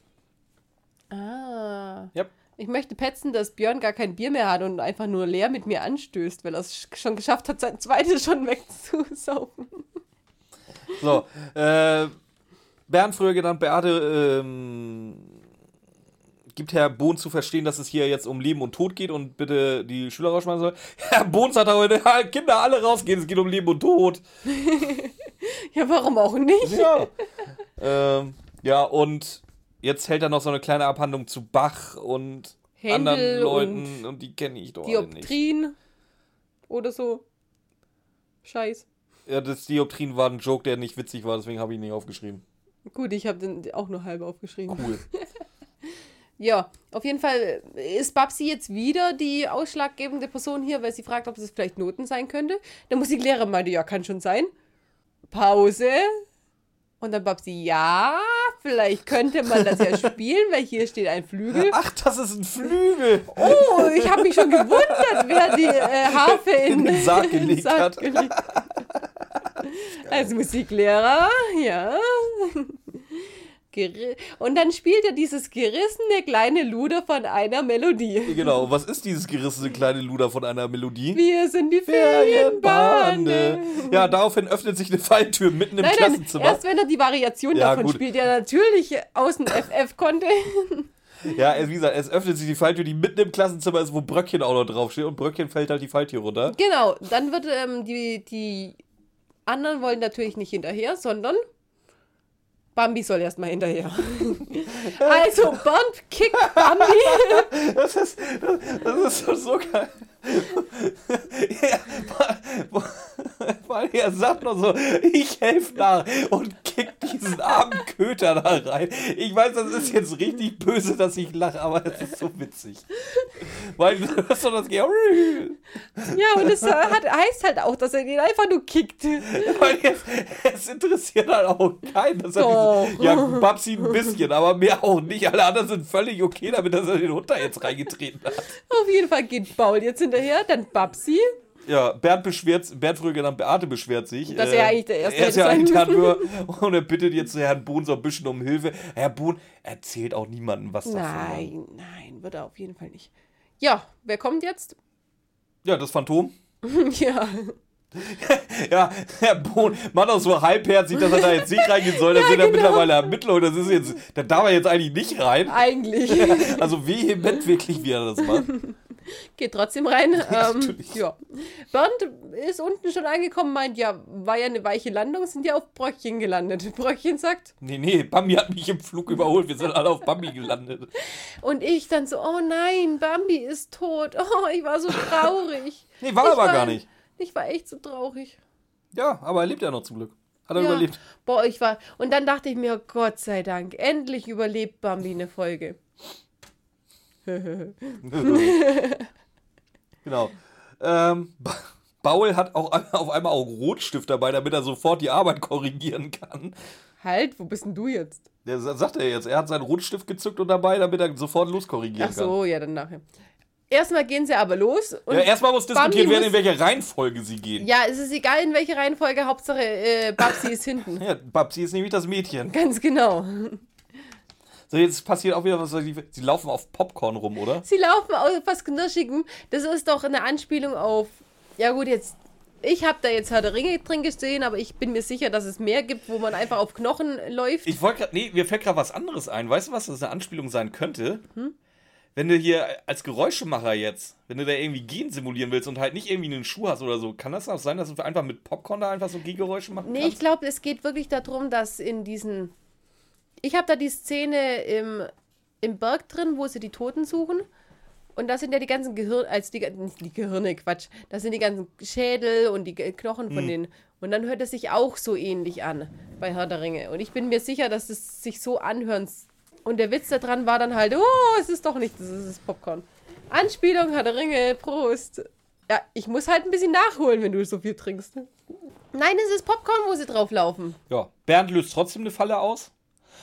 Ah. Ja. Ich möchte petzen, dass Björn gar kein Bier mehr hat und einfach nur leer mit mir anstößt, weil er es sch- schon geschafft hat, sein zweites schon wegzusaufen. So, äh, Bernd, früher genannt Beate, ähm, gibt Herr Bohn zu verstehen, dass es hier jetzt um Leben und Tod geht und bitte die Schüler rausschmeißen soll. Herr Bohn sagt heute, Kinder, alle rausgehen, es geht um Leben und Tod. Ja, warum auch nicht? Ja. ähm, ja, und jetzt hält er noch so eine kleine Abhandlung zu Bach und Händel anderen Leuten und und, die kenne ich doch alle nicht. Dioptrien oder so. Scheiß. Ja, das Dioptrien war ein Joke, der nicht witzig war, deswegen habe ich ihn nicht aufgeschrieben. Gut, ich habe den auch nur halb aufgeschrieben. Cool. Ja, auf jeden Fall ist Babsi jetzt wieder die ausschlaggebende Person hier, weil sie fragt, ob es vielleicht Noten sein könnte. Der Musiklehrer meinte, ja, kann schon sein. Pause. Und dann Babsi, ja, vielleicht könnte man das ja spielen, weil hier steht ein Flügel. Ach, das ist ein Flügel. Oh, ich habe mich schon gewundert, wer die äh, Harfe in, In den Sarg in gelegt hat. gelegt hat. Als Musiklehrer, ja. Geri- Und dann spielt er dieses gerissene kleine Luder von einer Melodie. Genau, was ist dieses gerissene kleine Luder von einer Melodie? Wir sind die Ferienbande. Ja, daraufhin öffnet sich eine Falltür mitten im Nein, nein, Klassenzimmer. erst wenn er die Variation Ja, davon gut. spielt, der natürlich aus dem F F konnte. Ja, es- wie gesagt, es öffnet sich die Falltür, die mitten im Klassenzimmer ist, wo Bröckchen auch noch draufsteht und Bröckchen fällt halt die Falltür runter. Genau, dann wird ähm, die, die anderen wollen natürlich nicht hinterher, sondern Bambi soll erstmal hinterher. Also Bernd kickt Bambi. Das ist, das, das ist so, so geil. Ja, weil- weil er sagt noch so, ich helfe nach und kickt diesen armen Köter da rein. Ich weiß, das ist jetzt richtig böse, dass ich lache, aber es ist so witzig. Weil du hörst doch das geht. Ja, und es äh, hat, heißt halt auch, dass er den einfach nur kickt. Weil es, es interessiert halt auch keinen, dass er Doch. diese, ja, Babsi ein bisschen, aber mehr auch nicht. Alle anderen sind völlig okay damit, dass er den Hund da jetzt reingetreten hat. Auf jeden Fall geht Paul jetzt hinterher, dann Babsi. Ja, Bernd beschwert, Bernd früher genannt Beate beschwert sich. Dass er eigentlich der Erste Er ist ja hätte eigentlich sein Handhörer und er bittet jetzt Herrn Bohn so ein bisschen um Hilfe. Herr Bohn erzählt auch niemandem was davon. Nein, nein, wird er auf jeden Fall nicht. Ja, wer kommt jetzt? Ja, das Phantom. Ja, Ja, Herr Bohn macht auch so halbherzig, dass er da jetzt nicht reingehen soll. Da Ja, sind ja genau. mittlerweile Ermittler und das ist jetzt, da darf er jetzt eigentlich nicht rein. eigentlich. Also vehement wirklich, wie er das macht. Geht trotzdem rein. Ähm, natürlich. ja. Bernd ist unten schon angekommen, meint, ja, war ja eine weiche Landung, sind ja auf Bröckchen gelandet. Bröckchen sagt, Nee, nee, Bambi hat mich im Flug überholt. Wir sind alle auf Bambi gelandet. und ich dann so, oh nein, Bambi ist tot. Oh, ich war so traurig. Nee, war ich aber gar nicht. Ich war echt so traurig. Ja, aber er lebt ja noch zum Glück. Hat er Ja. überlebt. Boah, ich war. Und dann dachte ich mir, Gott sei Dank, endlich überlebt Bambi eine Folge. Genau. Ähm, ba Baul hat auch auf einmal auch Rotstift dabei, damit er sofort die Arbeit korrigieren kann. Halt, wo bist denn du jetzt? Der sa- sagt er jetzt, er hat seinen Rotstift gezückt und dabei, damit er sofort loskorrigieren Ach so, ja, dann nachher. erstmal gehen sie aber los. Und Ja, erstmal muss diskutiert Bambi werden, in muss- welcher Reihenfolge sie gehen. Ja, es ist egal, in welche Reihenfolge, Hauptsache äh, Babsi ist hinten. Ja, Babsi ist nämlich das Mädchen. Ganz genau. So, jetzt passiert auch wieder was. Sie, sie laufen auf Popcorn rum, oder? Sie laufen aus was Knirschigem. Das ist doch eine Anspielung auf... Ja gut, jetzt... Ich habe da jetzt Herr der Ringe drin gesehen, aber ich bin mir sicher, dass es mehr gibt, wo man einfach auf Knochen läuft. Ich wollte gerade, nee, mir fällt gerade was anderes ein. Weißt du, was das eine Anspielung sein könnte? Hm? Wenn du hier als Geräuschemacher jetzt, wenn du da irgendwie Gen simulieren willst und halt nicht irgendwie einen Schuh hast oder so, kann das auch sein, dass du einfach mit Popcorn da einfach so Gehgeräusche machen Nee, kannst? ich glaube, es geht wirklich darum, dass in diesen... Ich habe da die Szene im, im Berg drin, wo sie die Toten suchen. Und das sind ja die ganzen Gehirne, also die, nicht die Gehirne, Quatsch. Das sind die ganzen Schädel und die Knochen von Hm. denen. Und dann hört es sich auch so ähnlich an bei Herr der Ringe. Und ich bin mir sicher, dass es sich so anhört. Und der Witz daran war dann halt, oh, es ist doch nicht, das ist das Popcorn. Anspielung, Herr der Ringe, Prost. Ja, ich muss halt ein bisschen nachholen, wenn du so viel trinkst. Nein, es ist Popcorn, wo sie drauflaufen. Ja, Bernd löst trotzdem eine Falle aus.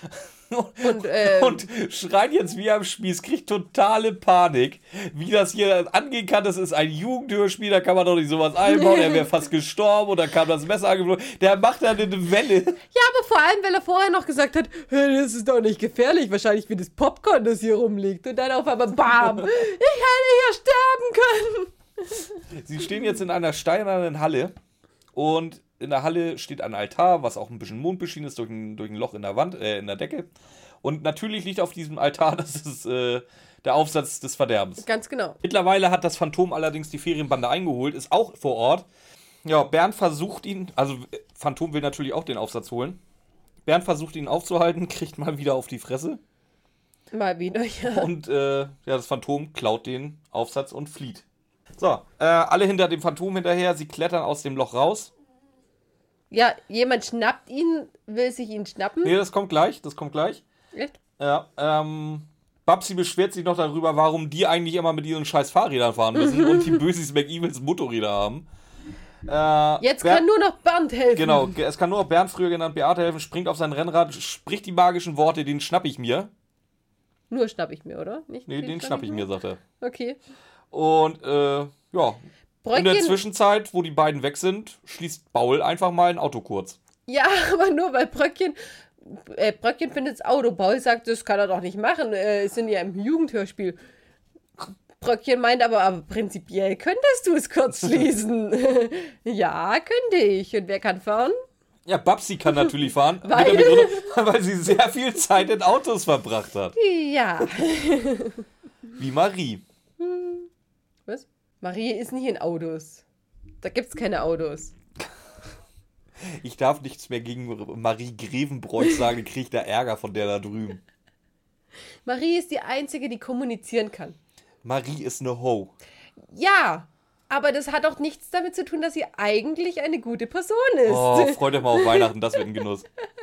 Und, ähm, und schreit jetzt wie am Spieß, kriegt totale Panik, wie das hier angehen kann. Das ist ein Jugendhörspiel, da kann man doch nicht sowas einbauen. Er wäre fast gestorben und dann kam das Messer angeflogen. Der macht dann eine Welle. Ja, aber vor allem, weil er vorher noch gesagt hat, hey, das ist doch nicht gefährlich, wahrscheinlich wie das Popcorn, das hier rumliegt. Und dann auf einmal, bam, ich hätte hier sterben können. Sie stehen jetzt in einer steinernen Halle und in der Halle steht ein Altar, was auch ein bisschen mondbeschienen ist durch ein, durch ein Loch in der Wand, äh, in der Decke. Und natürlich liegt auf diesem Altar, das ist äh, der Aufsatz des Verderbens. Ganz genau. Mittlerweile hat das Phantom allerdings die Ferienbande eingeholt, ist auch vor Ort. Ja, Bernd versucht ihn, also äh, Phantom will natürlich auch den Aufsatz holen. Bernd versucht ihn aufzuhalten, kriegt mal wieder auf die Fresse. Mal wieder, ja. Und äh, ja, das Phantom klaut den Aufsatz und flieht. So, äh, alle hinter dem Phantom hinterher, sie klettern aus dem Loch raus. Ja, jemand schnappt ihn, will sich ihn schnappen. Nee, das kommt gleich, das kommt gleich. Echt? Ja, ähm, Babsi beschwert sich noch darüber, warum die eigentlich immer mit ihren scheiß Fahrrädern fahren müssen und die Bösis McEvils Motorräder haben. Äh, Jetzt Bernd, kann nur noch Bernd helfen. Genau, es kann nur noch Bernd, früher genannt Beate, helfen, springt auf sein Rennrad, spricht die magischen Worte, den schnapp ich mir. Nur schnapp ich mir, oder? Nicht Nee, den schnapp ich mir, sagt er. Okay. Und, äh, ja. In der Bröckchen, Zwischenzeit, wo die beiden weg sind, schließt Baul einfach mal ein Auto kurz. ja, aber nur weil Bröckchen, äh, Bröckchen findet das Auto. Paul sagt, das kann er doch nicht machen. Äh, es sind ja im Jugendhörspiel. Bröckchen meint aber, aber prinzipiell könntest du es kurz schließen. Ja, könnte ich. Und wer kann fahren? Ja, Babsi kann natürlich fahren, Weil? mit der Begründung, weil sie sehr viel Zeit in Autos verbracht hat. Ja. Wie Marie. Was? Marie ist nicht in Autos. Da gibt's keine Autos. Ich darf nichts mehr gegen Marie Grevenbroich sagen, die kriegt da Ärger von der da drüben. Marie ist die Einzige, die kommunizieren kann. Marie ist eine Ho. Ja, aber das hat auch nichts damit zu tun, dass sie eigentlich eine gute Person ist. Oh, freut euch mal auf Weihnachten, das wird ein Genuss.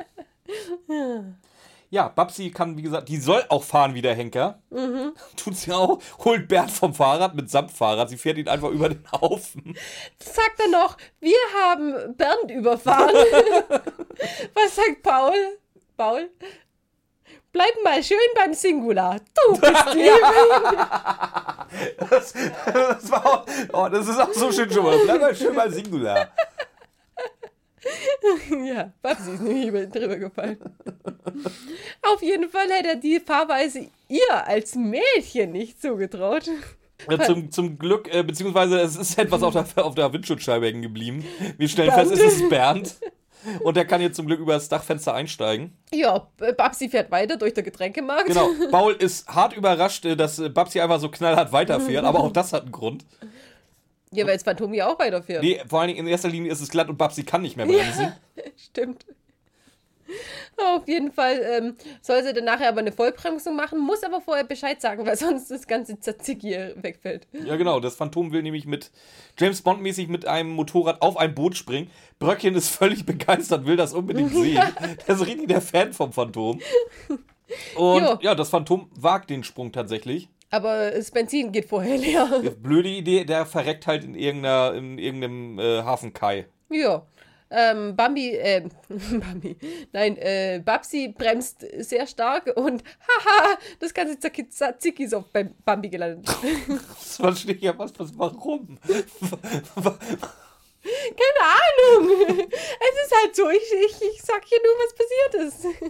Ja, Babsi kann, wie gesagt, die soll auch fahren wie der Henker. Mhm. Tut sie auch, holt Bernd vom Fahrrad mit Samtfahrrad. Sie fährt ihn einfach über den Haufen. Sagt er noch, wir haben Bernd überfahren. Was sagt Paul? Paul? Bleib mal schön beim Singular. Du bist lieb. Das, das, war auch, oh, das ist auch so schön schon mal. Bleib mal schön mal Singular. Ja, Babsi ist nämlich über- drüber gefallen. Auf jeden Fall hätte er die Fahrweise ihr als Mädchen nicht zugetraut. Ja, zum, zum Glück, äh, beziehungsweise es ist etwas auf der, auf der Windschutzscheibe hängen geblieben. Wir stellen Bernd. fest, es ist Bernd. Und der kann jetzt zum Glück über das Dachfenster einsteigen. Ja, Babsi fährt weiter durch den Getränkemarkt. Genau, Paul ist hart überrascht, äh, dass äh, Babsi einfach so knallhart weiterfährt, aber auch das hat einen Grund. Ja, weil das Phantom ja auch weiterfährt. Nee, vor allen Dingen in erster Linie ist es glatt und Babsi kann nicht mehr bremsen. Stimmt. Auf jeden Fall ähm, soll sie dann nachher aber eine Vollbremsung machen, muss aber vorher Bescheid sagen, weil sonst das ganze Tzatziki wegfällt. Ja, genau, das Phantom will nämlich mit James Bond-mäßig mit einem Motorrad auf ein Boot springen. Bröckchen ist völlig begeistert, will das unbedingt sehen. Der ist richtig der Fan vom Phantom. Und Jo. ja, das Phantom wagt den Sprung tatsächlich. Aber das Benzin geht vorher leer. Blöde Idee, der verreckt halt in, irgendeiner, in irgendeinem äh, Hafenkai. Ja. Ähm, Bambi, äh, Bambi, nein, äh, Babsi bremst sehr stark und haha, das ganze Tzatziki ist auf Bambi gelandet. Das verstehe ich ja was, was, warum? Keine Ahnung. Es ist halt so, ich, ich, ich sag hier nur, was passiert ist.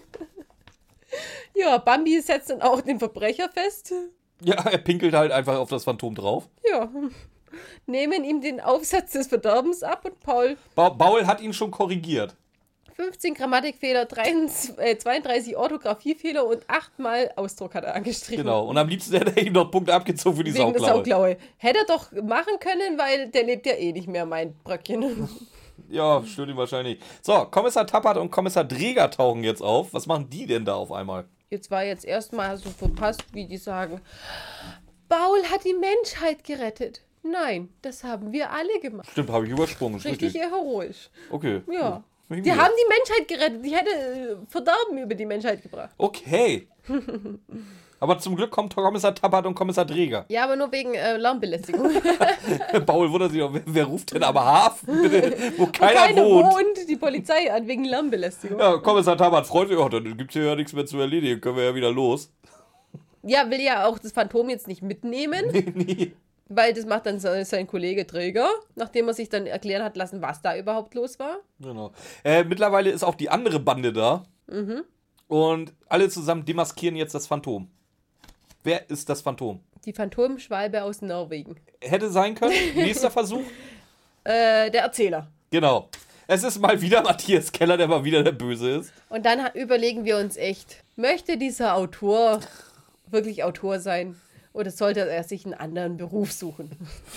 Ja, Bambi setzt dann auch den Verbrecher fest. Ja, er pinkelt halt einfach auf das Phantom drauf. Ja. Nehmen ihm den Aufsatz des Verderbens ab und Paul. Ba- Baul hat ihn schon korrigiert. fünfzehn Grammatikfehler, dreiundzwanzig, äh, zweiunddreißig Orthographiefehler und achtmal Ausdruck hat er angestrichen. Genau. Und am liebsten hätte er ihm noch Punkte abgezogen für die Wegen der Sauklaue. Sauklaue. Hätte er doch machen können, weil der lebt ja eh nicht mehr, mein Bröckchen. Ja, stimmt ihm wahrscheinlich. So, Kommissar Tappert und Kommissar Dreger tauchen jetzt auf. Was machen die denn da auf einmal? Jetzt war jetzt erstmal so verpasst, wie die sagen, Baul hat die Menschheit gerettet. Nein, das haben wir alle gemacht. Stimmt, habe ich übersprungen. ist Richtig Richtig. heroisch. Okay. Ja. Gut. Die haben die Menschheit gerettet. Die hätte äh, Verderben über die Menschheit gebracht. Okay. Aber zum Glück kommt Kommissar Tappert und Kommissar Dreger. Ja, aber nur wegen äh, Lärmbelästigung. Paul wundert sich auch, wer, wer ruft denn am Hafen, bitte, wo keiner, Keiner wohnt. wohnt die Polizei an wegen Lärmbelästigung. Ja, Kommissar Tappert freut sich, oh, dann gibt es hier ja nichts mehr zu erledigen, können wir ja wieder los. Ja, will ja auch das Phantom jetzt nicht mitnehmen. Nee, nee. Weil das macht dann sein Kollege Träger, nachdem er sich dann erklären hat lassen, was da überhaupt los war. Genau. Äh, mittlerweile ist auch die andere Bande da. Mhm. Und alle zusammen demaskieren jetzt das Phantom. Wer ist das Phantom? Die Phantomschwalbe aus Norwegen. Hätte sein können. Nächster Versuch. Äh, der Erzähler. Genau. Es ist mal wieder Matthias Keller, der mal wieder der Böse ist. Und dann ha- überlegen wir uns echt, möchte dieser Autor wirklich Autor sein? Oder sollte er sich einen anderen Beruf suchen?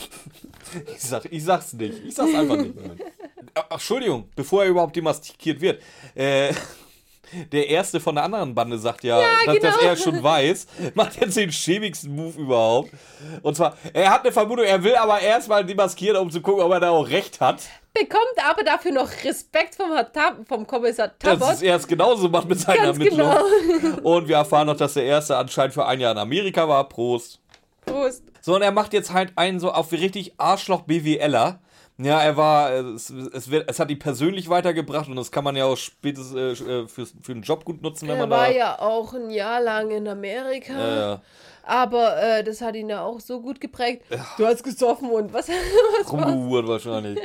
Ich, sag, ich sag's nicht. Ich sag's einfach nicht. Ach, Entschuldigung, bevor er überhaupt demaskiert wird. Äh, der Erste von der anderen Bande sagt ja, Ja, dass, genau. dass er schon weiß, macht jetzt den schäbigsten Move überhaupt. Und zwar, er hat eine Vermutung, er will aber erstmal demaskieren, um zu gucken, ob er da auch recht hat. Bekommt aber dafür noch Respekt vom, Herr Tab- vom Kommissar Dass es Tappert. er es genauso macht mit seiner Ganz Ermittlung. genau. Und wir erfahren noch, dass der Erste anscheinend für ein Jahr in Amerika war. Prost. Prost. So, und er macht jetzt halt einen so auf richtig Arschloch-BWLer. Ja, er war, es, es, wird, es hat ihn persönlich weitergebracht und das kann man ja auch spätestens äh, für, für einen Job gut nutzen, wenn Er man war da... ja auch ein Jahr lang in Amerika. Ja, ja. Aber äh, das hat ihn ja auch so gut geprägt. Du hast gesoffen und was? was war's? Rumgehurt wahrscheinlich.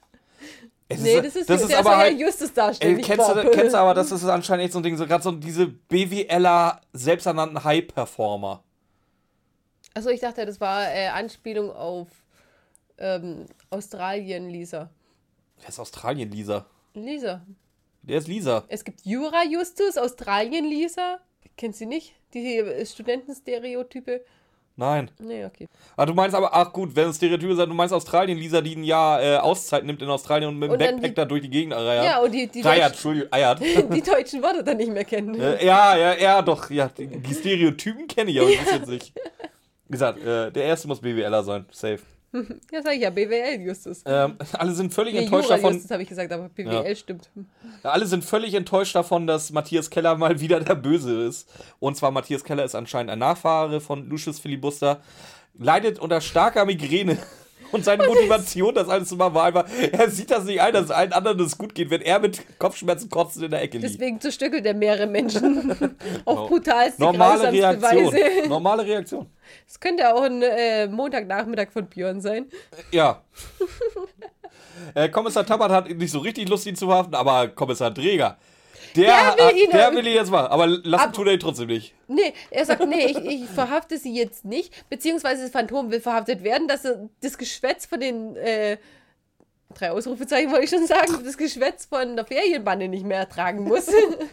Es Nee, das ist, das ist der aber soll halt, ja Justus darstellen, ey, nicht kennst, Bob. du, kennst du aber, das ist anscheinend echt so ein Ding, so gerade so diese BWLer selbsternannten High-Performer. Achso, ich dachte, das war äh, Anspielung auf ähm, Australien, Lisa. Wer ist Australien, Lisa? Lisa. Der ist Lisa. Es gibt Jura Justus, Australien, Lisa. Kennst du nicht? Die äh, Studentenstereotype. Nein. Nee, okay. Ah, du meinst aber, ach gut, wenn es Stereotype sind, du meinst Australien, Lisa, die ein Jahr äh, Auszeit nimmt in Australien und mit dem Und dann Backpack die- da durch die Gegend eiert. Ja, und die, die, Reiert, Deutschen, Entschuldigung, eiert. die deutschen Worte dann nicht mehr kennen. äh, ja, ja, ja, doch, ja, die, die Stereotypen kenne ich, aber ich weiß jetzt nicht. Wie gesagt, äh, der Erste muss BWLer sein, safe. Ja, sag ich ja, B W L Justus. Ähm, alle sind völlig Nee, enttäuscht Jura davon. Justus habe ich gesagt, aber B W L Ja. stimmt. Alle sind völlig enttäuscht davon, dass Matthias Keller mal wieder der Böse ist. Und zwar Matthias Keller ist anscheinend ein Nachfahre von Lucius Filibuster, leidet unter starker Migräne. Und seine Motivation, das alles zu machen, war einfach, er sieht das nicht ein, dass es allen anderen das gut geht, wenn er mit Kopfschmerzen kotzend in der Ecke liegt. Deswegen zerstückelt er mehrere Menschen auf brutalste, Normale grausamste Reaktion. Weise. Normale Reaktion. Das könnte auch ein äh, Montagnachmittag von Björn sein. Ja. äh, Kommissar Tappert hat nicht so richtig Lust, ihn zu verhaften, aber Kommissar Dreger, der, Der will ihn- der will ihn jetzt machen. Aber lassen Ab- tut er ihn trotzdem nicht. Nee, er sagt, nee, ich, ich verhafte sie jetzt nicht, beziehungsweise das Phantom will verhaftet werden, dass er das Geschwätz von den, äh, drei Ausrufezeichen wollte ich schon sagen, das Geschwätz von der Ferienbande nicht mehr ertragen muss.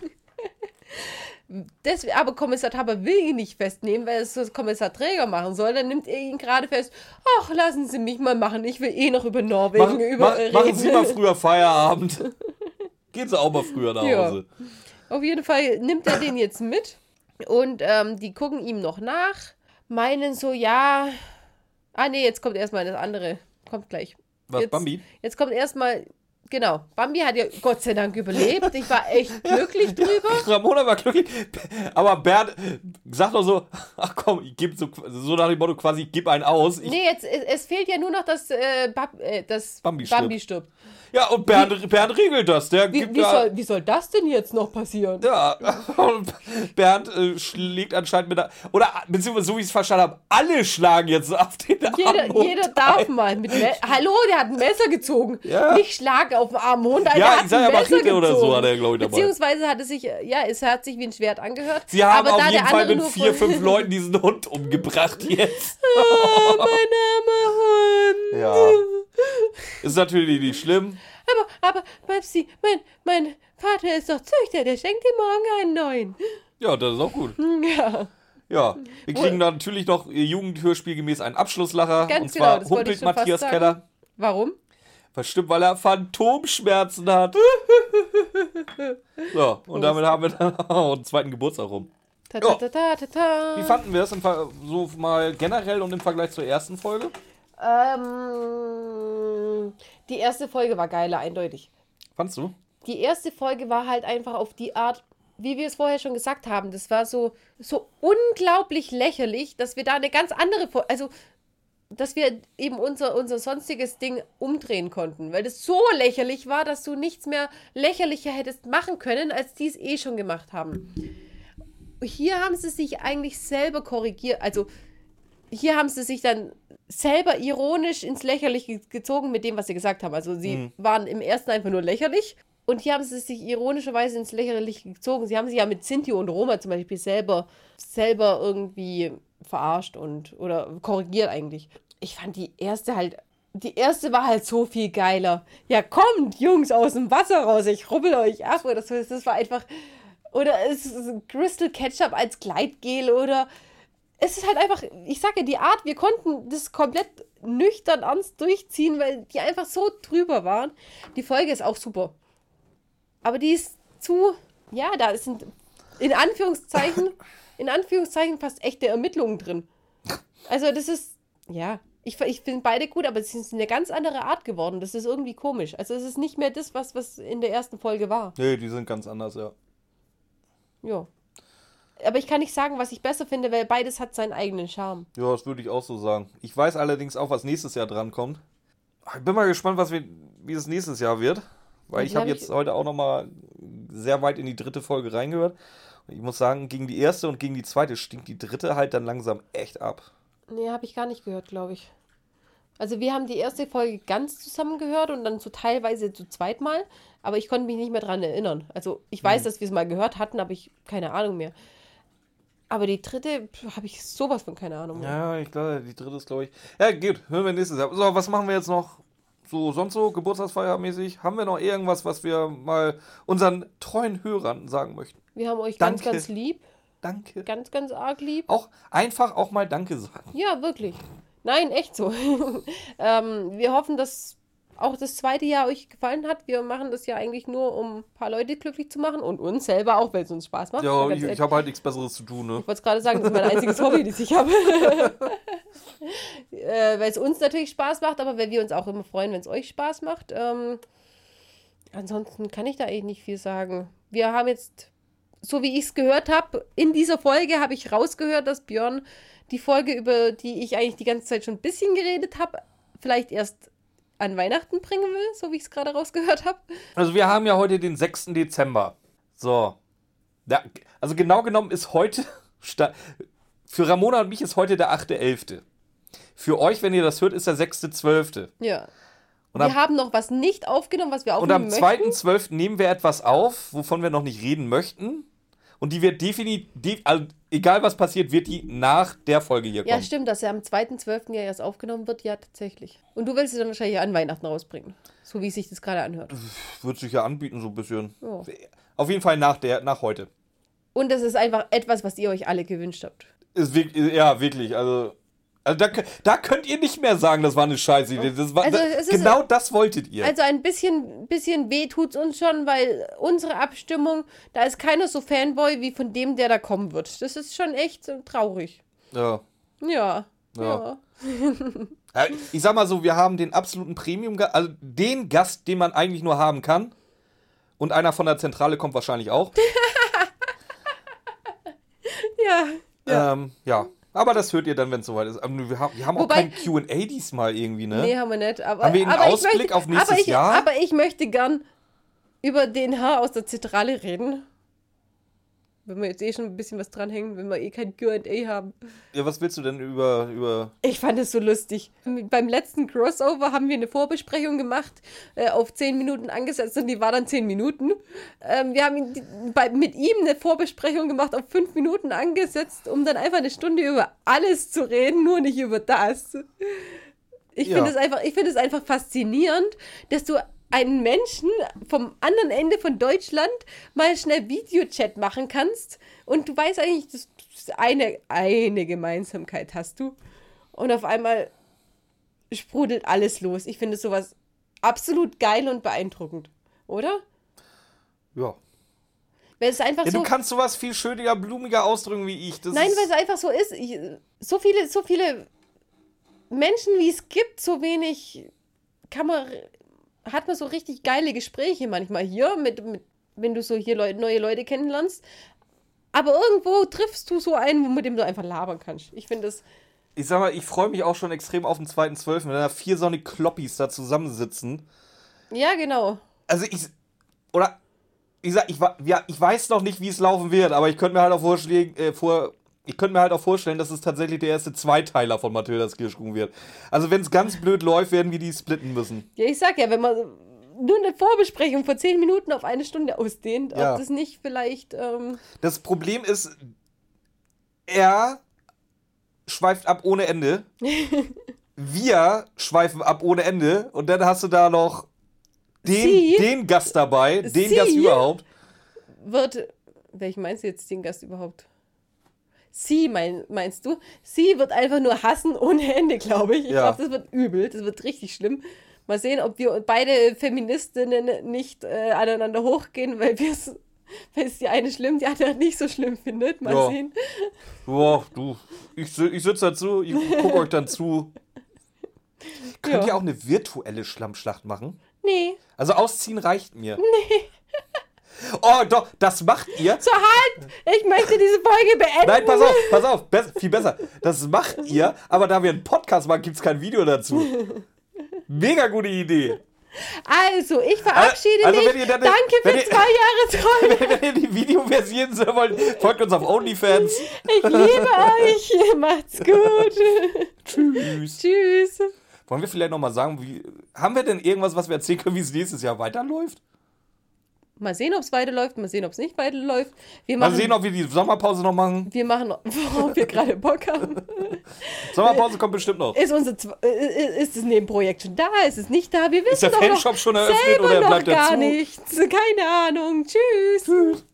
Das, aber Kommissar Tappert will ihn nicht festnehmen, weil es das Kommissar Träger machen soll. Dann nimmt er ihn gerade fest. Ach, lassen Sie mich mal machen. Ich will eh noch über Norwegen Machen, über, mach, äh, reden. machen Sie mal früher Feierabend. Gehen Sie auch mal früher nach Ja. Hause. Auf jeden Fall nimmt er den jetzt mit und ähm, die gucken ihm noch nach, meinen so, ja. Ah, nee, jetzt kommt erstmal das andere. Kommt gleich. Was, jetzt, Bambi? Jetzt kommt erstmal. Genau, Bambi hat ja Gott sei Dank überlebt. Ich war echt glücklich drüber. Ramona war glücklich. Aber Bernd sagt doch so, ach komm, ich geb so, so nach dem Motto quasi, ich gib einen aus. Ich, Nee, jetzt, es, es fehlt ja nur noch, dass, äh, Bab, äh, dass Bambi Bambi, stirbt. stirbt. Ja, und Bernd, Bernd regelt das. Der Wie, gibt wie, da, soll, wie soll das denn jetzt noch passieren? Ja, und Bernd äh, schlägt anscheinend mit der, oder beziehungsweise so wie ich es verstanden habe, alle schlagen jetzt auf den Jeder, armen Hund jeder ein. darf mal. Mit Me- Hallo, der hat ein Messer gezogen. Ja. Nicht Schlag auf den armen Hund, Alter, Ja, der ich hat sag ein ja, Messer Machete gezogen. oder so hat er, glaub ich, dabei. Beziehungsweise hat es sich, ja, es hat sich wie ein Schwert angehört. Sie haben aber auf da jeden der Fall andere mit nur vier, von- fünf Leuten diesen Hund umgebracht jetzt. Oh, mein armer Hund. Ja. Ist natürlich nicht schlimm. Aber, aber, Babsi, mein, mein Vater ist doch Züchter, der schenkt dir morgen einen neuen. Ja, das ist auch gut. Ja, Ja, wir kriegen dann natürlich noch ihr Jugendhörspiel gemäß einen Abschlusslacher. Ganz und zwar genau, das wollte ich humpelt schon fast Matthias sagen. Keller. warum? Bestimmt, weil er Phantomschmerzen hat. So, und damit haben wir dann auch einen zweiten Geburtstag rum. Ta ta ta ta ta ta. Wie fanden wir es im Ver- so mal generell und im Vergleich zur ersten Folge? Ähm, die erste Folge war geiler, eindeutig. Fandst du? Die erste Folge war halt einfach auf die Art, wie wir es vorher schon gesagt haben. Das war so, so unglaublich lächerlich, dass wir da eine ganz andere Folge, also dass wir eben unser, unser sonstiges Ding umdrehen konnten, weil das so lächerlich war, dass du nichts mehr lächerlicher hättest machen können, als die es eh schon gemacht haben. Hier haben sie sich eigentlich selber korrigiert, also hier haben sie sich dann selber ironisch ins Lächerliche gezogen mit dem, was sie gesagt haben. Also sie Mhm. waren im ersten einfach nur lächerlich und hier haben sie sich ironischerweise ins Lächerliche gezogen. Sie haben sich ja mit Sinti und Roma zum Beispiel selber, selber irgendwie verarscht und oder korrigiert eigentlich. Ich fand die erste halt, die erste war halt so viel geiler. Ja, kommt, Jungs, aus dem Wasser raus, ich rubbel euch ab oder so. Das war einfach, oder es ist Crystal Ketchup als Gleitgel oder es ist halt einfach, ich sage ja, die Art, wir konnten das komplett nüchtern ernst durchziehen, weil die einfach so drüber waren. Die Folge ist auch super. Aber die ist zu, ja, da sind in Anführungszeichen, in Anführungszeichen fast echte Ermittlungen drin. Also das ist, ja, ich, ich finde beide gut, aber es ist eine ganz andere Art geworden. Das ist irgendwie komisch. Also es ist nicht mehr das, was, was in der ersten Folge war. Nee, die sind ganz anders, ja. Ja. Aber ich kann nicht sagen, was ich besser finde, weil beides hat seinen eigenen Charme. Ja, das würde ich auch so sagen. Ich weiß allerdings auch, was nächstes Jahr drankommt. Ich bin mal gespannt, was wir, wie es nächstes Jahr wird. Weil Ja, ich die habe hab jetzt ich- heute auch nochmal sehr weit in die dritte Folge reingehört. Und ich muss sagen, gegen die erste und gegen die zweite stinkt die dritte halt dann langsam echt ab. Nee, habe ich gar nicht gehört, glaube ich. Also wir haben die erste Folge ganz zusammen gehört und dann so teilweise zu zweit mal, aber ich konnte mich nicht mehr dran erinnern. Also ich weiß, dass wir es mal gehört hatten, aber ich keine Ahnung mehr. Aber die dritte habe ich sowas von keine Ahnung mehr. Ja, ich glaube, die dritte ist, glaube ich. Ja, gut, hören wir nächstes Jahr. So, was machen wir jetzt noch? So, sonst so, Geburtstagsfeiermäßig? Haben wir noch irgendwas, was wir mal unseren treuen Hörern sagen möchten? Wir haben euch ganz, Danke. ganz lieb. Danke. Ganz, ganz arg lieb. Auch einfach auch mal Danke sagen. Ja, wirklich. Nein, echt so. ähm, wir hoffen, dass auch das zweite Jahr euch gefallen hat. Wir machen das ja eigentlich nur, um ein paar Leute glücklich zu machen und uns selber auch, weil es uns Spaß macht. Ja, Ganz ich, ehrlich. ich habe halt nichts Besseres zu tun, ne? Ich wollte es gerade sagen, das ist mein einziges Hobby, das ich habe. äh, weil es uns natürlich Spaß macht, aber weil wir uns auch immer freuen, wenn es euch Spaß macht. Ähm, ansonsten kann ich da eigentlich nicht viel sagen. Wir haben jetzt, so wie ich es gehört habe, in dieser Folge habe ich rausgehört, dass Björn die Folge, über die ich eigentlich die ganze Zeit schon ein bisschen geredet habe, vielleicht erst an Weihnachten bringen will, so wie ich es gerade rausgehört habe. Also wir haben ja heute den sechsten Dezember. So. Ja, also genau genommen ist heute, sta- für Ramona und mich ist heute der achte elfte Für euch, wenn ihr das hört, ist der sechste zwölfte Ja. Und wir am- haben noch was nicht aufgenommen, was wir Und aufnehmen am möchten. zweiten zwölften nehmen wir etwas auf, wovon wir noch nicht reden möchten. Und die wird definitiv, also egal was passiert, wird die nach der Folge hier Ja, kommen. stimmt, dass er am zweiten zwölften ja erst aufgenommen wird. Ja, tatsächlich. Und du willst es dann wahrscheinlich an Weihnachten rausbringen. So wie sich das gerade anhört. Wird sich ja anbieten, so ein bisschen. Ja. Auf jeden Fall nach der, nach heute. Und das ist einfach etwas, was ihr euch alle gewünscht habt. Ist wirklich, ja, wirklich, also. Also da, da könnt ihr nicht mehr sagen, das war eine Scheißidee. Das war, Also da, es ist- genau das wolltet ihr. Also ein bisschen, bisschen weh tut's uns schon, weil unsere Abstimmung, da ist keiner so Fanboy wie von dem, der da kommen wird. Das ist schon echt äh, traurig. ja. Ja. Ja. Ja. Ja, ich sag mal so, wir haben den absoluten Premium, also den Gast, den man eigentlich nur haben kann. Und einer von der Zentrale kommt wahrscheinlich auch. Ja. Ja. Ähm, ja. Aber das hört ihr dann, wenn es soweit ist. Aber wir haben, wir haben Wobei- auch kein Q und A diesmal irgendwie, ne? Nee, haben wir nicht. Aber, Haben wir einen aber ich Ausblick möchte, auf nächstes aber ich, Jahr? Aber ich möchte gern über den Herr aus der Zentrale reden. Wenn wir jetzt eh schon ein bisschen was dranhängen, wenn wir eh kein Q und A haben. Ja, was willst du denn über, über... Ich fand es so lustig. Beim letzten Crossover haben wir eine Vorbesprechung gemacht, äh, auf zehn Minuten angesetzt und die war dann zehn Minuten. Ähm, wir haben ihn, die, bei, mit ihm eine Vorbesprechung gemacht, auf fünf Minuten angesetzt, um dann einfach eine Stunde über alles zu reden, nur nicht über das. Ich Ja. finde es einfach, ich finde es einfach faszinierend, dass du einen Menschen vom anderen Ende von Deutschland mal schnell Videochat machen kannst und du weißt eigentlich, dass eine, eine Gemeinsamkeit hast du und auf einmal sprudelt alles los. Ich finde sowas absolut geil und beeindruckend, oder? Ja. Weil es einfach ja so... du kannst sowas viel schöner, blumiger ausdrücken wie ich. Das Nein, ist, weil es einfach so ist. Ich, so viele, so viele Menschen, wie es gibt, so wenig kann man, hat man so richtig geile Gespräche manchmal hier, mit, mit, wenn du so hier Leute, neue Leute kennenlernst. Aber irgendwo triffst du so einen, mit dem du einfach labern kannst. Ich finde das... Ich sag mal, ich freue mich auch schon extrem auf den zweiten zwölften, wenn da vier so eine Kloppis da zusammensitzen. Ja, genau. Also ich... Oder... Ich sag, ich, wa- ja, ich weiß noch nicht, wie es laufen wird, aber ich könnte mir halt auch vorstellen, äh, vor... Ich könnte mir halt auch vorstellen, dass es tatsächlich der erste Zweiteiler von Mathildas Kirschkuchen wird. Also wenn es ganz blöd läuft, werden wir die splitten müssen. Ja, ich sag ja, wenn man nur eine Vorbesprechung vor zehn Minuten auf eine Stunde ausdehnt, Ja. ob das nicht vielleicht... Ähm, Das Problem ist, er schweift ab ohne Ende. Wir schweifen ab ohne Ende. Und dann hast du da noch den, Sie? den Gast dabei, den Sie? Gast überhaupt. wird... Welchen meinst du jetzt, den Gast überhaupt? Sie, mein, meinst du? Sie wird einfach nur hassen ohne Ende, glaube ich. Ich Ja. glaube, das wird übel. Das wird richtig schlimm. Mal sehen, ob wir beide Feministinnen nicht äh, aneinander hochgehen, weil wir es... Weil es die eine schlimm, die andere nicht so schlimm findet. Mal Ja. sehen. Boah, du, ich, si- ich sitze dazu, ich gucke euch dann zu. Könnt Ja. ihr auch eine virtuelle Schlammschlacht machen? Nee. Also ausziehen reicht mir. Nee. Oh, doch, das macht ihr. So, halt! Ich möchte diese Folge beenden. Nein, pass auf, pass auf, Be- viel besser. Das macht ihr, aber da wir einen Podcast machen, gibt es kein Video dazu. Mega gute Idee. Also, ich verabschiede Also, mich. wenn ihr dann- Danke wenn für ihr- zwei Jahre Treue. Wenn ihr die Videoversion sehen wollt, folgt uns auf OnlyFans. Ich liebe euch. Macht's gut. Tschüss. Tschüss. Wollen wir vielleicht nochmal sagen, wie, haben wir denn irgendwas, was wir erzählen können, wie es nächstes Jahr weiterläuft? Mal sehen, ob es weiterläuft. Mal sehen, ob es nicht weiterläuft. Wir Mal machen, sehen, ob wir die Sommerpause noch machen. wir machen, worauf wir gerade Bock haben. Sommerpause kommt bestimmt noch. Ist, unser, Zw- äh, ist das Nebenprojekt schon da? Ist es nicht da? Wir wissen Ist der doch noch Fanshop schon eröffnet selber oder noch bleibt er gar zu? nichts. Keine Ahnung. Tschüss. Tschüss.